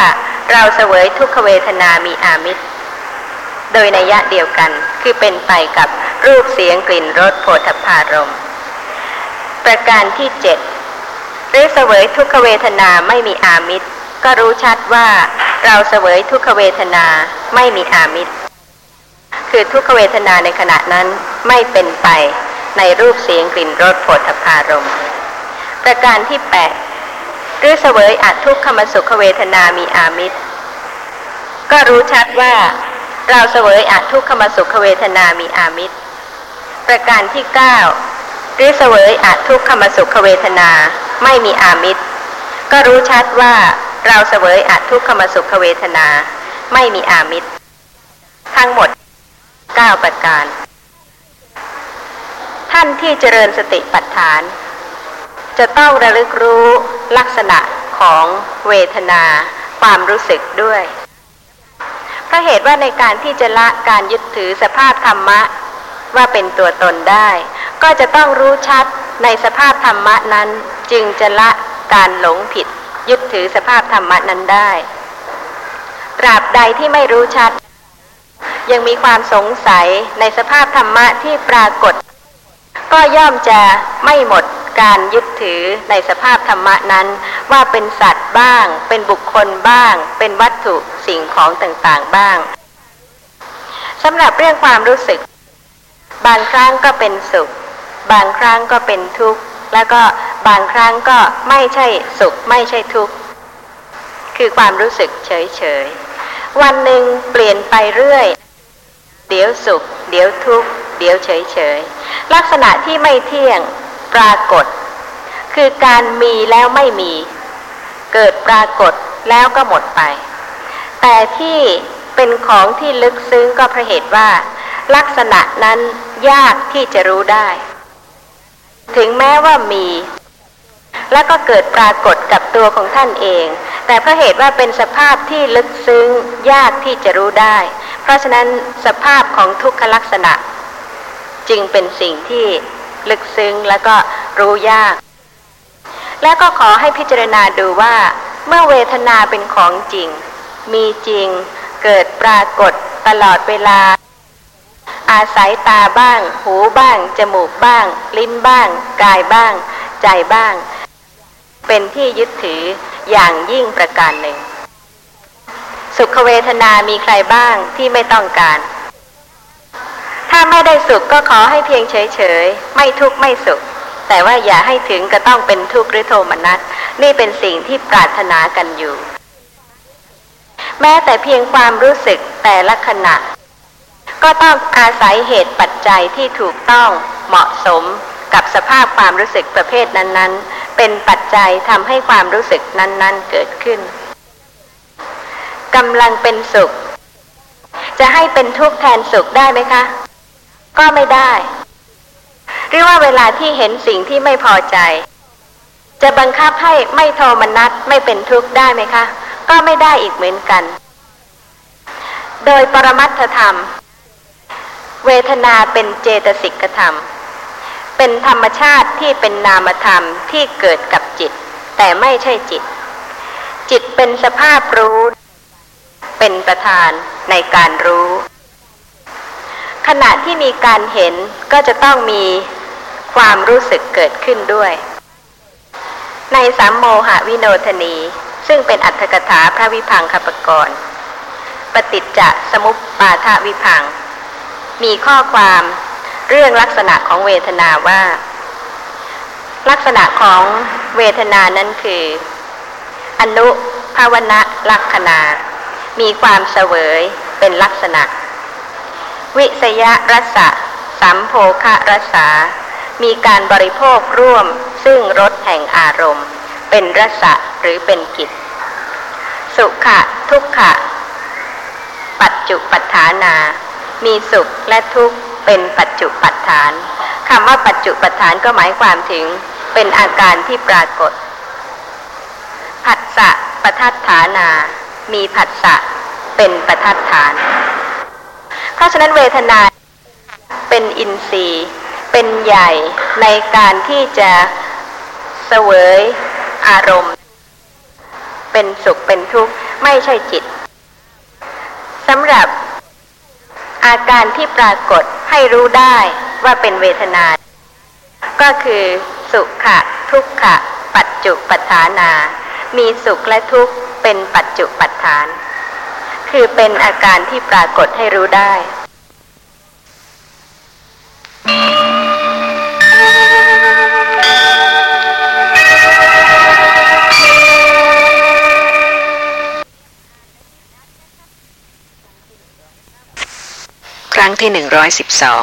เราเสวยทุกขเวทนามีอามิตรโดยนัยยะเดียวกันคือเป็นไปกับรูปเสียงกลิ่นรสโผฏฐัพพารมณ์ประการที่เจ็ดหรือเสวยทุกขเวทนาไม่มีอามิตรก็รู้ชัดว่าเราเสวยทุกขเวทนาไม่มีอามิตรคือทุกขเวทนาในขณะนั้นไม่เป็นไปในรูปเสียงกลิ่นรสโผฏฐัพพารมณ์ประการที่แปดหรือเสวยอทุกขมสุขเวทนามีอามิตรก็รู้ชัดว่าเราเสวยอทุกขมสุขเวทนามีอามิตรประการที่เก้าหรือเสวยอทุกขมสุขเวทนาไม่มีอามิตรก็รู้ชัดว่าเราเสวยอทุกขมสุขเวทนาไม่มีอามิตรทั้งหมดเก้าประการท่านที่เจริญสติปัฏฐานจะต้องระลึกรู้ลักษณะของเวทนาความรู้สึกด้วยเพราะเหตุว่าในการที่จะละการยึดถือสภาพธรรมะว่าเป็นตัวตนได้ก็จะต้องรู้ชัดในสภาพธรรมะนั้นจึงจะละการหลงผิดยึดถือสภาพธรรมะนั้นได้ตราบใดที่ไม่รู้ชัดยังมีความสงสัยในสภาพธรรมะที่ปรากฏก็ย่อมจะไม่หมดการยึดถือในสภาพธรรมะนั้นว่าเป็นสัตว์บ้างเป็นบุคคลบ้างเป็นวัตถุสิ่งของต่างๆบ้างสำหรับเรื่องความรู้สึกบางครั้งก็เป็นสุขบางครั้งก็เป็นทุกข์แล้วก็บางครั้งก็ไม่ใช่สุขไม่ใช่ทุกข์คือความรู้สึกเฉยๆวันหนึ่งเปลี่ยนไปเรื่อยเดี๋ยวสุขเดี๋ยวทุกข์เดี๋ยวเฉยๆลักษณะที่ไม่เที่ยงปรากฏคือการมีแล้วไม่มีเกิดปรากฏแล้วก็หมดไปแต่ที่เป็นของที่ลึกซึ้งก็เพราะเหตุว่าลักษณะนั้นยากที่จะรู้ได้ถึงแม้ว่ามีแล้วก็เกิดปรากฏกับตัวของท่านเองแต่เพราะเหตุว่าเป็นสภาพที่ลึกซึ้งยากที่จะรู้ได้เพราะฉะนั้นสภาพของทุกขลักษณะจึงเป็นสิ่งที่ลึกซึ้งแล้วก็รู้ยากและก็ขอให้พิจารณาดูว่าเมื่อเวทนาเป็นของจริงมีจริงเกิดปรากฏตลอดเวลาอาศัยตาบ้างหูบ้างจมูกบ้างลิ้นบ้างกายบ้างใจบ้างเป็นที่ยึดถืออย่างยิ่งประการหนึ่งสุขเวทนามีใครบ้างที่ไม่ต้องการถ้าไม่ได้สุขก็ขอให้เพียงเฉยๆไม่ทุกข์ไม่สุขแต่ว่าอย่าให้ถึงก็ต้องเป็นทุกข์หรือโทมนัสนี่เป็นสิ่งที่ปรารถนากันอยู่แม้แต่เพียงความรู้สึกแต่ละขณะก็ต้องอาศัยเหตุปัจจัยที่ถูกต้องเหมาะสมกับสภาพความรู้สึกประเภทนั้นๆเป็นปัจจัยทำให้ความรู้สึกนั้นๆเกิดขึ้นกำลังเป็นสุขจะให้เป็นทุกข์แทนสุขได้ไหมคะก็ไม่ได้หรือว่าเวลาที่เห็นสิ่งที่ไม่พอใจจะบังคับให้ไม่โทมนัสไม่เป็นทุกข์ได้ไหมคะก็ไม่ได้อีกเหมือนกันโดยปรมัตถธรรมเวทนาเป็นเจตสิกธรรมเป็นธรรมชาติที่เป็นนามธรรมที่เกิดกับจิตแต่ไม่ใช่จิตจิตเป็นสภาพรู้เป็นประธานในการรู้ขณะที่มีการเห็นก็จะต้องมีความรู้สึกเกิดขึ้นด้วยในสัมโมหวิโนทนีซึ่งเป็นอรรถกถาพระวิพังคปกรณ์ปฏิจจสมุปบาทวิพังค์มีข้อความเรื่องลักษณะของเวทนาว่าลักษณะของเวทนานั้นคืออนุภาวนะลักขณามีความเสวยเป็นลักษณะวิสยรสะสัมโภคะรสามีการบริโภคร่วมซึ่งรสแห่งอารมณ์เป็นรสะหรือเป็นกิจสุขะทุกขะปัจจุปัฏฐานามีสุขและทุกข์เป็นปัจจุปัฏฐานคำว่าปัจจุปัฏฐานก็หมายความถึงเป็นอาการที่ปรากฏผัสสะปัฏฐัฏฐานามีผัสสะเป็นปัฏฐัฏฐานเพราะฉะนั้นเวทนาเป็นอินทรีย์เป็นใหญ่ในการที่จะเสวยอารมณ์เป็นสุขเป็นทุกข์ไม่ใช่จิตสำหรับอาการที่ปรากฏให้รู้ได้ว่าเป็นเวทนาก็คือสุขะทุกขะปัจจุปัฏฐานามีสุขและทุกข์เป็นปัจจุปัฏฐานคือเป็นอาการที่ปรากฏให้รู้ได้ครั้งที่หนึ่งร้อยสิบสอง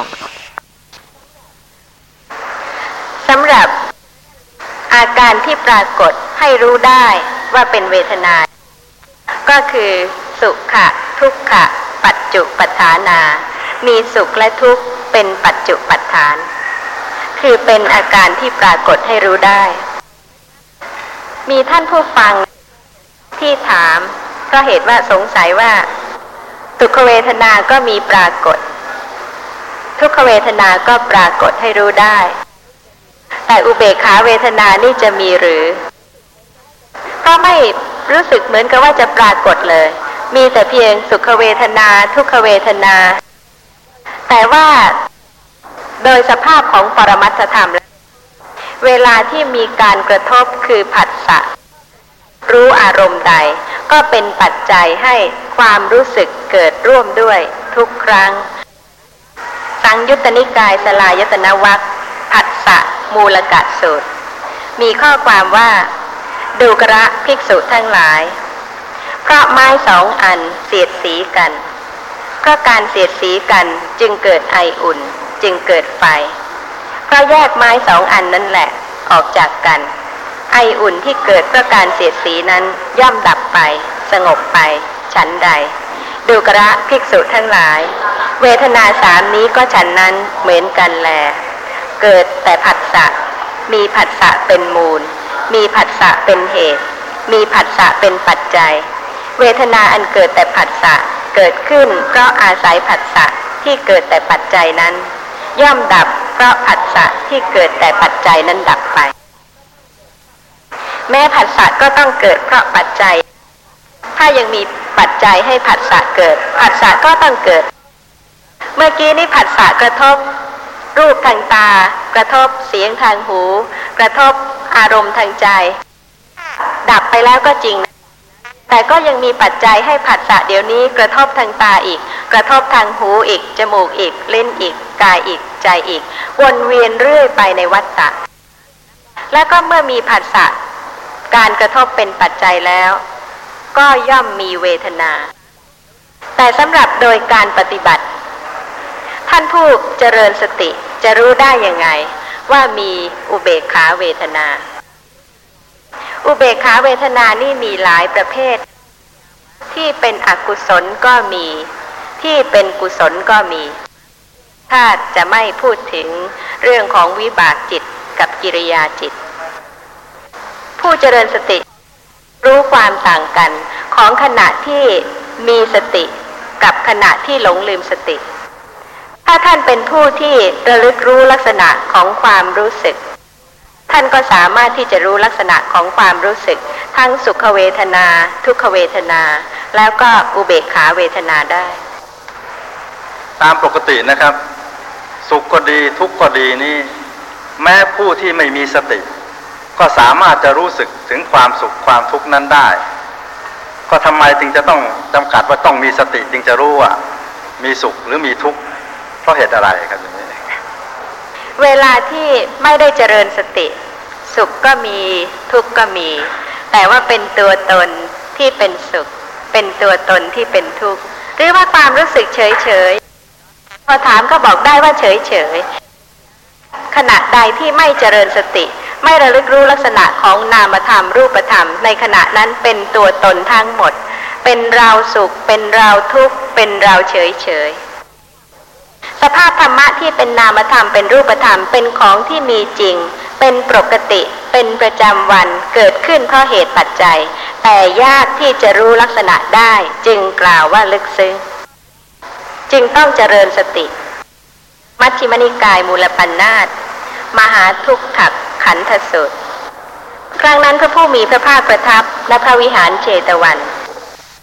สำหรับอาการที่ปรากฏให้รู้ได้ว่าเป็นเวทนาก็คือสุขะทุกขะปัจจุปัฏฐานามีสุขและทุกข์เป็นปัจจุปัฏฐานคือเป็นอาการที่ปรากฏให้รู้ได้มีท่านผู้ฟังที่ถามเพราะเหตุว่าสงสัยว่าสุขเวทนาก็มีปรากฏทุกขเวทนาก็ปรากฏให้รู้ได้แต่อุเบกขาเวทนานี่จะมีหรือก็ไม่รู้สึกเหมือนกับว่าจะปรากฏเลยมีแต่เพียงสุขเวทนาทุกขเวทนาแต่ว่าโดยสภาพของปรมัตถธรรมเวลาที่มีการกระทบคือผัสสะรู้อารมณ์ใดก็เป็นปัจจัยให้ความรู้สึกเกิดร่วมด้วยทุกครั้งสังยุตตนิกายสลายตนวรรคผัสสะมูลกะสูตรมีข้อความว่าดูกระภิกษุทั้งหลายเพราะไม้สองอันเสียดสีกันเพราะการเสียดสีกันจึงเกิดไออุ่นจึงเกิดไฟเพราะแยกไม้สองอันนั่นแหละออกจากกันไออุ่นที่เกิดเพราะการเสียดสีนั้นย่อมดับไปสงบไปฉันใดดูกระภิกษุทั้งหลายเวทนาสามนี้ก็ฉันนั้นเหมือนกันแลเกิดแต่ผัสสะมีผัสสะเป็นมูลมีผัสสะเป็นเหตุมีผัสสะเป็นปัจจัยเวทนาอันเกิดแต่ผัสสะเกิดขึ้นเพราะอาศัยผัสสะที่เกิดแต่ปัจจัยนั้นย่อมดับเพราะผัสสะที่เกิดแต่ปัจจัยนั้นดับไปแม้ผัสสะก็ต้องเกิดเพราะปัจจัยถ้ายังมีปัจจัยให้ผัสสะเกิดผัสสะก็ต้องเกิดเมื่อกี้นี้ผัสสะกระทบรูปทางตากระทบเสียงทางหูกระทบอารมณ์ทางใจดับไปแล้วก็จริงแต่ก็ยังมีปัจจัยให้ผัสสะเดี๋ยวนี้กระทบทางตาอีกกระทบทางหูอีกจมูกอีกลิ้นอีกกายอีกใจอีกวนเวียนเรื่อยไปในวัฏฏะแล้วก็เมื่อมีผัสสะการกระทบเป็นปัจจัยแล้วก็ย่อมมีเวทนาแต่สำหรับโดยการปฏิบัติท่านผู้เจริญสติจะรู้ได้ยังไงว่ามีอุเบกขาเวทนาอุเบกขาเวทนานี่มีหลายประเภทที่เป็นอกุศลก็มีที่เป็นกุศลก็มีถ้าจะไม่พูดถึงเรื่องของวิบากจิตกับกิริยาจิตผู้เจริญสติรู้ความต่างกันของขณะที่มีสติกับขณะที่หลงลืมสติถ้าท่านเป็นผู้ที่ระลึกรู้ลักษณะของความรู้สึกท่านก็สามารถที่จะรู้ลักษณะของความรู้สึกทั้งสุขเวทนาทุกขเวทนาแล้วก็อุเบกขาเวทนาได้ตามปกตินะครับสุขก็ดีทุกข์ก็ดีนี่แม้ผู้ที่ไม่มีสติก็สามารถจะรู้สึกถึงความสุขความทุกข์นั้นได้ก็ทำไมจึงจะต้องจำกัดว่าต้องมีสติจึงจะรู้ว่ามีสุขหรือมีทุกข์เพราะเหตุอะไรครับอย่างนี้เวลาที่ไม่ได้เจริญสติสุขก็มีทุกข์ก็มีแต่ว่าเป็นตัวตนที่เป็นสุขเป็นตัวตนที่เป็นทุกข์หรือว่าความรู้สึกเฉยเฉยพอถามก็บอกได้ว่าเฉยเฉยขณะใดที่ไม่เจริญสติไม่ระลึกรู้ลักษณะของนามธรรมรูปธรรมในขณะนั้นเป็นตัวตนทั้งหมดเป็นเราสุขเป็นเราทุกข์เป็นเราเฉยเฉยสภาพธรรมะที่เป็นนามธรรมเป็นรูปธรรมเป็นของที่มีจริงเป็นปกติเป็นประจำวันเกิดขึ้นเพราะเหตุปัจจัยแต่ยากที่จะรู้ลักษณะได้จึงกล่าวว่าลึกซึ้งจึงต้องเจริญสติมัชฌิมนิกายมูลปัณณาสมหาทุกขขันธสูตรครั้งนั้นพระผู้มีพระภาคประทับณพระวิหารเชตวัน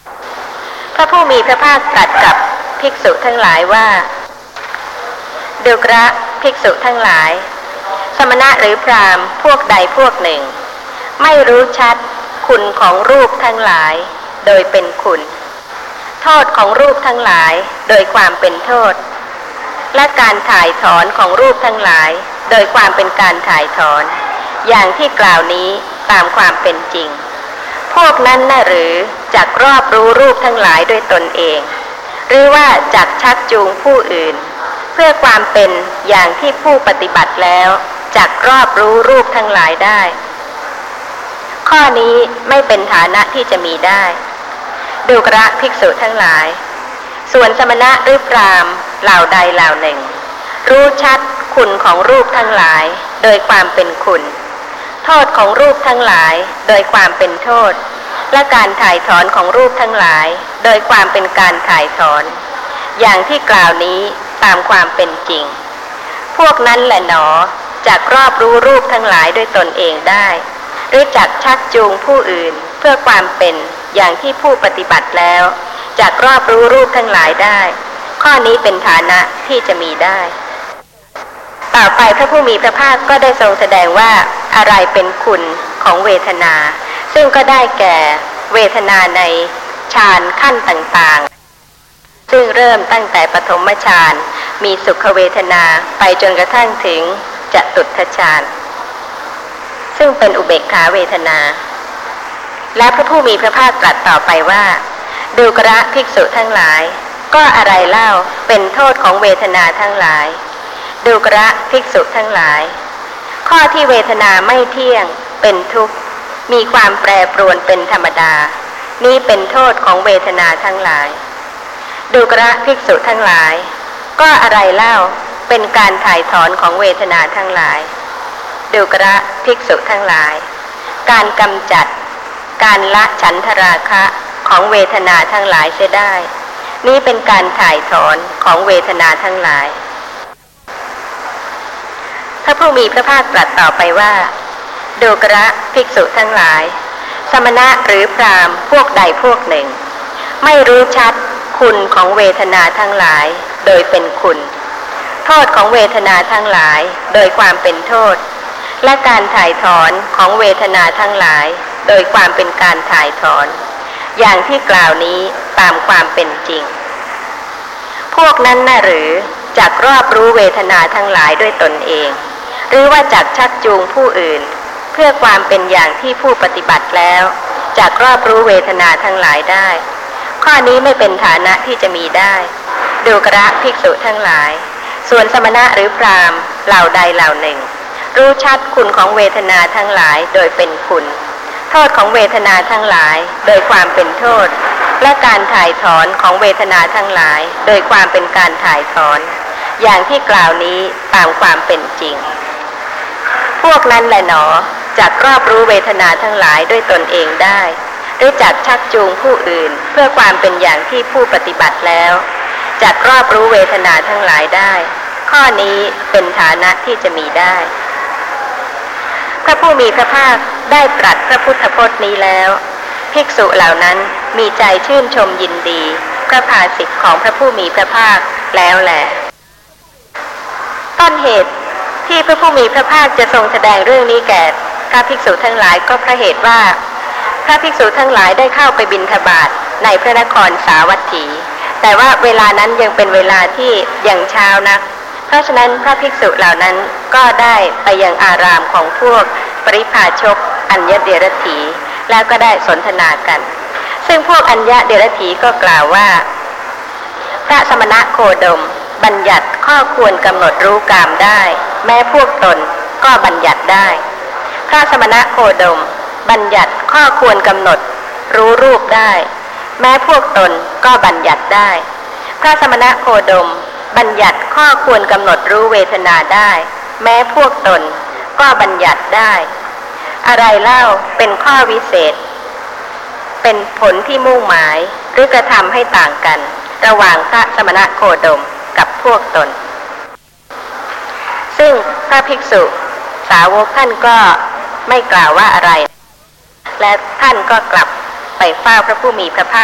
พระผู้มีพระภาคตรัสกับภิกษุทั้งหลายว่าดูกระภิกษุทั้งหลายสมณะหรือพราหมณ์พวกใดพวกหนึ่งไม่รู้ชัดคุณของรูปทั้งหลายโดยเป็นคุณโทษของรูปทั้งหลายโดยความเป็นโทษและการถ่ายถอนของรูปทั้งหลายโดยความเป็นการถ่ายถอนอย่างที่กล่าวนี้ตามความเป็นจริงพวกนั้นน่ะหรือจักรอบรู้รูปทั้งหลายด้วยตนเองหรือว่าจักชักจูงผู้อื่นเพื่อความเป็นอย่างที่ผู้ปฏิบัติแล้วจักรอบรู้รูปทั้งหลายได้ข้อนี้ไม่เป็นฐานะที่จะมีได้ดูกระภิกษุทั้งหลายส่วนสมณะหรือพราหมณ์เหล่าใดเหล่าหนึ่งรู้ชัดคุณของรูปทั้งหลายโดยความเป็นคุณโทษของรูปทั้งหลายโดยความเป็นโทษและการถ่ายถอนของรูปทั้งหลายโดยความเป็นการถ่ายถอนอย่างที่กล่าวนี้ตามความเป็นจริงพวกนั้นแหละหนอจักรอบรู้รูปทั้งหลายด้วยตนเองได้หรือจักชักจูงผู้อื่นเพื่อความเป็นอย่างที่ผู้ปฏิบัติแล้วจักรอบรู้รูปทั้งหลายได้ข้อนี้เป็นฐานะที่จะมีได้ต่อไปพระผู้มีพระภาคก็ได้ทรงแสดงว่าอะไรเป็นคุณของเวทนาซึ่งก็ได้แก่เวทนาในฌานขั้นต่างๆซึ่งเริ่มตั้งแต่ปฐมฌานมีสุขเวทนาไปจนกระทั่งถึงจตุตถฌานซึ่งเป็นอุเบกขาเวทนาและพระผู้มีพระภาคตรัสต่อไปว่าดูกระภิกษุทั้งหลายก็อะไรเล่าเป็นโทษของเวทนาทั้งหลายดูกระภิกษุทั้งหลายข้อที่เวทนาไม่เที่ยงเป็นทุกข์มีความแปรปรวนเป็นธรรมดานี้เป็นโทษของเวทนาทั้งหลายดูกระภิกษุทั้งหลายก็อะไรเล่าเป็นการถ่ายถอนของเวทนาทั้งหลายดูกระภิกษุทั้งหลายการกำจัดการละฉันทราคะของเวทนาทั้งหลายเสียได้นี้เป็นการถ่ายถอนของเวทนาทั้งหลายพระผู้มีพระภาคตรัสต่อไปว่าดูกระภิกษุทั้งหลายสมณะหรือพราหมณ์พวกใดพวกหนึ่งไม่รู้ชัดคุณของเวทนาทั้งหลายโดยเป็นคุณโทษของเวทนาทั้งหลายโดยความเป็นโทษและการถ่ายถอนของเวทนาทั้งหลายโดยความเป็นการถ่ายถอนอย่างที่กล่าวนี้ตามความเป็นจริงพวกนั้นน่ะหรือจักรอบรู้เวทนาทั้งหลายด้วยตนเองหรือว่าจักชักจูงผู้อื่นเพื่อความเป็นอย่างที่ผู้ปฏิบัติแล้วจักรอบรู้เวทนาทั้งหลายได้ข้อนี้ไม่เป็นฐานะที่จะมีได้ดูกระภิกษุทั้งหลายส่วนสมณะหรือพราหมณ์เหล่าใดเหล่าหนึ่งรู้ชัดคุณของเวทนาทั้งหลายโดยเป็นคุณโทษของเวทนาทั้งหลายโดยความเป็นโทษและการถ่ายถอนของเวทนาทั้งหลายโดยความเป็นการถ่ายถอนอย่างที่กล่าวนี้ตามความเป็นจริงพวกนั้นแหละหนอจักรอบรู้เวทนาทั้งหลายด้วยตนเองได้หรือจักชักจูงผู้อื่นเพื่อความเป็นอย่างที่ผู้ปฏิบัติแล้วจักรอบรู้เวทนาทั้งหลายได้ข้อนี้เป็นฐานะที่จะมีได้พระผู้มีพระภาคได้ตรัสพระพุทธพจน์นี้แล้วภิกษุเหล่านั้นมีใจชื่นชมยินดีพระภาสิทธิ์ของพระผู้มีพระภาคแล้วแลต้นเหตุที่พระผู้มีพระภาคจะทรงแสดงเรื่องนี้แก่พระภิกษุทั้งหลายก็เพราะเหตุว่าพระภิกษุทั้งหลายได้เข้าไปบิณฑบาตในพระนครสาวัตถีแต่ว่าเวลานั้นยังเป็นเวลาที่ยังเช้านักเพราะฉะนั้นพระภิกษุเหล่านั้นก็ได้ไปยังอารามของพวกปริพาชกอัญญเดรถีแล้วก็ได้สนทนากันซึ่งพวกอัญญเดรถีก็กล่าวว่าพระสมณะโคดมบัญญัติข้อควรกำหนดรู้กามได้แม้พวกตนก็บัญญัติได้พระสมณะโคดมบัญญัติข้อควรกำหนดรู้รูปได้แม้พวกตนก็บัญญัติได้พระสมณะโคดมบัญญัติข้อควรกำหนดรู้เวทนาได้แม้พวกตนก็บัญญัติได้อะไรเล่าเป็นข้อวิเศษเป็นผลที่มุ่งหมายหรือกระทำให้ต่างกันระหว่างพระสมณะโคดมกับพวกตนซึ่งพระภิกษุสาวกท่านก็ไม่กล่าวว่าอะไรและท่านก็กลับไปเฝ้าพระผู้มีพระภาค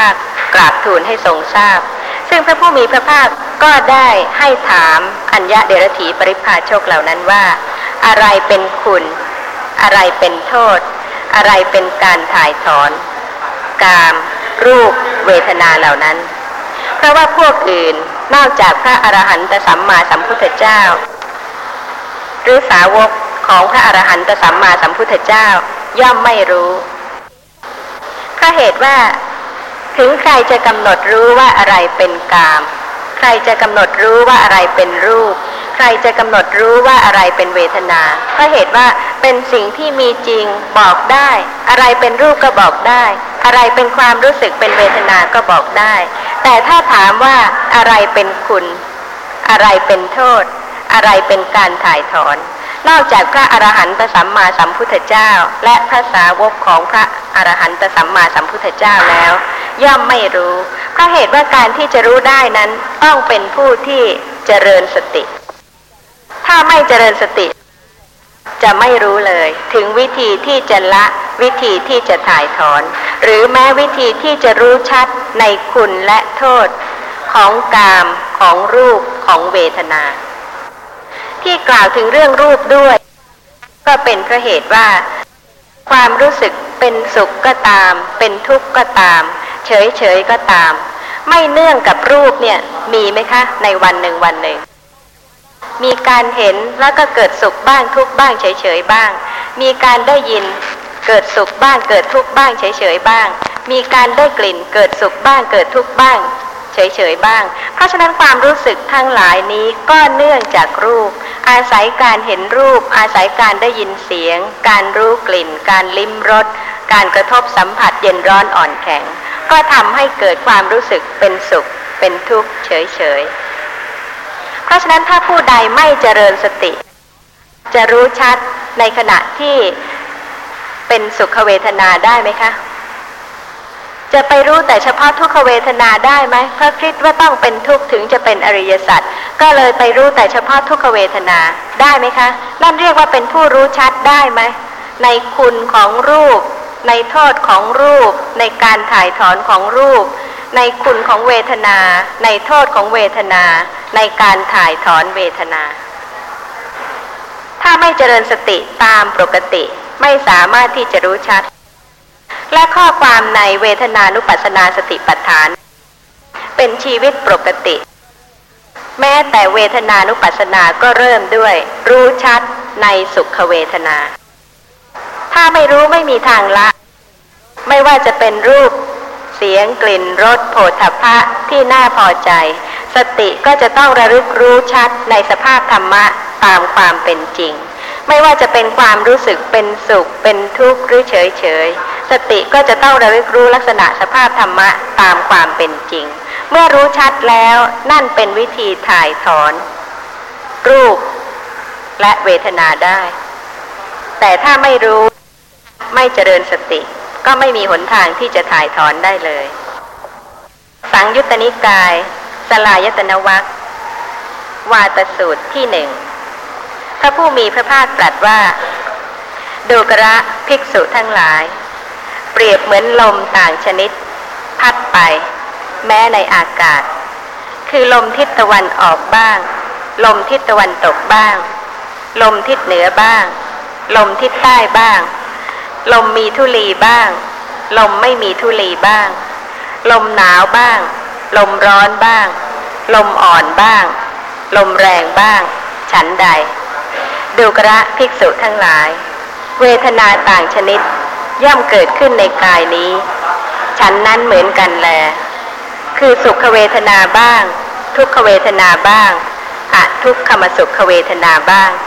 กราบทูลให้ทรงทราบซึ่งพระผู้มีพระภาคก็ได้ให้ถามอัญญเดรถีปริพาชกเหล่านั้นว่าอะไรเป็นคุณอะไรเป็นโทษอะไรเป็นการถ่ายถอนกามรูปเวทนาเหล่านั้นเพราะว่าพวกอื่นนอกจากพระอรหันตสัมมาสัมพุทธเจ้าหรือสาวกของพระอรหันตสัมมาสัมพุทธเจ้าย่อมไม่รู้เพราะเหตุว่าถึงใครจะกำหนดรู้ว่าอะไรเป็นกามใครจะกำหนดรู้ว่าอะไรเป็นรูปใครจะกำหนดรู้ว่าอะไรเป็นเวทนาเพราะเหตุว่าเป็นสิ่งที่มีจริงบอกได้อะไรเป็นรูปก็บอกได้อะไรเป็นความรู้สึกเป็นเวทนาก็บอกได้แต่ถ้าถามว่าอะไรเป็นคุณอะไรเป็นโทษอะไรเป็นการถ่ายถอนนอกจากพระอรหันตสัมมาสัมพุทธเจ้าและพระสาวกของพระอรหันตสัมมาสัมพุทธเจ้าแล้วย่อมไม่รู้เพราะเหตุว่าการที่จะรู้ได้นั้นต้องเป็นผู้ที่เจริญสติถ้าไม่เจริญสติจะไม่รู้เลยถึงวิธีที่จะละวิธีที่จะถ่ายถอนหรือแม้วิธีที่จะรู้ชัดในคุณและโทษของกามของรูปของเวทนาที่กล่าวถึงเรื่องรูปด้วยก็เป็นเพราะเหตุว่าความรู้สึกเป็นสุขก็ตามเป็นทุกข์ก็ตามเฉยๆก็ตามไม่เนื่องกับรูปเนี่ยมีไหมคะในวันหนึ่งวันหนึ่งมีการเห็นแล้วก็เกิดสุขบ้างทุกข์บ้างเฉยๆบ้างมีการได้ยินเกิดสุขบ้างเกิดทุกข์บ้างเฉยๆบ้างมีการได้กลิ่นเกิดสุขบ้างเกิดทุกข์บ้างเฉยๆบ้างเพราะฉะนั้นความรู้สึกทั้งหลายนี้ก็เนื่องจากรูปอาศัยการเห็นรูปอาศัยการได้ยินเสียงการรู้กลิ่นการลิ้มรสการกระทบสัมผัสเย็นร้อนอ่อนแข็งก็ทำให้เกิดความรู้สึกเป็นสุขเป็นทุกข์เฉยๆเพราะฉะนั้นถ้าผู้ใดไม่เจริญสติจะรู้ชัดในขณะที่เป็นสุขเวทนาได้ไหมคะจะไปรู้แต่เฉพาะทุกขเวทนาได้ไหมเพราะคิดว่าต้องเป็นทุกข์ถึงจะเป็นอริยสัจก็เลยไปรู้แต่เฉพาะทุกขเวทนาได้ไหมคะนั่นเรียกว่าเป็นผู้รู้ชัดได้ไหมในคุณของรูปในโทษของรูปในการถ่ายถอนของรูปในคุณของเวทนาในโทษของเวทนาในการถ่ายถอนเวทนาถ้าไม่เจริญสติตามปกติไม่สามารถที่จะรู้ชัดและข้อความในเวทนานุปัสสนาสติปัฏฐานเป็นชีวิตปกติแม้แต่เวทนานุปัสสนาก็เริ่มด้วยรู้ชัดในสุขเวทนาถ้าไม่รู้ไม่มีทางละไม่ว่าจะเป็นรูปเสียงกลิ่นรสโผฏฐัพพะที่น่าพอใจสติก็จะต้องระลึกรู้ชัดในสภาพธรรมะตามความเป็นจริงไม่ว่าจะเป็นความรู้สึกเป็นสุขเป็นทุกข์หรือเฉยเฉยสติก็จะต้องระลึกรู้ลักษณะสภาพธรรมะตามความเป็นจริงเมื่อรู้ชัดแล้วนั่นเป็นวิธีถ่ายถอนรูปและเวทนาได้แต่ถ้าไม่รู้ไม่เจริญสติก็ไม่มีหนทางที่จะถ่ายถอนได้เลยสังยุตตนิกายสลายตนวรรควาตสูตรที่หนึ่งพระผู้มีพระภาคตรัสว่าดูกระภิกษุทั้งหลายเปรียบเหมือนลมต่างชนิดพัดไปแม้ในอากาศคือลมทิศตะวันออกบ้างลมทิศตะวันตกบ้างลมทิศเหนือบ้างลมทิศใต้บ้างลมมีธุลีบ้างลมไม่มีธุลีบ้างลมหนาวบ้างลมร้อนบ้างลมอ่อนบ้างลมแรงบ้างฉันใดดูกระภิกษุทั้งหลายเวทนาต่างชนิดย่อมเกิดขึ้นในกายนี้ฉันนั้นเหมือนกันแลคือสุขเวทนาบ้างทุกขเวทนาบ้างอทุกขมสุขเวทนาบ้าง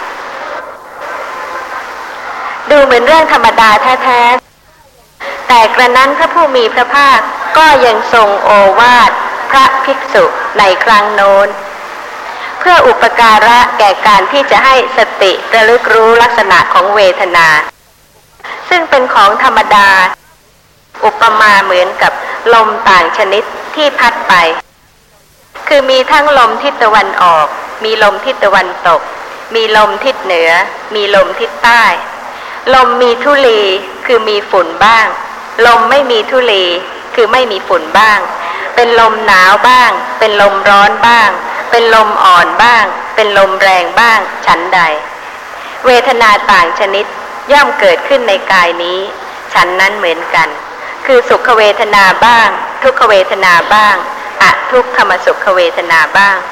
ดูเหมือนเรื่องธรรมดาแท้ๆแต่กระนั้นพระผู้มีพระภาคก็ยังทรงโอวาทพระภิกษุในครั้งโน้นเพื่ออุปการะแก่การที่จะให้สติระลึกรู้ลักษณะของเวทนาซึ่งเป็นของธรรมดาอุปมาเหมือนกับลมต่างชนิดที่พัดไปคือมีทั้งลมทิศตะวันออกมีลมทิศตะวันตกมีลมทิศเหนือมีลมทิศใต้ลมมีธุลีคือมีฝุ่นบ้างลมไม่มีธุลีคือไม่มีฝุ่นบ้างเป็นลมหนาวบ้างเป็นลมร้อนบ้างเป็นลมอ่อนบ้างเป็นลมแรงบ้างฉันใดเวทนาต่างชนิดย่อมเกิดขึ้นในกายนี้ฉันนั้นเหมือนกันคือสุขเวทนาบ้างทุกขเวทนาบ้างอทุกขมสุขเวทนาบ้าง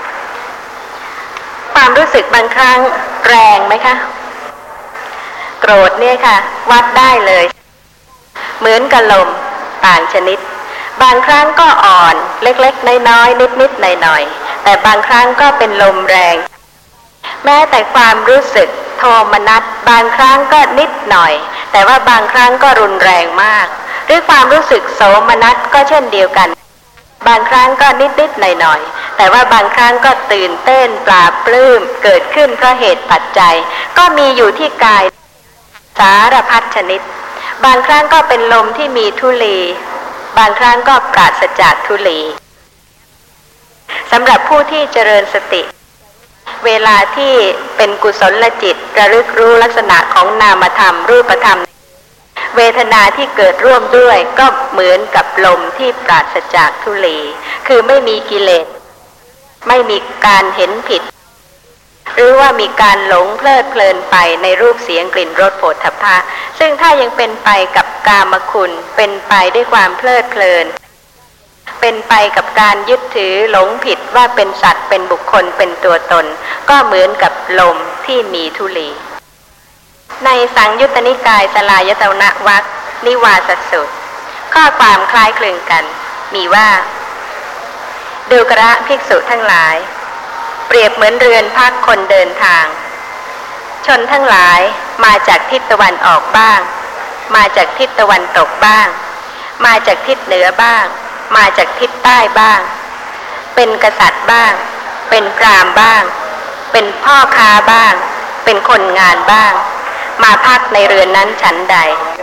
ความรู้สึกบางครั้งแรงไหมคะโกรธเนี่ยค่ะวัดได้เลยเหมือนกับลมต่างชนิดบางครั้งก็อ่อนเล็กๆน้อยๆนิดๆหน่อยๆแต่บางครั้งก็เป็นลมแรงแม้แต่ความรู้สึกโทมนัสบางครั้งก็นิดหน่อยแต่ว่าบางครั้งก็รุนแรงมากหรือความรู้สึกโสมนัสก็เช่นเดียวกันบางครั้งก็นิดๆหน่อยๆแต่ว่าบางครั้งก็ตื่นเต้นปลาปลื้มเกิดขึ้นเพราะเหตุปัจจัยก็มีอยู่ที่กายสารพัดชนิดบางครั้งก็เป็นลมที่มีทุลีบางครั้งก็ปราศจากทุลีสำหรับผู้ที่เจริญสติเวลาที่เป็นกุศลจิตระลึกรู้ลักษณะของนามธรรมรูปธรรมเวทนาที่เกิดร่วมด้วยก็เหมือนกับลมที่ปราศจากทุลีคือไม่มีกิเลสไม่มีการเห็นผิดหรือว่ามีการหลงเพลิดเพลินไปในรูปเสียงกลิ่นรสโผฏฐัพพะซึ่งถ้ายังเป็นไปกับกามคุณเป็นไปด้วยความเพลิดเพลินเป็นไปกับการยึดถือหลงผิดว่าเป็นสัตว์เป็นบุคคลเป็นตัวตนก็เหมือนกับลมที่มีทุลีในสังยุตตนิกายสลายตนะวรรคนิวาสสูตรข้อความคล้ายคลึงกันมีว่าดูกระภิกษุทั้งหลายเปรียบเหมือนเรือนพักคนเดินทางชนทั้งหลายมาจากทิศตะวันออกบ้างมาจากทิศตะวันตกบ้างมาจากทิศเหนือบ้างมาจากทิศใต้บ้างเป็นกษัตริย์บ้างเป็นพราหมณ์บ้างเป็นพ่อค้าบ้างเป็นคนงานบ้างมาพักในเรือนนั้นฉันใด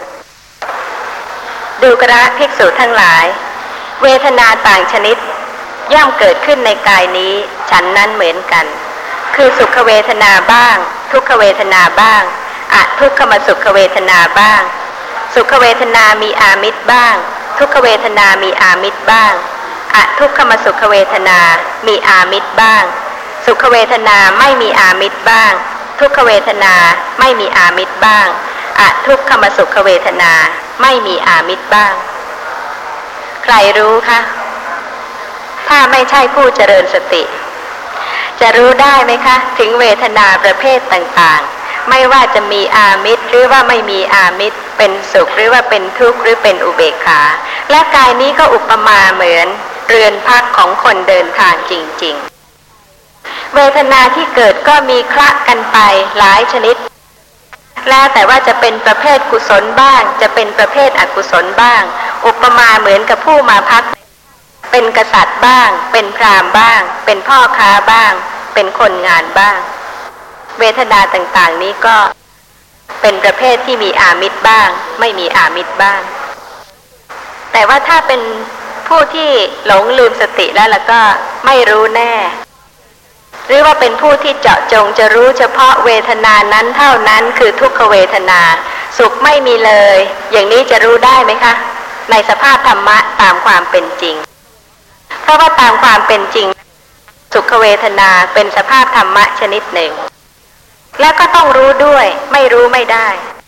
ดูกระภิกษุทั้งหลายเวทนาต่างชนิดย่อมเกิดขึ้นในกายนี้ฉันนั้นเหมือนกันคือสุขเวทนาบ้างทุกขเวทนาบ้างอทุกขมสุขเวทนาบ้างสุขเวทนามีอามิตรบ้างทุกขเวทนามีอามิตรบ้างอทุกขมสุขเวทนามีอามิตรบ้างสุขเวทนาไม่มีอามิตรบ้างทุกขเวทนาไม่มีอามิตรบ้างอทุกขมสุขเวทนาไม่มีอามิตรบ้างใครรู้คะถ้าไม่ใช่ผู้เจริญสติจะรู้ได้ไหมคะถึงเวทนาประเภทต่างๆไม่ว่าจะมีอามิตรหรือว่าไม่มีอามิตรเป็นสุขหรือว่าเป็นทุกข์หรือเป็นอุเบกขาและกายนี้ก็อุปมาเหมือนเรือนพักของคนเดินทางจริงๆเวทนาที่เกิดก็มีคละกันไปหลายชนิดแล้วแต่ว่าจะเป็นประเภทกุศลบ้างจะเป็นประเภทอกุศลบ้างอุปมาเหมือนกับผู้มาพักเป็นกษัตริย์บ้างเป็นพราหมณ์บ้างเป็นพ่อค้าบ้างเป็นคนงานบ้างเวทนาต่างๆนี้ก็เป็นประเภทที่มีอามิตรบ้างไม่มีอามิตรบ้างแต่ว่าถ้าเป็นผู้ที่หลงลืมสติแล้วแล้วก็ไม่รู้แน่หรือว่าเป็นผู้ที่เจาะจงจะรู้เฉพาะเวทนานั้นเท่านั้นคือทุกขเวทนาสุขไม่มีเลยอย่างนี้จะรู้ได้ไหมคะในสภาพธรรมะตามความเป็นจริงเพราะว่าตามความเป็นจริงสุขเวทนาเป็นสภาพธรรมะชนิดหนึ่งแล้วก็ต้องรู้ด้วยไม่รู้ไม่ได้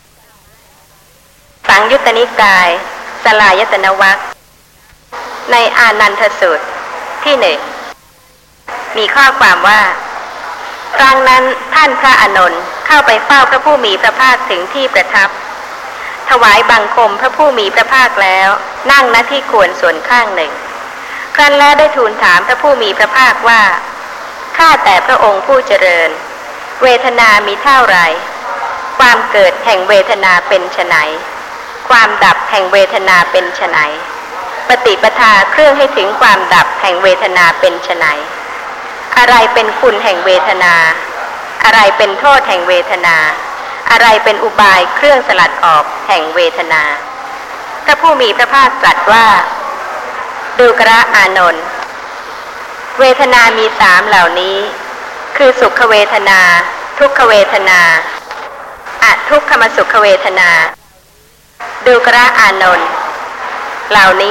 สังยุตตนิกายสลายตนะวรรคในอานันทสูตรที่หนึ่งมีข้อความว่าครั้งนั้นท่านพระอานนท์เข้าไปเฝ้าพระผู้มีพระภาคถึงที่ประทับถวายบังคมพระผู้มีพระภาคแล้วนั่งณที่ควรส่วนข้างหนึ่งครั้นแล้วได้ทูลถามพระผู้มีพระภาคว่าข้าแต่พระองค์ผู้เจริญเวทนามีเท่าไรความเกิดแห่งเวทนาเป็นไฉนความดับแห่งเวทนาเป็นไฉนปฏิปทาเครื่องให้ถึงความดับแห่งเวทนาเป็นไฉนอะไรเป็นคุณแห่งเวทนาอะไรเป็นโทษแห่งเวทนาอะไรเป็นอุบายเครื่องสลัดออกแห่งเวทนาพระผู้มีพระภาคตรัสว่าดูกระอานนท์เวทนามีสามเหล่านี้คือสุขเวทนาทุกขเวทนาอทุกขมสุขเวทนาดูกระอานนท์เหล่านี้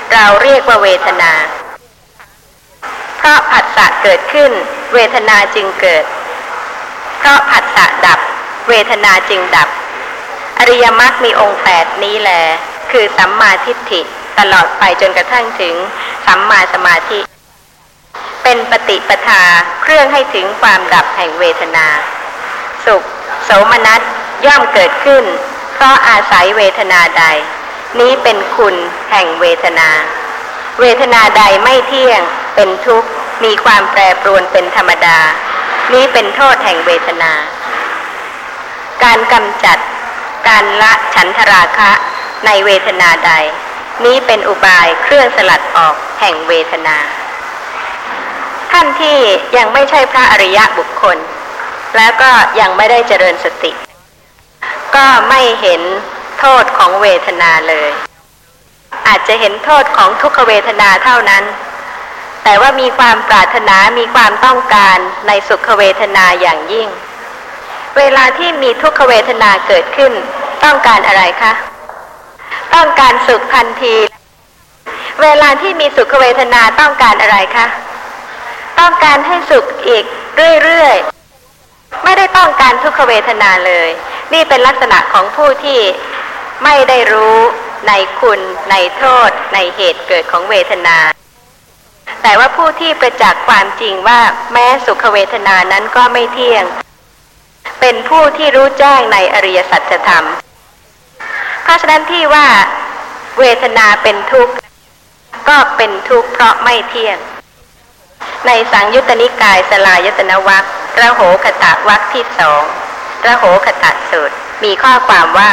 เราเรียกว่าเวทนาเพราะผัสสะเกิดขึ้นเวทนาจึงเกิดเพราะผัสสะดับเวทนาจึงดับอริยมรรคมีองค์แปดนี้แลคือสัมมาทิฏฐิตลอดไปจนกระทั่งถึงสัมมาสมาธิเป็นปฏิปทาเครื่องให้ถึงความดับแห่งเวทนาสุขโสมนัสย่อมเกิดขึ้นเพราะอาศัยเวทนาใดนี้เป็นคุณแห่งเวทนาเวทนาใดไม่เที่ยงเป็นทุกข์มีความแปรปรวนเป็นธรรมดานี้เป็นโทษแห่งเวทนาการกำจัดการละฉันทราคะในเวทนาใดนี้เป็นอุบายเครื่องสลัดออกแห่งเวทนาท่านที่ยังไม่ใช่พระอริยบุคคลแล้วก็ยังไม่ได้เจริญสติก็ไม่เห็นโทษของเวทนาเลยอาจจะเห็นโทษของทุกขเวทนาเท่านั้นแต่ว่ามีความปรารถนามีความต้องการในสุขเวทนาอย่างยิ่งเวลาที่มีทุกขเวทนาเกิดขึ้นต้องการอะไรคะต้องการสุขทันทีเวลาที่มีสุขเวทนาต้องการอะไรคะต้องการให้สุขอีกเรื่อยๆไม่ได้ต้องการทุกขเวทนาเลยนี่เป็นลักษณะของผู้ที่ไม่ได้รู้ในคุณในโทษในเหตุเกิดของเวทนาแต่ว่าผู้ที่ประจักษ์ความจริงว่าแม้สุขเวทนานั้นก็ไม่เที่ยงเป็นผู้ที่รู้แจ้งในอริยสัจธรรมเพราะฉะนั้นที่ว่าเวทนาเป็นทุกข์ก็เป็นทุกข์เพราะไม่เที่ยงในสังยุตตนิกายสลายตนวรรคระโหคตวรรคที่สองระโหคตสูตรมีข้อความว่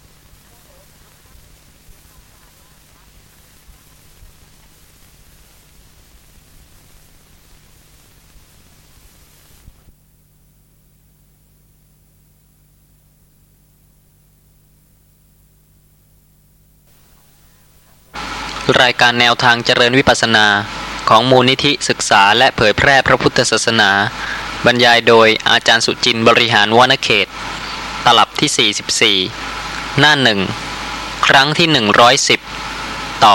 ารายการแนวทางเจริญวิปัสสนาของมูลนิธิศึกษาและเผยแพร่พระพุทธศาสนาบรรยายโดยอาจารย์สุจินต์บริหารวณเขตตลับที่สี่สิบสี่หน้าหนึ่งครั้งที่หนึ่งร้อยสิบต่อ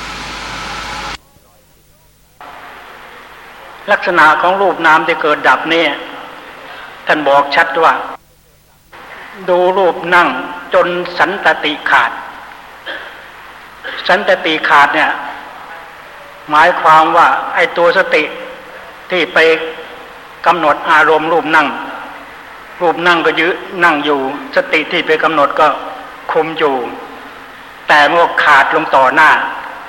ลักษณะของรูปนามที่เกิดดับนี่ท่านบอกชัดว่าดูรูปนั่งจนสันตติขาดสันตติขาดเนี่ยหมายความว่าไอ้ตัวสติที่ไปกำหนดอารมณ์รูปนั่งรูปนั่งก็ยืนนั่งอยู่สติที่ไปกำหนดก็คุมอยู่แต่เมื่อขาดลงต่อหน้า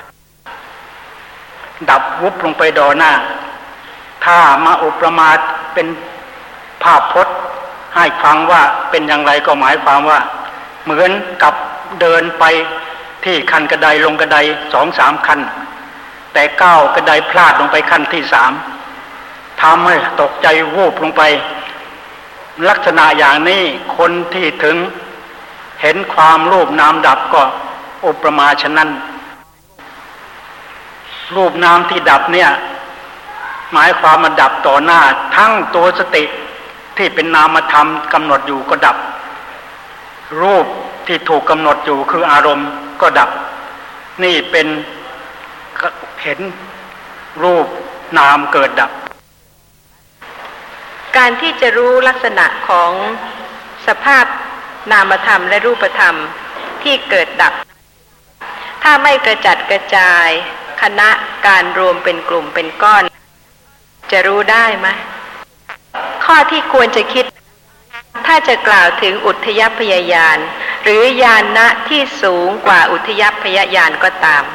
ดับวุบลงไปต่อหน้าถ้ามาอุปมาเป็นภาพพจน์ให้ฟังว่าเป็นอย่างไรก็หมายความว่าเหมือนกับเดินไปที่ขั้นกระไดลงกระไดสองสามขั้นแต่ก้าวกระไดพลาดลงไปขั้นที่สามทำให้ตกใจวูบลงไปลักษณะอย่างนี้คนที่ถึงเห็นความรูปนามดับก็อุปมาฉะนั้นรูปนามที่ดับเนี่ยหมายความมาดับต่อหน้าทั้งตัวสติที่เป็นนามธรรมกำหนดอยู่ก็ดับรูปที่ถูกกำหนดอยู่คืออารมณ์ก็ดับนี่เป็นเห็นรูปนามเกิดดับการที่จะรู้ลักษณะของสภาพนามธรรมและรูปธรรมที่เกิดดับถ้าไม่กระจัดกระจายคณะการรวมเป็นกลุ่มเป็นก้อนจะรู้ได้ไหมข้อที่ควรจะคิดถ้าจะกล่าวถึงอุทยพยญาณหรือญาณะที่สูงกว่าอุทยพยญาณก็ตาม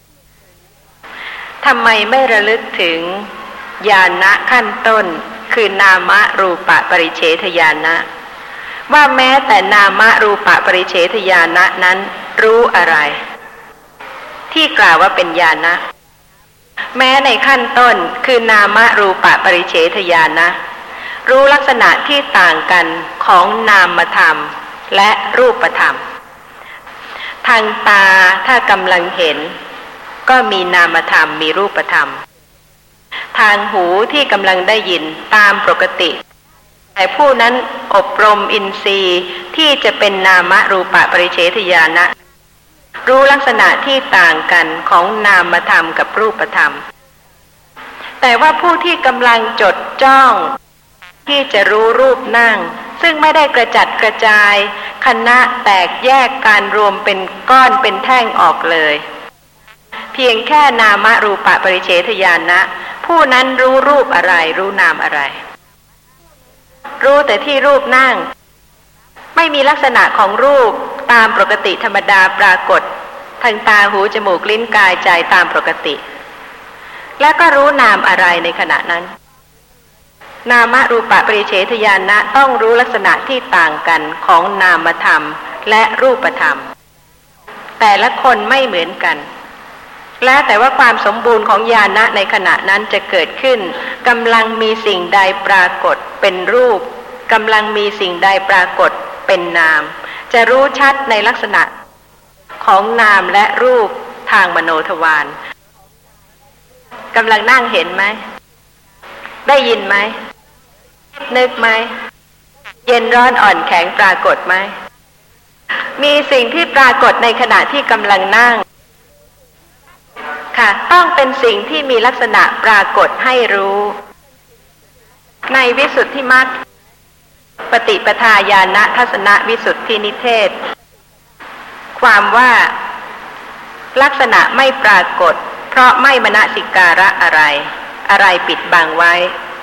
ทำไมไม่ระลึกถึงญาณะขั้นต้นคือนามรูปปริเฉทญาณะว่าแม้แต่นามรูปปริเฉทญาณะนั้นรู้อะไรที่กล่าวว่าเป็นญาณะแม้ในขั้นต้นคือนามรูปปริเฉทญาณะรู้ลักษณะที่ต่างกันของนามธรรมและรูปธรรมทางตาถ้ากำลังเห็นก็มีนามธรรมมีรูปธรรมทางหูที่กำลังได้ยินตามปกติแต่ผู้นั้นอบรมอินทรีย์ที่จะเป็นนามรูปปริเฉทญาณะรู้ลักษณะที่ต่างกันของนามธรรมกับรูปธรรมแต่ว่าผู้ที่กำลังจดจ้องที่จะรู้รูปนั่งซึ่งไม่ได้กระจัดกระจายคณะแตกแยกการรวมเป็นก้อนเป็นแท่งออกเลยเพียงแค่นามรูปปริเฉทญาณนะผู้นั้นรู้รูปอะไรรู้นามอะไรรู้แต่ที่รูปนั่งไม่มีลักษณะของรูปตามปกติธรรมดาปรากฏทางตาหูจมูกลิ้นกายใจตามปกติและก็รู้นามอะไรในขณะนั้นนามรูปปริเฉทญาณนะต้องรู้ลักษณะที่ต่างกันของนามธรรมและรูปธรรมแต่ละคนไม่เหมือนกันและแต่ว่าความสมบูรณ์ของญาณะในขณะนั้นจะเกิดขึ้นกำลังมีสิ่งใดปรากฏเป็นรูปกำลังมีสิ่งใดปรากฏเป็นนามจะรู้ชัดในลักษณะของนามและรูปทางมโนทวารกำลังนั่งเห็นไหมได้ยินไหมนึกไหมเย็นร้อนอ่อนแข็งปรากฏไหมมีสิ่งที่ปรากฏในขณะที่กำลังนั่งค่ะต้องเป็นสิ่งที่มีลักษณะปรากฏให้รู้ในวิสุทธิมรรคปฏิปทาญาณทัศนวิสุทธินิเทศความว่าลักษณะไม่ปรากฏเพราะไม่มนสิการะอะไรอะไรปิดบังไว้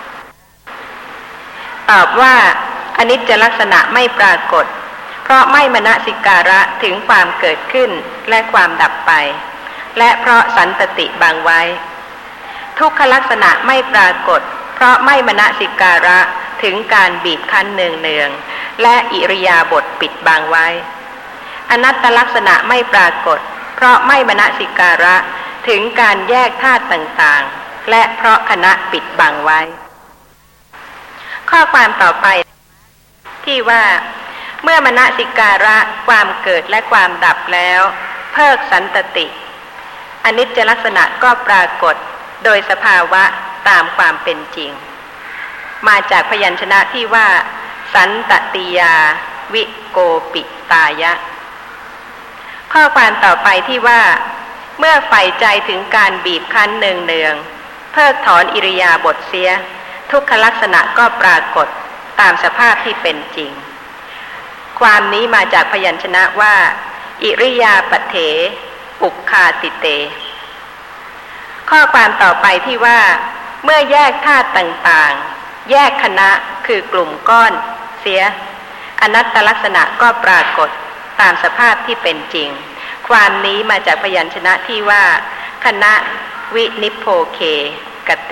ตอบว่าอนิจจลักษณะไม่ปรากฏเพราะไม่มนสิการะถึงความเกิดขึ้นและความดับไปและเพราะสันตติบังไว้ทุกขลักษณะไม่ปรากฏเพราะไม่มนสิการะถึงการบีบคั้นเนืองเนืองและอิริยาบถปิดบังไว้อนัตตลักษณะไม่ปรากฏเพราะไม่มนสิการะถึงการแยกธาตุต่างๆและเพราะคณะปิดบังไว้ข้อความต่อไปที่ว่าเมื่อมนสิการะความเกิดและความดับแล้วเพิกสันตติอนิจจลักษณะก็ปรากฏโดยสภาวะตามความเป็นจริงมาจากพยัญชนะที่ว่าสันตติยาวิโกปิตายะข้อความต่อไปที่ว่าเมื่อใฝ่ใจถึงการบีบคั้นเนืองๆเพิกถอนอิริยาบถเสียทุกขลักษณะก็ปรากฏตามสภาพที่เป็นจริงความนี้มาจากพยัญชนะว่าอิริยาปเถอุคคาติเตข้อความต่อไปที่ว่าเมื่อแยกธาตุต่างๆแยกคณะคือกลุ่มก้อนเสียอนัตตลักษณะก็ปรากฏตามสภาพที่เป็นจริงความนี้มาจากพยัญชนะที่ว่าคณะวินิพโพเคกเต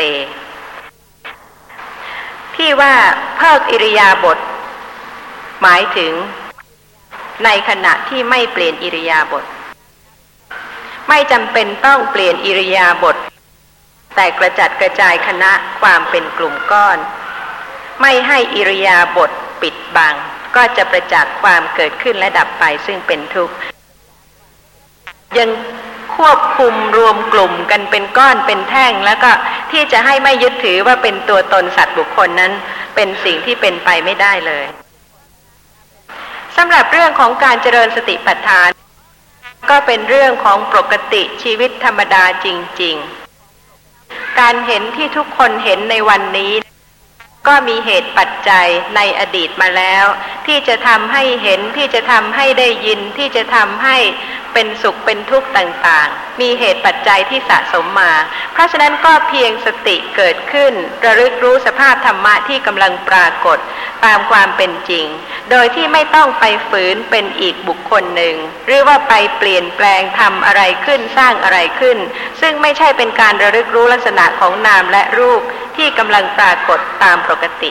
ที่ว่าเพิกอิริยาบถหมายถึงในขณะที่ไม่เปลี่ยนอิริยาบถไม่จำเป็นต้องเปลี่ยนอิริยาบถแต่กระจัดกระจายคณะความเป็นกลุ่มก้อนไม่ให้อิริยาบถปิดบังก็จะประจักษ์ความเกิดขึ้นและดับไปซึ่งเป็นทุกข์ยังควบคุมรวมกลุ่มกันเป็นก้อนเป็นแท่งแล้วก็ที่จะให้ไม่ยึดถือว่าเป็นตัวตนสัตว์บุคคลนั้นเป็นสิ่งที่เป็นไปไม่ได้เลยสำหรับเรื่องของการเจริญสติปัฏฐานก็เป็นเรื่องของปกติชีวิตธรรมดาจริงๆการเห็นที่ทุกคนเห็นในวันนี้ก็มีเหตุปัจจัยในอดีตมาแล้วที่จะทำให้เห็นที่จะทำให้ได้ยินที่จะทำให้เป็นสุขเป็นทุกข์ต่างๆมีเหตุปัจจัยที่สะสมมาเพราะฉะนั้นก็เพียงสติเกิดขึ้นระลึกรู้สภาพธรรมะที่กำลังปรากฏตามความเป็นจริงโดยที่ไม่ต้องไปฝืนเป็นอีกบุคคลหนึ่งหรือว่าไปเปลี่ยนแปลงทำอะไรขึ้นสร้างอะไรขึ้นซึ่งไม่ใช่เป็นการระลึกรู้ลักษณะของนามและรูปที่กำลังปรากฏตามปกติ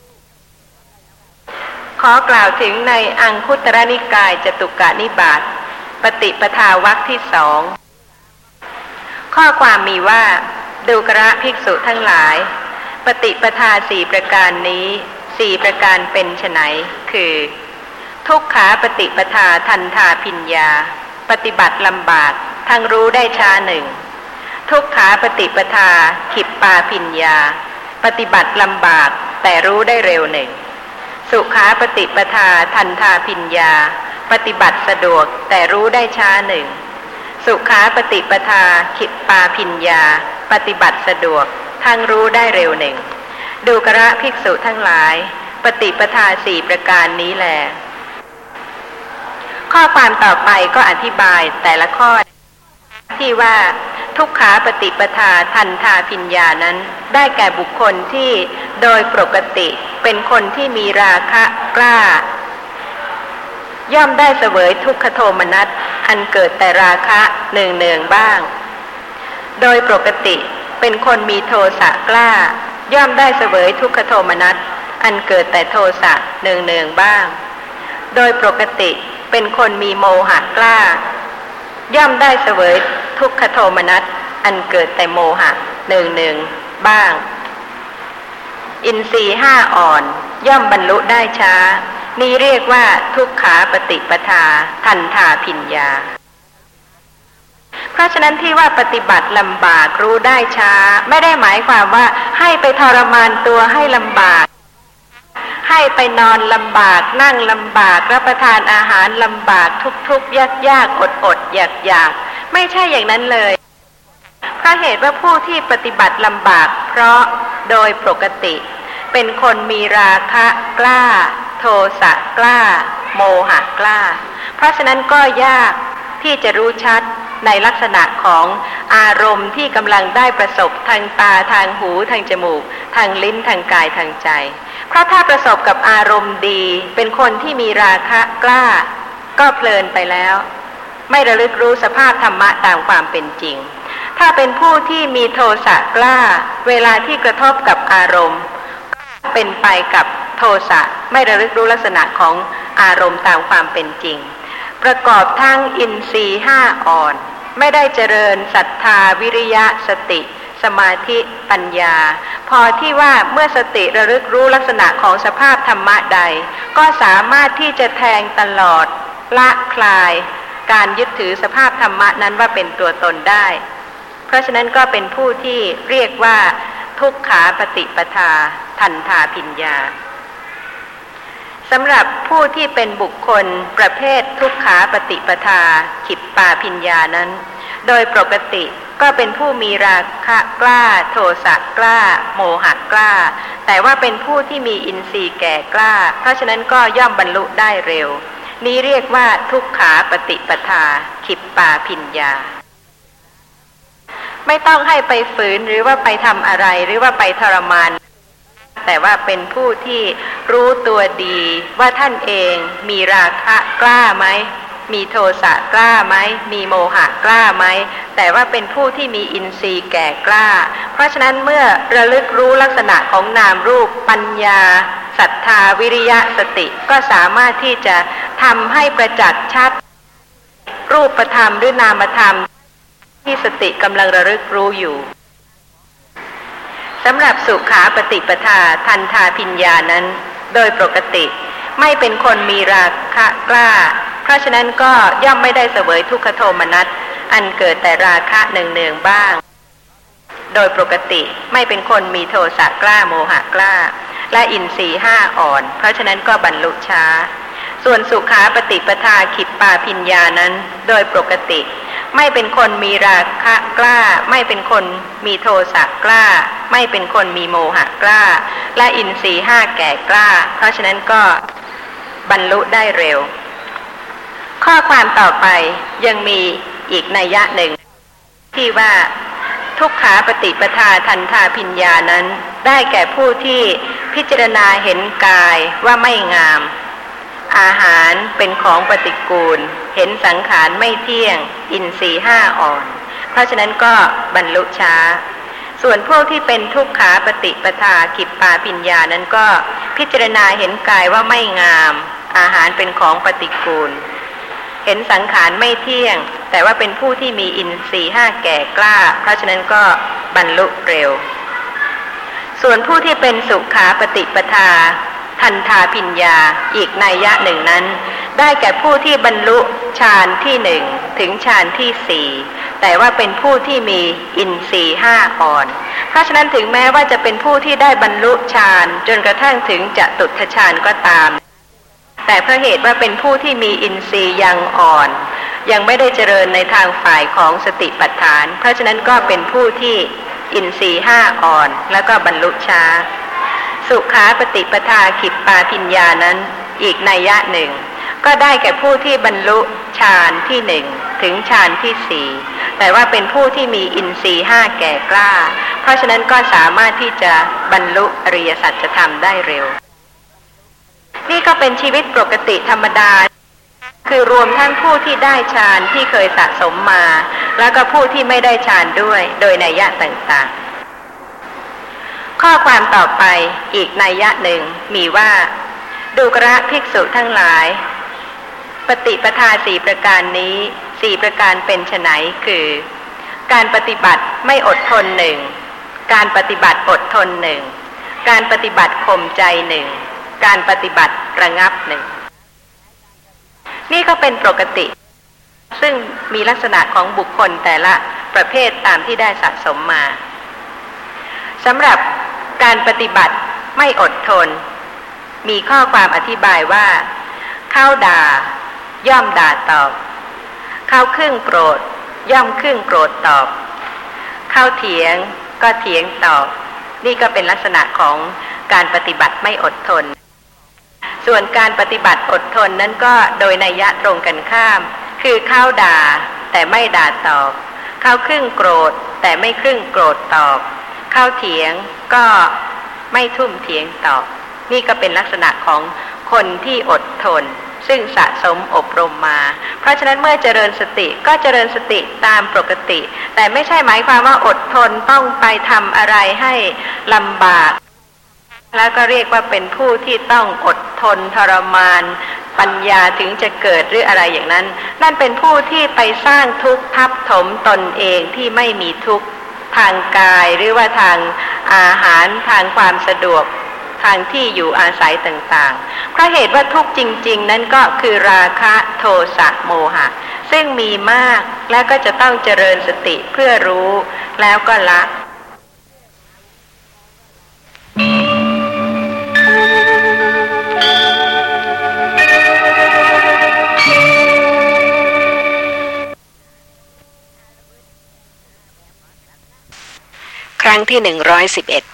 ขอกล่าวถึงในอังคุตรนิกายจตุกนิบาตปฏิปทาวรรคที่สองข้อความมีว่าดูกระภิกษุทั้งหลายปฏิปทาสี่ประการนี้สี่ประการเป็นไฉนคือทุกขาปฏิปทาทันทาพิญญาปฏิบัติลำบากทั้งรู้ได้ช้าหนึ่งทุกขาปฏิปทาขิปปาพิญญาปฏิบัติลำบากแต่รู้ได้เร็วหนึ่งสุขาปฏิปทาทันทาพิญญาปฏิบัติสะดวกแต่รู้ได้ช้าหนึ่งสุขาปฏิปทาขิปปาพิญญาปฏิบัติสะดวกทั้งรู้ได้เร็วหนึ่งดูกระภิกษุทั้งหลายปฏิปทาสี่ประการนี้แลข้อความต่อไปก็อธิบายแต่ละข้อที่ว่าทุกขาปฏิปทาทันทาพิญญานั้นได้แก่บุคคลที่โดยปกติเป็นคนที่มีราคะกล้าย่อมได้เสวยทุกขโทมนัสอันเกิดแต่ราคะเนืองเนืองบ้างโดยปกติเป็นคนมีโทสะกล้าย่อมได้เสวยทุกขโทมนัสอันเกิดแต่โทสะเนืองเนืองบ้างโดยปกติเป็นคนมีโมหะกล้าย่อมได้เสวยทุกขโทมนัสอันเกิดแต่โมหะเนืองเนืองบ้างอินทรีย์ห้าอ่อนย่อมบรรลุได้ช้านี้เรียกว่าทุกขาปฏิปทาทันทาพิญญาเพราะฉะนั้นที่ว่าปฏิบัติลำบากรู้ได้ช้าไม่ได้หมายความว่าให้ไปทรมานตัวให้ลำบากให้ไปนอนลำบากนั่งลำบากรับประทานอาหารลำบากทุกๆยากๆอดๆอยากๆไม่ใช่อย่างนั้นเลยเพราะเหตุว่าผู้ที่ปฏิบัติลำบากเพราะโดยปกติเป็นคนมีราคะกล้าโทสะกล้าโมหะกล้าเพราะฉะนั้นก็ยากที่จะรู้ชัดในลักษณะของอารมณ์ที่กำลังได้ประสบทางตาทางหูทางจมูกทางลิ้นทางกายทางใจเพราะถ้าประสบกับอารมณ์ดีเป็นคนที่มีราคะกล้าก็เพลินไปแล้วไม่ระลึกรู้สภาพธรรมะตามความเป็นจริงถ้าเป็นผู้ที่มีโทสะกล้าเวลาที่กระทบกับอารมณ์เป็นไปกับโทสะไม่ระลึกรู้ลักษณะของอารมณ์ตามความเป็นจริงประกอบทั้งอินทรีย์ห้าอ่อนไม่ได้เจริญศรัทธาวิริยะสติสมาธิปัญญาพอที่ว่าเมื่อสติระลึกรู้ลักษณะของสภาพธรรมะใดก็สามารถที่จะแทงตลอดละคลายการยึดถือสภาพธรรมะนั้นว่าเป็นตัวตนได้เพราะฉะนั้นก็เป็นผู้ที่เรียกว่าทุกขาปฏิปทาทันทาพิญญาสำหรับผู้ที่เป็นบุคคลประเภททุกขาปฏิปทาขิปปาพิญญานั้นโดยปกติก็เป็นผู้มีราคะกล้าโทสะกล้าโมหะกล้าแต่ว่าเป็นผู้ที่มีอินทรีย์แก่กล้าเพราะฉะนั้นก็ย่อมบรรลุได้เร็วนี้เรียกว่าทุกขาปฏิปทาขิปปาพิญญาไม่ต้องให้ไปฝืนหรือว่าไปทำอะไรหรือว่าไปทรมานแต่ว่าเป็นผู้ที่รู้ตัวดีว่าท่านเองมีราคะกล้าไหมมีโทสะกล้าไหมมีโมหะกล้าไหมแต่ว่าเป็นผู้ที่มีอินทรีย์แก่กล้าเพราะฉะนั้นเมื่อระลึกรู้ลักษณะของนามรูปปัญญาศรัทธาวิริยะสติก็สามารถที่จะทำให้ประจักษ์ชัดรูปธรรมหรือนามธรรมที่สติกำลังระลึกรู้อยู่สำหรับสุขาปฏิปทาทันทาพิญญานั้นโดยปกติไม่เป็นคนมีราคะกล้าเพราะฉะนั้นก็ย่อมไม่ได้เสวยทุกขโทมนัสอันเกิดแต่ราคะเนืองๆบ้างโดยปกติไม่เป็นคนมีโทสะกล้าโมหะกล้าและอินทรีย์ห้าอ่อนเพราะฉะนั้นก็บรรลุช้าส่วนสุขาปฏิปทาขิปปาพิญญานั้นโดยปกติไม่เป็นคนมีราคะกล้าไม่เป็นคนมีโทสะกล้าไม่เป็นคนมีโมหะกล้าและอินทรีย์ห้าแก่กล้าเพราะฉะนั้นก็บรรลุได้เร็วข้อความต่อไปยังมีอีกนัยยะหนึ่งที่ว่าทุกขาปฏิปทาทันทาพิญญานั้นได้แก่ผู้ที่พิจารณาเห็นกายว่าไม่งามอาหารเป็นของปฏิกูลเห็นสังขารไม่เที่ยงอินทรีย์ห้าอ่อนเพราะฉะนั้นก็บรรลุช้าส่วนพวกที่เป็นทุกขาปฏิปทาขิปปาพิญญานั้นก็พิจารณาเห็นกายว่าไม่งามอาหารเป็นของปฏิกูลเห็นสังขารไม่เที่ยงแต่ว่าเป็นผู้ที่มีอินทรีย์ห้าแก่กล้าเพราะฉะนั้นก็บรรลุเร็วส่วนผู้ที่เป็นสุขาปฏิปทาทันทาพิญญาอีกนัยยะหนึ่งนั้นได้แก่ผู้ที่บรรลุฌานที่หนึ่งถึงฌานที่สี่แต่ว่าเป็นผู้ที่มีอินทรีย์ห้าอ่อนเพราะฉะนั้นถึงแม้ว่าจะเป็นผู้ที่ได้บรรลุฌานจนกระทั่งถึงจตุตถฌานก็ตามแต่เพราะเหตุว่าเป็นผู้ที่มีอินทรีย์ยังอ่อนยังไม่ได้เจริญในทางฝ่ายของสติปัฏฐานเพราะฉะนั้นก็เป็นผู้ที่อินทรีย์ห้าอ่อนแล้วก็บรรลุช้าสุขาปฏิปทาขิปปาพิญญานั้นอีกนัยยะหนึ่งก็ได้แก่ผู้ที่บรรลุฌานที่หนึ่งถึงฌานที่สี่แต่ว่าเป็นผู้ที่มีอินทรีย์ห้าแก่กล้าเพราะฉะนั้นก็สามารถที่จะบรรลุอริยสัจธรรมได้เร็วนี่ก็เป็นชีวิตปกติธรรมดาคือรวมทั้งผู้ที่ได้ฌานที่เคยสะสมมาแล้วก็ผู้ที่ไม่ได้ฌานด้วยโดยนัยยะต่างๆข้อความต่อไปอีกนัยยะหนึ่งมีว่าดูกระภิกษุทั้งหลายปฏิปทาสี่ประการนี้สี่ประการเป็นไฉนคือการปฏิบัติไม่อดทนหนึ่งการปฏิบัติอดทนหนึ่งการปฏิบัติข่มใจหนึ่งการปฏิบัติระงับหนึ่งนี่ก็เป็นปกติซึ่งมีลักษณะของบุคคลแต่ละประเภทตามที่ได้สะสมมาสำหรับการปฏิบัติไม่อดทนมีข้อความอธิบายว่าเข้าด่าย่อมด่าตอบเข้าครึ่งโกรธย่อมครึ่งโกรธตอบเข้าเถียงก็เถียงตอบนี่ก็เป็นลักษณะของการปฏิบัติไม่อดทนส่วนการปฏิบัติอดทนนั้นก็โดยนัยยะตรงกันข้ามคือเข้าด่าแต่ไม่ด่าตอบเข้าครึ่งโกรธแต่ไม่ครึ่งโกรธตอบเข้าเถียงก็ไม่ทุ่มเถียงตอบนี่ก็เป็นลักษณะของคนที่อดทนซึ่งสะสมอบรมมาเพราะฉะนั้นเมื่อเจริญสติก็เจริญสติตามปกติแต่ไม่ใช่หมายความว่าอดทนต้องไปทำอะไรให้ลำบากแล้วก็เรียกว่าเป็นผู้ที่ต้องอดทนทรมานปัญญาถึงจะเกิดหรืออะไรอย่างนั้นนั่นเป็นผู้ที่ไปสร้างทุกข์ทับถมตนเองที่ไม่มีทุกข์ทางกายหรือว่าทางอาหารทางความสะดวกทางที่อยู่อาศัยต่างๆเพราะเหตุว่าทุกข์จริงๆนั้นก็คือราคะโทสะโมหะซึ่งมีมากแล้วก็จะต้องเจริญสติเพื่อรู้แล้วก็ละครั้งที่หนึ่งร้อยสิบเอ็ด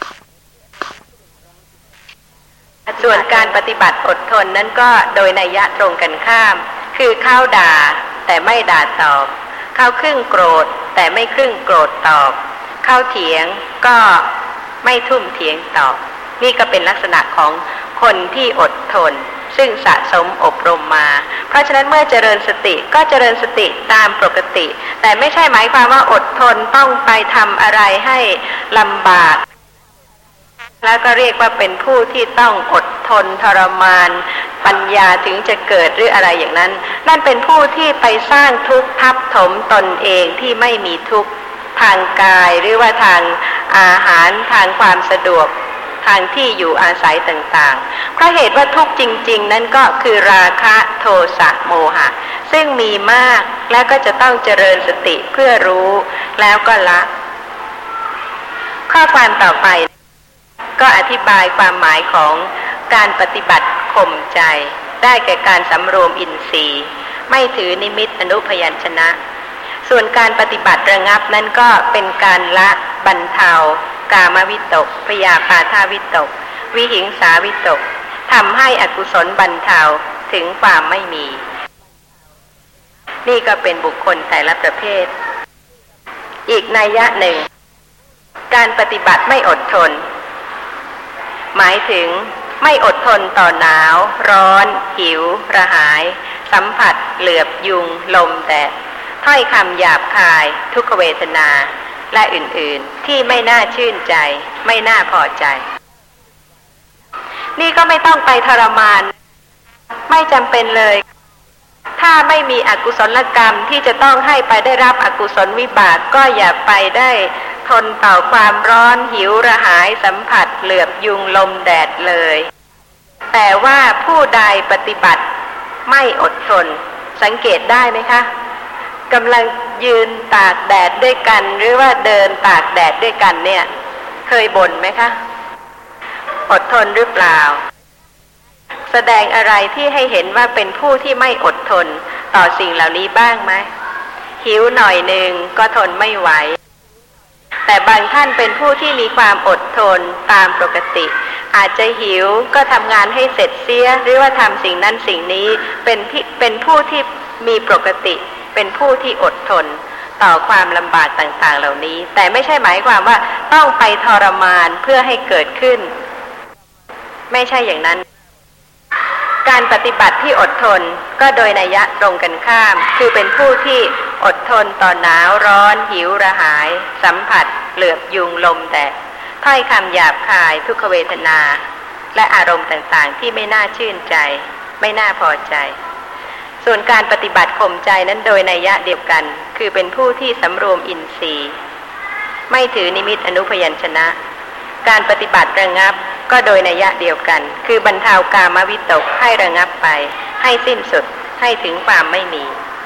ส่วนการปฏิบัติอดทนนั้นก็โดยนัยยะตรงกันข้ามคือเข้าด่าแต่ไม่ด่าตอบเข้าครึ่งโกรธแต่ไม่ครึ่งโกรธตอบเข้าเถียงก็ไม่ทุ่มเถียงตอบนี่ก็เป็นลักษณะของคนที่อดทนซึ่งสะสมอบรมมาเพราะฉะนั้นเมื่อเจริญสติก็เจริญสติตามปกติแต่ไม่ใช่หมายความว่าอดทนต้องไปทำอะไรให้ลำบากแล้วก็เรียกว่าเป็นผู้ที่ต้องอดทนทรมานปัญญาถึงจะเกิดหรืออะไรอย่างนั้นนั่นเป็นผู้ที่ไปสร้างทุกข์ทับถมตนเองที่ไม่มีทุกข์ทางกายหรือว่าทางอาหารทางความสะดวกทางที่อยู่อาศัยต่างๆเพราะเหตุว่าทุกข์จริงๆนั้นก็คือราคะโทสะโมหะซึ่งมีมากแล้วก็จะต้องเจริญสติเพื่อรู้แล้วก็ละข้อความต่อไปก็อธิบายความหมายของการปฏิบัติข่มใจได้แก่การสำรวมอินทรีย์ไม่ถือนิมิตอนุพยัญชนะส่วนการปฏิบัติระงับนั้นก็เป็นการละบรรเทากามวิตกพยาปาทวิตกวิหิงสาวิตกทำให้อกุศลบรรเทาถึงความไม่มีนี่ก็เป็นบุคคลแต่ละประเภทอีกนัยยะหนึ่งการปฏิบัติไม่อดทนหมายถึงไม่อดทนต่อหนาวร้อนหิวกระหายสัมผัสเหลือบยุงลมแดดถ้อยคำหยาบคายทุกขเวทนาและอื่นๆที่ไม่น่าชื่นใจไม่น่าพอใจนี่ก็ไม่ต้องไปทรมานไม่จำเป็นเลยถ้าไม่มีอกุศลกรรมที่จะต้องให้ไปได้รับอกุศลวิบากก็อย่าไปได้ทนต่อความร้อนหิวระหายสัมผัสเหลือบยุงลมแดดเลยแต่ว่าผู้ใดปฏิบัติไม่อดทนสังเกตได้ไหมคะกำลังยืนตากแดดด้วยกันหรือว่าเดินตากแดดด้วยกันเนี่ยเคยบ่นไหมคะอดทนหรือเปล่าแสดงอะไรที่ให้เห็นว่าเป็นผู้ที่ไม่อดทนต่อสิ่งเหล่านี้บ้างไหมหิวหน่อยหนึ่งก็ทนไม่ไหวแต่บางท่านเป็นผู้ที่มีความอดทนตามปกติอาจจะหิวก็ทำงานให้เสร็จเสียหรือว่าทำสิ่งนั้นสิ่งนี้เป็นที่เป็นผู้ที่มีปกติเป็นผู้ที่อดทนต่อความลำบากต่างๆเหล่านี้แต่ไม่ใช่หมายความว่าต้องไปทรมานเพื่อให้เกิดขึ้นไม่ใช่อย่างนั้นการปฏิบัติที่อดทนก็โดยนัยยะตรงกันข้ามคือเป็นผู้ที่อดทนต่อหนาวร้อนหิวระหายสัมผัสเหลือบยุงลมแดดถ้อยคำหยาบคายทุกขเวทนาและอารมณ์ต่างๆที่ไม่น่าชื่นใจไม่น่าพอใจส่วนการปฏิบัติข่มใจนั้นโดยนัยยะเดียวกันคือเป็นผู้ที่สำรวมอินทรีย์ไม่ถือนิมิตอนุพยัญชนะการปฏิบัติระงับก็โดยนัยยะเดียวกันคือบรรเทากามวิตกให้ระงับไปให้สิ้นสุดให้ถึงความไม่มี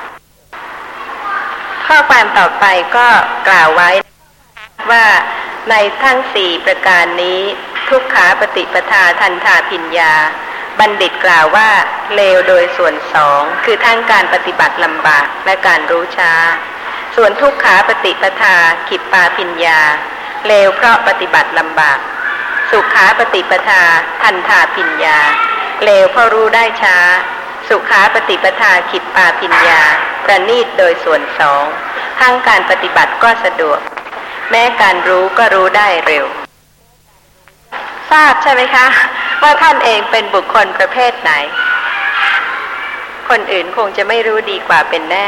ข้อความต่อไปก็กล่าวไว้ว่าในทั้งสี่ประการนี้ทุกขาปฏิปทาทันทาพิญญาบัณฑิตกล่าวว่าเลวโดยส่วนสองคือทั้งการปฏิบัติลำบากและการรู้ช้าส่วนทุกขาปฏิปทาขิปปาพิญญาเลวเพราะปฏิบัติลำบากสุขาปฏิปทาทันทาพิญญาเลวเพราะรู้ได้ช้าสุขาปฏิปทาขิปปาพิญญาประณีตโดยส่วนสองทั้งการปฏิบัติก็สะดวกแม้การรู้ก็รู้ได้เร็วทราบใช่ไหมคะว่าท่านเองเป็นบุคคลประเภทไหนคนอื่นคงจะไม่รู้ดีกว่าเป็นแน่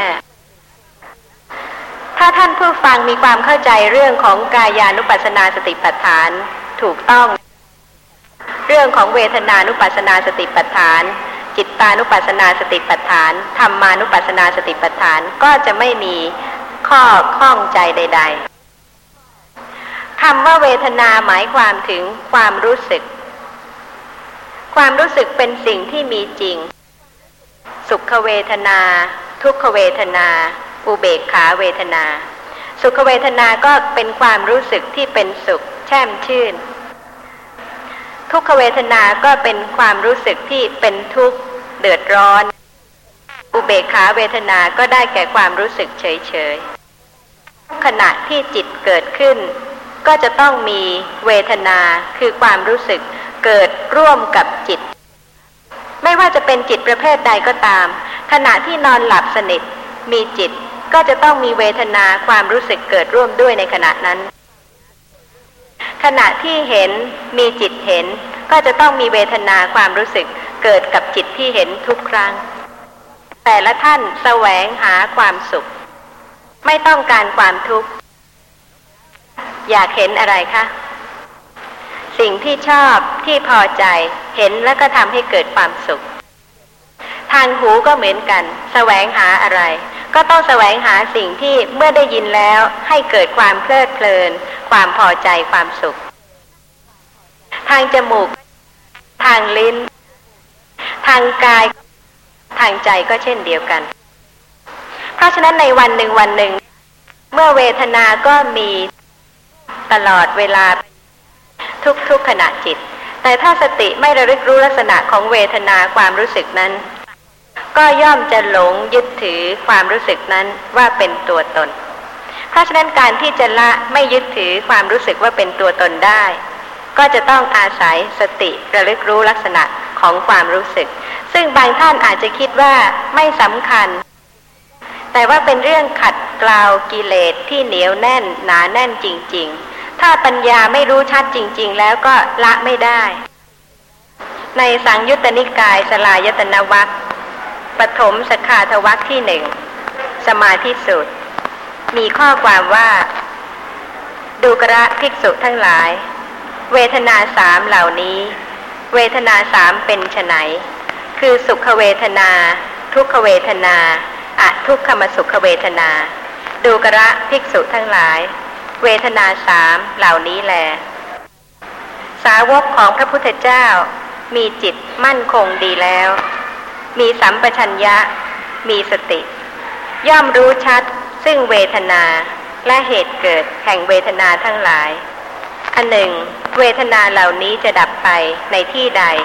ถ้าท่านผู้ฟังมีความเข้าใจเรื่องของกายานุปัสสนาสติปัฏฐานถูกต้องเรื่องของเวทนานุปัสสนาสติปัฏฐานจิตตานุปัสสนาสติปัฏฐานธรรมานุปัสสนาสติปัฏฐานก็จะไม่มีข้อข้องใจใดๆคำว่าเวทนาหมายความถึงความรู้สึกความรู้สึกเป็นสิ่งที่มีจริงสุขเวทนาทุกขเวทนาอุเบกขาเวทนาสุขเวทนาก็เป็นความรู้สึกที่เป็นสุขแช่มชื่นทุกขเวทนาก็เป็นความรู้สึกที่เป็นทุกข์เดือดร้อนอุเบกขาเวทนาก็ได้แก่ความรู้สึกเฉยๆขณะที่จิตเกิดขึ้นก็จะต้องมีเวทนาคือความรู้สึกเกิดร่วมกับจิตไม่ว่าจะเป็นจิตประเภทใดก็ตามขณะที่นอนหลับสนิทมีจิตก็จะต้องมีเวทนาความรู้สึกเกิดร่วมด้วยในขณะนั้นขณะที่เห็นมีจิตเห็นก็จะต้องมีเวทนาความรู้สึกเกิดกับจิตที่เห็นทุกครั้งแต่ละท่านแสวงหาความสุขไม่ต้องการความทุกข์อยากเห็นอะไรคะสิ่งที่ชอบที่พอใจเห็นแล้วก็ทำให้เกิดความสุขทางหูก็เหมือนกันแสวงหาอะไรก็ต้องแสวงหาสิ่งที่เมื่อได้ยินแล้วให้เกิดความเพลิดเพลินความพอใจความสุขทางจมูกทางลิ้นทางกายทางใจก็เช่นเดียวกันเพราะฉะนั้นในวันหนึ่งวันหนึ่งเมื่อเวทนาก็มีตลอดเวลาทุกๆขณะจิตแต่ถ้าสติไม่ระลึกรู้ลักษณะของเวทนาความรู้สึกนั้นก็ย่อมจะหลงยึดถือความรู้สึกนั้นว่าเป็นตัวตนเพราะฉะนั้นการที่จะละไม่ยึดถือความรู้สึกว่าเป็นตัวตนได้ก็จะต้องอาศัยสติระลึกรู้ลักษณะของความรู้สึกซึ่งบางท่านอาจจะคิดว่าไม่สำคัญแต่ว่าเป็นเรื่องขัดเกลากิเลสที่เหนียวแน่นหนาแน่นจริงๆถ้าปัญญาไม่รู้ชัดจริงๆแล้วก็ละไม่ได้ในสังยุตตนิกายสลายตนวรรคปฐมสขาทวรรคที่หนึ่งสมาธิสูตรมีข้อความว่าดูกระภิกษุทั้งหลายเวทนาสามเหล่านี้เวทนาสามเป็นไฉนคือสุขเวทนาทุกขเวทนาอทุกขมสุขเวทนาดูกระภิกษุทั้งหลายเวทนาสามเหล่านี้แลสาวกของพระพุทธเจ้ามีจิตมั่นคงดีแล้วมีสัมปชัญญะมีสติย่อมรู้ชัดซึ่งเวทนาและเหตุเกิดแห่งเวทนาทั้งหลายอันหนึ่งเวทนาเหล่านี้จะดับไปในที่ใด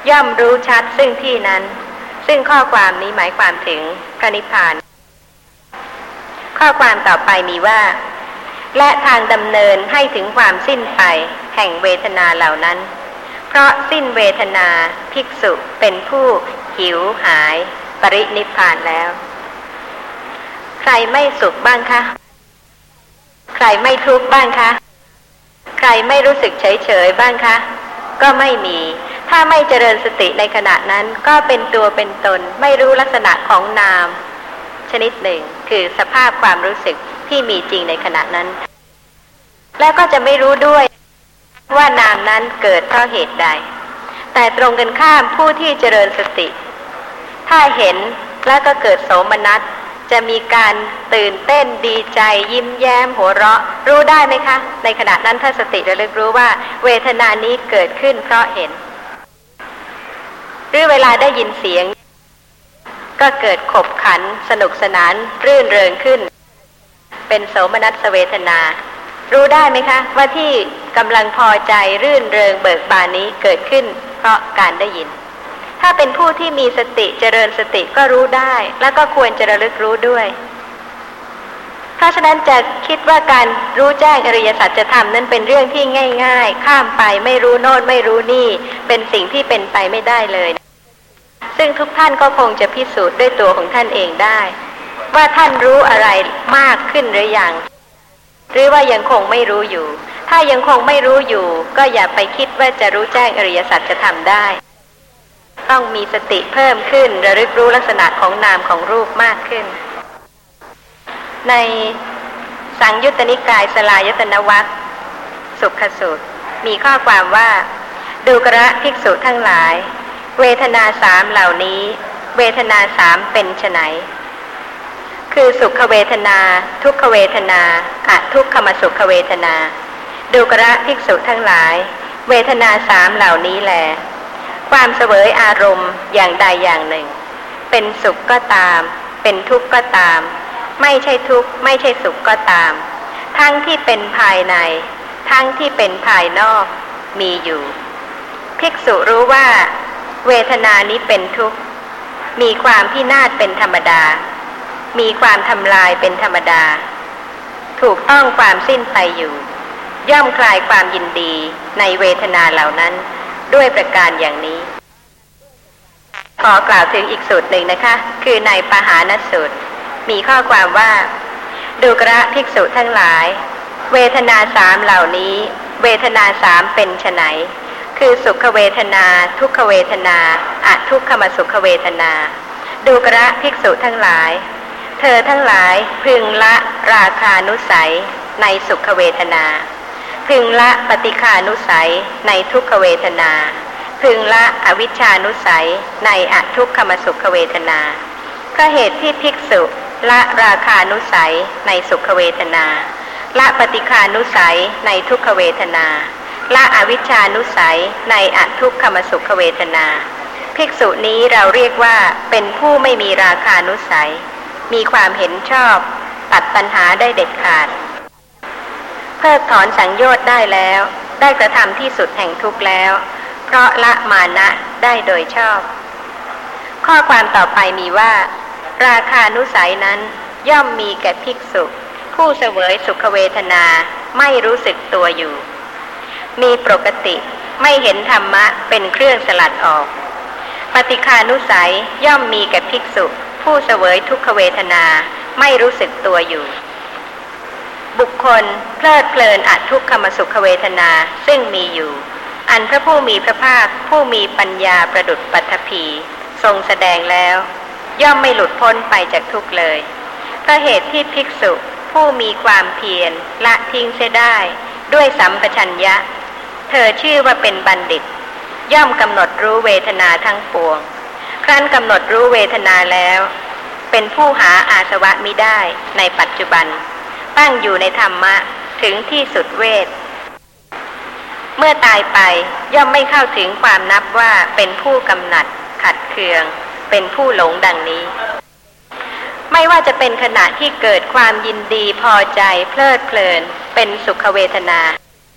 ย่อมรู้ชัดซึ่งที่นั้นซึ่งข้อความนี้หมายความถึงพระนิพพานข้อความต่อไปมีว่าและทางดำเนินให้ถึงความสิ้นไปแห่งเวทนาเหล่านั้นเพราะสิ้นเวทนาภิกษุเป็นผู้หิวหายปรินิพพานแล้วใครไม่สุขบ้างคะใครไม่ทุกข์บ้างคะใครไม่รู้สึกเฉยเฉยบ้างคะก็ไม่มีถ้าไม่เจริญสติในขณะนั้นก็เป็นตัวเป็นตนไม่รู้ลักษณะของนามชนิดหนึ่งคือสภาพความรู้สึกที่มีจริงในขณะนั้นแล้วก็จะไม่รู้ด้วยว่านามนั้นเกิดเพราะเหตุใดแต่ตรงกันข้ามผู้ที่เจริญสติถ้าเห็นแล้วก็เกิดโสมนัสจะมีการตื่นเต้นดีใจยิ้มแย้มหัวเราะรู้ได้ไหมคะในขณะนั้นถ้าสติระลึกรู้ว่าเวทนานี้เกิดขึ้นเพราะเห็นหรือเวลาได้ยินเสียงก็เกิดขบขันสนุกสนานรื่นเริงขึ้นเป็นโสมนัสเวทนารู้ได้ไหมคะว่าที่กำลังพอใจรื่นเริงเบิกบานนี้เกิดขึ้นเพราะการได้ยินถ้าเป็นผู้ที่มีสติเจริญสติก็รู้ได้แล้วก็ควรจะระลึกรู้ด้วยเพราะฉะนั้นจะคิดว่าการรู้แจ้งอริยสัจธรรมนั้นเป็นเรื่องที่ง่ายๆข้ามไปไม่รู้โน่นไม่รู้นี่เป็นสิ่งที่เป็นไปไม่ได้เลยซึ่งทุกท่านก็คงจะพิสูจน์ด้วยตัวของท่านเองได้ว่าท่านรู้อะไรมากขึ้นหรือยังหรือว่ายังคงไม่รู้อยู่ถ้ายังคงไม่รู้อยู่ก็อย่าไปคิดว่าจะรู้แจ้งอริยสัจธรรมได้ต้องมีสติเพิ่มขึ้นระลึกรู้ลักษณะของนามของรูปมากขึ้นในสังยุตตนิกายสลายตนวรรคสุขสูตรมีข้อความว่าดูกระภิกษุทั้งหลายเวทนาสามเหล่านี้เวทนาสามเป็นไฉนคือสุขเวทนาทุกขเวทนาอทุกขมสุขเวทนาดูกระภิกษุทั้งหลายเวทนาสามเหล่านี้แลความเสวยอารมณ์อย่างใดอย่างหนึ่งเป็นสุขก็ตามเป็นทุกข์ก็ตามไม่ใช่ทุกข์ไม่ใช่สุขก็ตามทั้งที่เป็นภายในทั้งที่เป็นภายนอกมีอยู่ภิกษุรู้ว่าเวทนานี้เป็นทุกข์มีความพินาศเป็นธรรมดามีความทำลายเป็นธรรมดาถูกต้องความสิ้นไปอยู่ย่อมคลายความยินดีในเวทนาเหล่านั้นด้วยประการอย่างนี้ขอกล่าวถึงอีกสูตรหนึ่งนะคะคือในปหานสูตรมีข้อความว่าดูกระภิกษุทั้งหลายเวทนาสามเหล่านี้เวทนาสามเป็นไฉนคือสุขเวทนาทุกขเวทนาอทุกขมสุขเวทนาดูกระภิกษุทั้งหลายเธอทั้งหลายพึงละราคานุสัยในสุขเวทนาพึงละปฏิฆานุสัยในทุกขเวทนาพึงละอวิชชานุสัยในอทุกขมสุขเวทนาเพราะเหตุที่ภิกษุละราคานุสัยในสุขเวทนาละปฏิฆานุสัยในทุกขเวทนาละอวิชชานุสัยในอทุกขมสุขเวทนาภิกษุนี้เราเรียกว่าเป็นผู้ไม่มีราคานุสัยมีความเห็นชอบตัดปัญหาได้เด็ดขาดเพิกถอนสังโยชน์ได้แล้วได้กระทำที่สุดแห่งทุกข์แล้วเพราะละมานะได้โดยชอบข้อความต่อไปมีว่าราคานุสัยนั้นย่อมมีแก่ภิกษุผู้เสวยสุขเวทนาไม่รู้สึกตัวอยู่มีปกติไม่เห็นธรรมะเป็นเครื่องสลัดออกปฏิฆานุสัยย่อมมีแก่ภิกษุผู้เสวยทุกขเวทนาไม่รู้สึกตัวอยู่บุคคลเพลิดเพลินอทุกขมสุขเวทนาซึ่งมีอยู่อันพระผู้มีพระภาคผู้มีปัญญาประดุจปัทภีทรงแสดงแล้วย่อมไม่หลุดพ้นไปจากทุกข์เลยเพราะเหตุที่ภิกษุผู้มีความเพียรละทิ้งเสียได้ด้วยสัมปชัญญะเธอชื่อว่าเป็นบัณฑิตย่อมกำหนดรู้เวทนาทั้งปวงครั้นกำหนดรู้เวทนาแล้วเป็นผู้หาอาสวะมิได้ในปัจจุบันตั้งอยู่ในธรรมะถึงที่สุดเวทเมื่อตายไปย่อมไม่เข้าถึงความนับว่าเป็นผู้กำหนัดขัดเคืองเป็นผู้หลงดังนี้ไม่ว่าจะเป็นขณะที่เกิดความยินดีพอใจเพลิดเพลินเป็นสุขเวทนา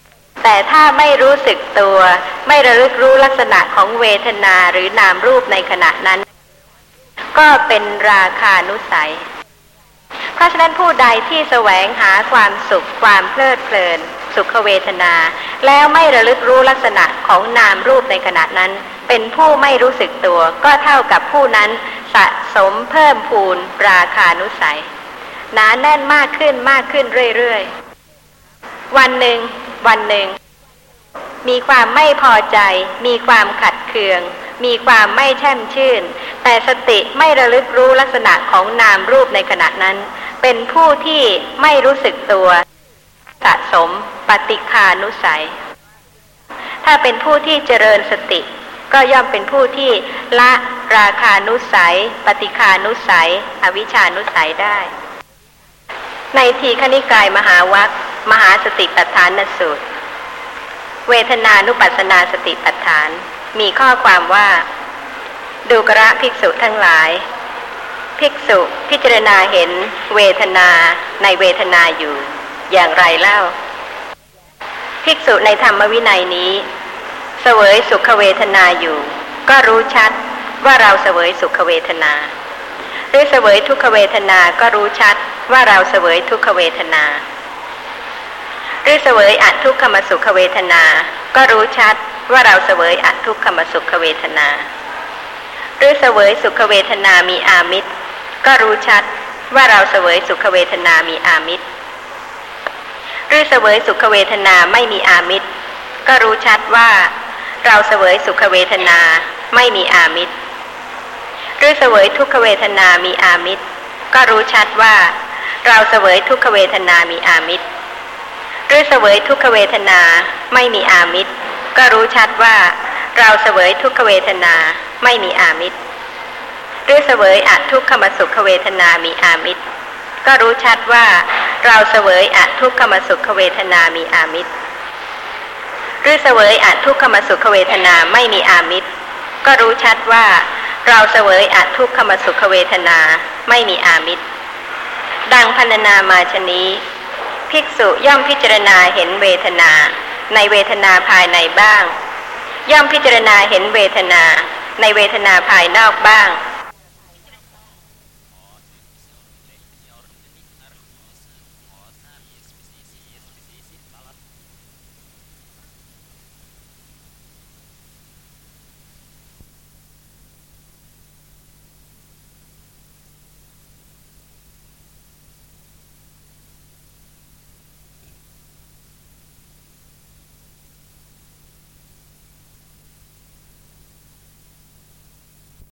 แต่ถ้าไม่รู้สึกตัวไม่ระลึกรู้ลักษณะของเวทนาหรือนามรูปในขณะนั้นก็เป็นราคานุสัยเพราะฉะนั้นผู้ใดที่แสวงหาความสุขความเพลิดเพลินสุขเวทนาแล้วไม่ระลึกรู้ลักษณะของนามรูปในขณะนั้นเป็นผู้ไม่รู้สึกตัวก็เท่ากับผู้นั้นสะสมเพิ่มพูนราคานุสัยหนาแน่นมากขึ้นมากขึ้นเรื่อยๆวันหนึ่งวันหนึ่งมีความไม่พอใจมีความขัดเคืองมีความไม่แช่มชื่นแต่สติไม่ระลึกรู้ลักษณะของนามรูปในขณะนั้นเป็นผู้ที่ไม่รู้สึกตัวสะสมปฏิฆานุสัยถ้าเป็นผู้ที่เจริญสติก็ย่อมเป็นผู้ที่ละราคานุสัยปฏิฆานุสัยอวิชชานุสัยได้ในทีฆนิกายมหาวรรคมหาสติปัฏฐานสูตรเวทนานุปัสสนาสติปัฏฐานมีข้อความว่าดูกระภิกษุทั้งหลายภิกษุพิจารณาเห็นเวทนาในเวทนาอยู่อย่างไรเล่าภิกษุในธรรมวินัยนี้เสวยสุขเวทนาอยู่ก็รู้ชัดว่าเราเสวยสุขเวทนาหรือเสวยทุกขเวทนาก็รู้ชัดว่าเราเสวยทุกขเวทนาหรือเสวยอทุกขมสุขเวทนาก็รู้ชัดว่าเราเสวยอทุกขมสุขเวทนาหรือเสวยสุขเวทนามีอามิตรก็รู้ชัดว่าเราเสวยสุขเวทนามีอามิตรหรือเสวยสุขเวทนาไม่มีอามิตรก็รู้ชัดว่าเราเสวยสุขเวทนาไม่มีอามิตรหรือเสวยทุกขเวทนามีอามิตรก็รู้ชัดว่าเราเสวยทุกขเวทนามีอามิตรหรือเสวยทุกขเวทนาไม่มีอามิตรก็รู้ชัดว่าเราเสวยทุกขเวทนาไม่มีอามิตรหรือเสวยอทุกขมสุขเวทนามีอามิตรก็รู้ชัดว่าเราเสวยอทุกขมสุขเวทนามีอามิตรหรือเสวยอทุกขมสุขเวทนาไม่มีอามิตรก็รู้ชัดว่าเราเสวยอทุกขมสุขเวทนาไม่มีอามิตรดังพรรณนามาชนี้ภิกษุย่อมพิจารณาเห็นเวทนาในเวทนาภายในบ้างย่อมพิจารณาเห็นเวทนาในเวทนาภายนอกบ้าง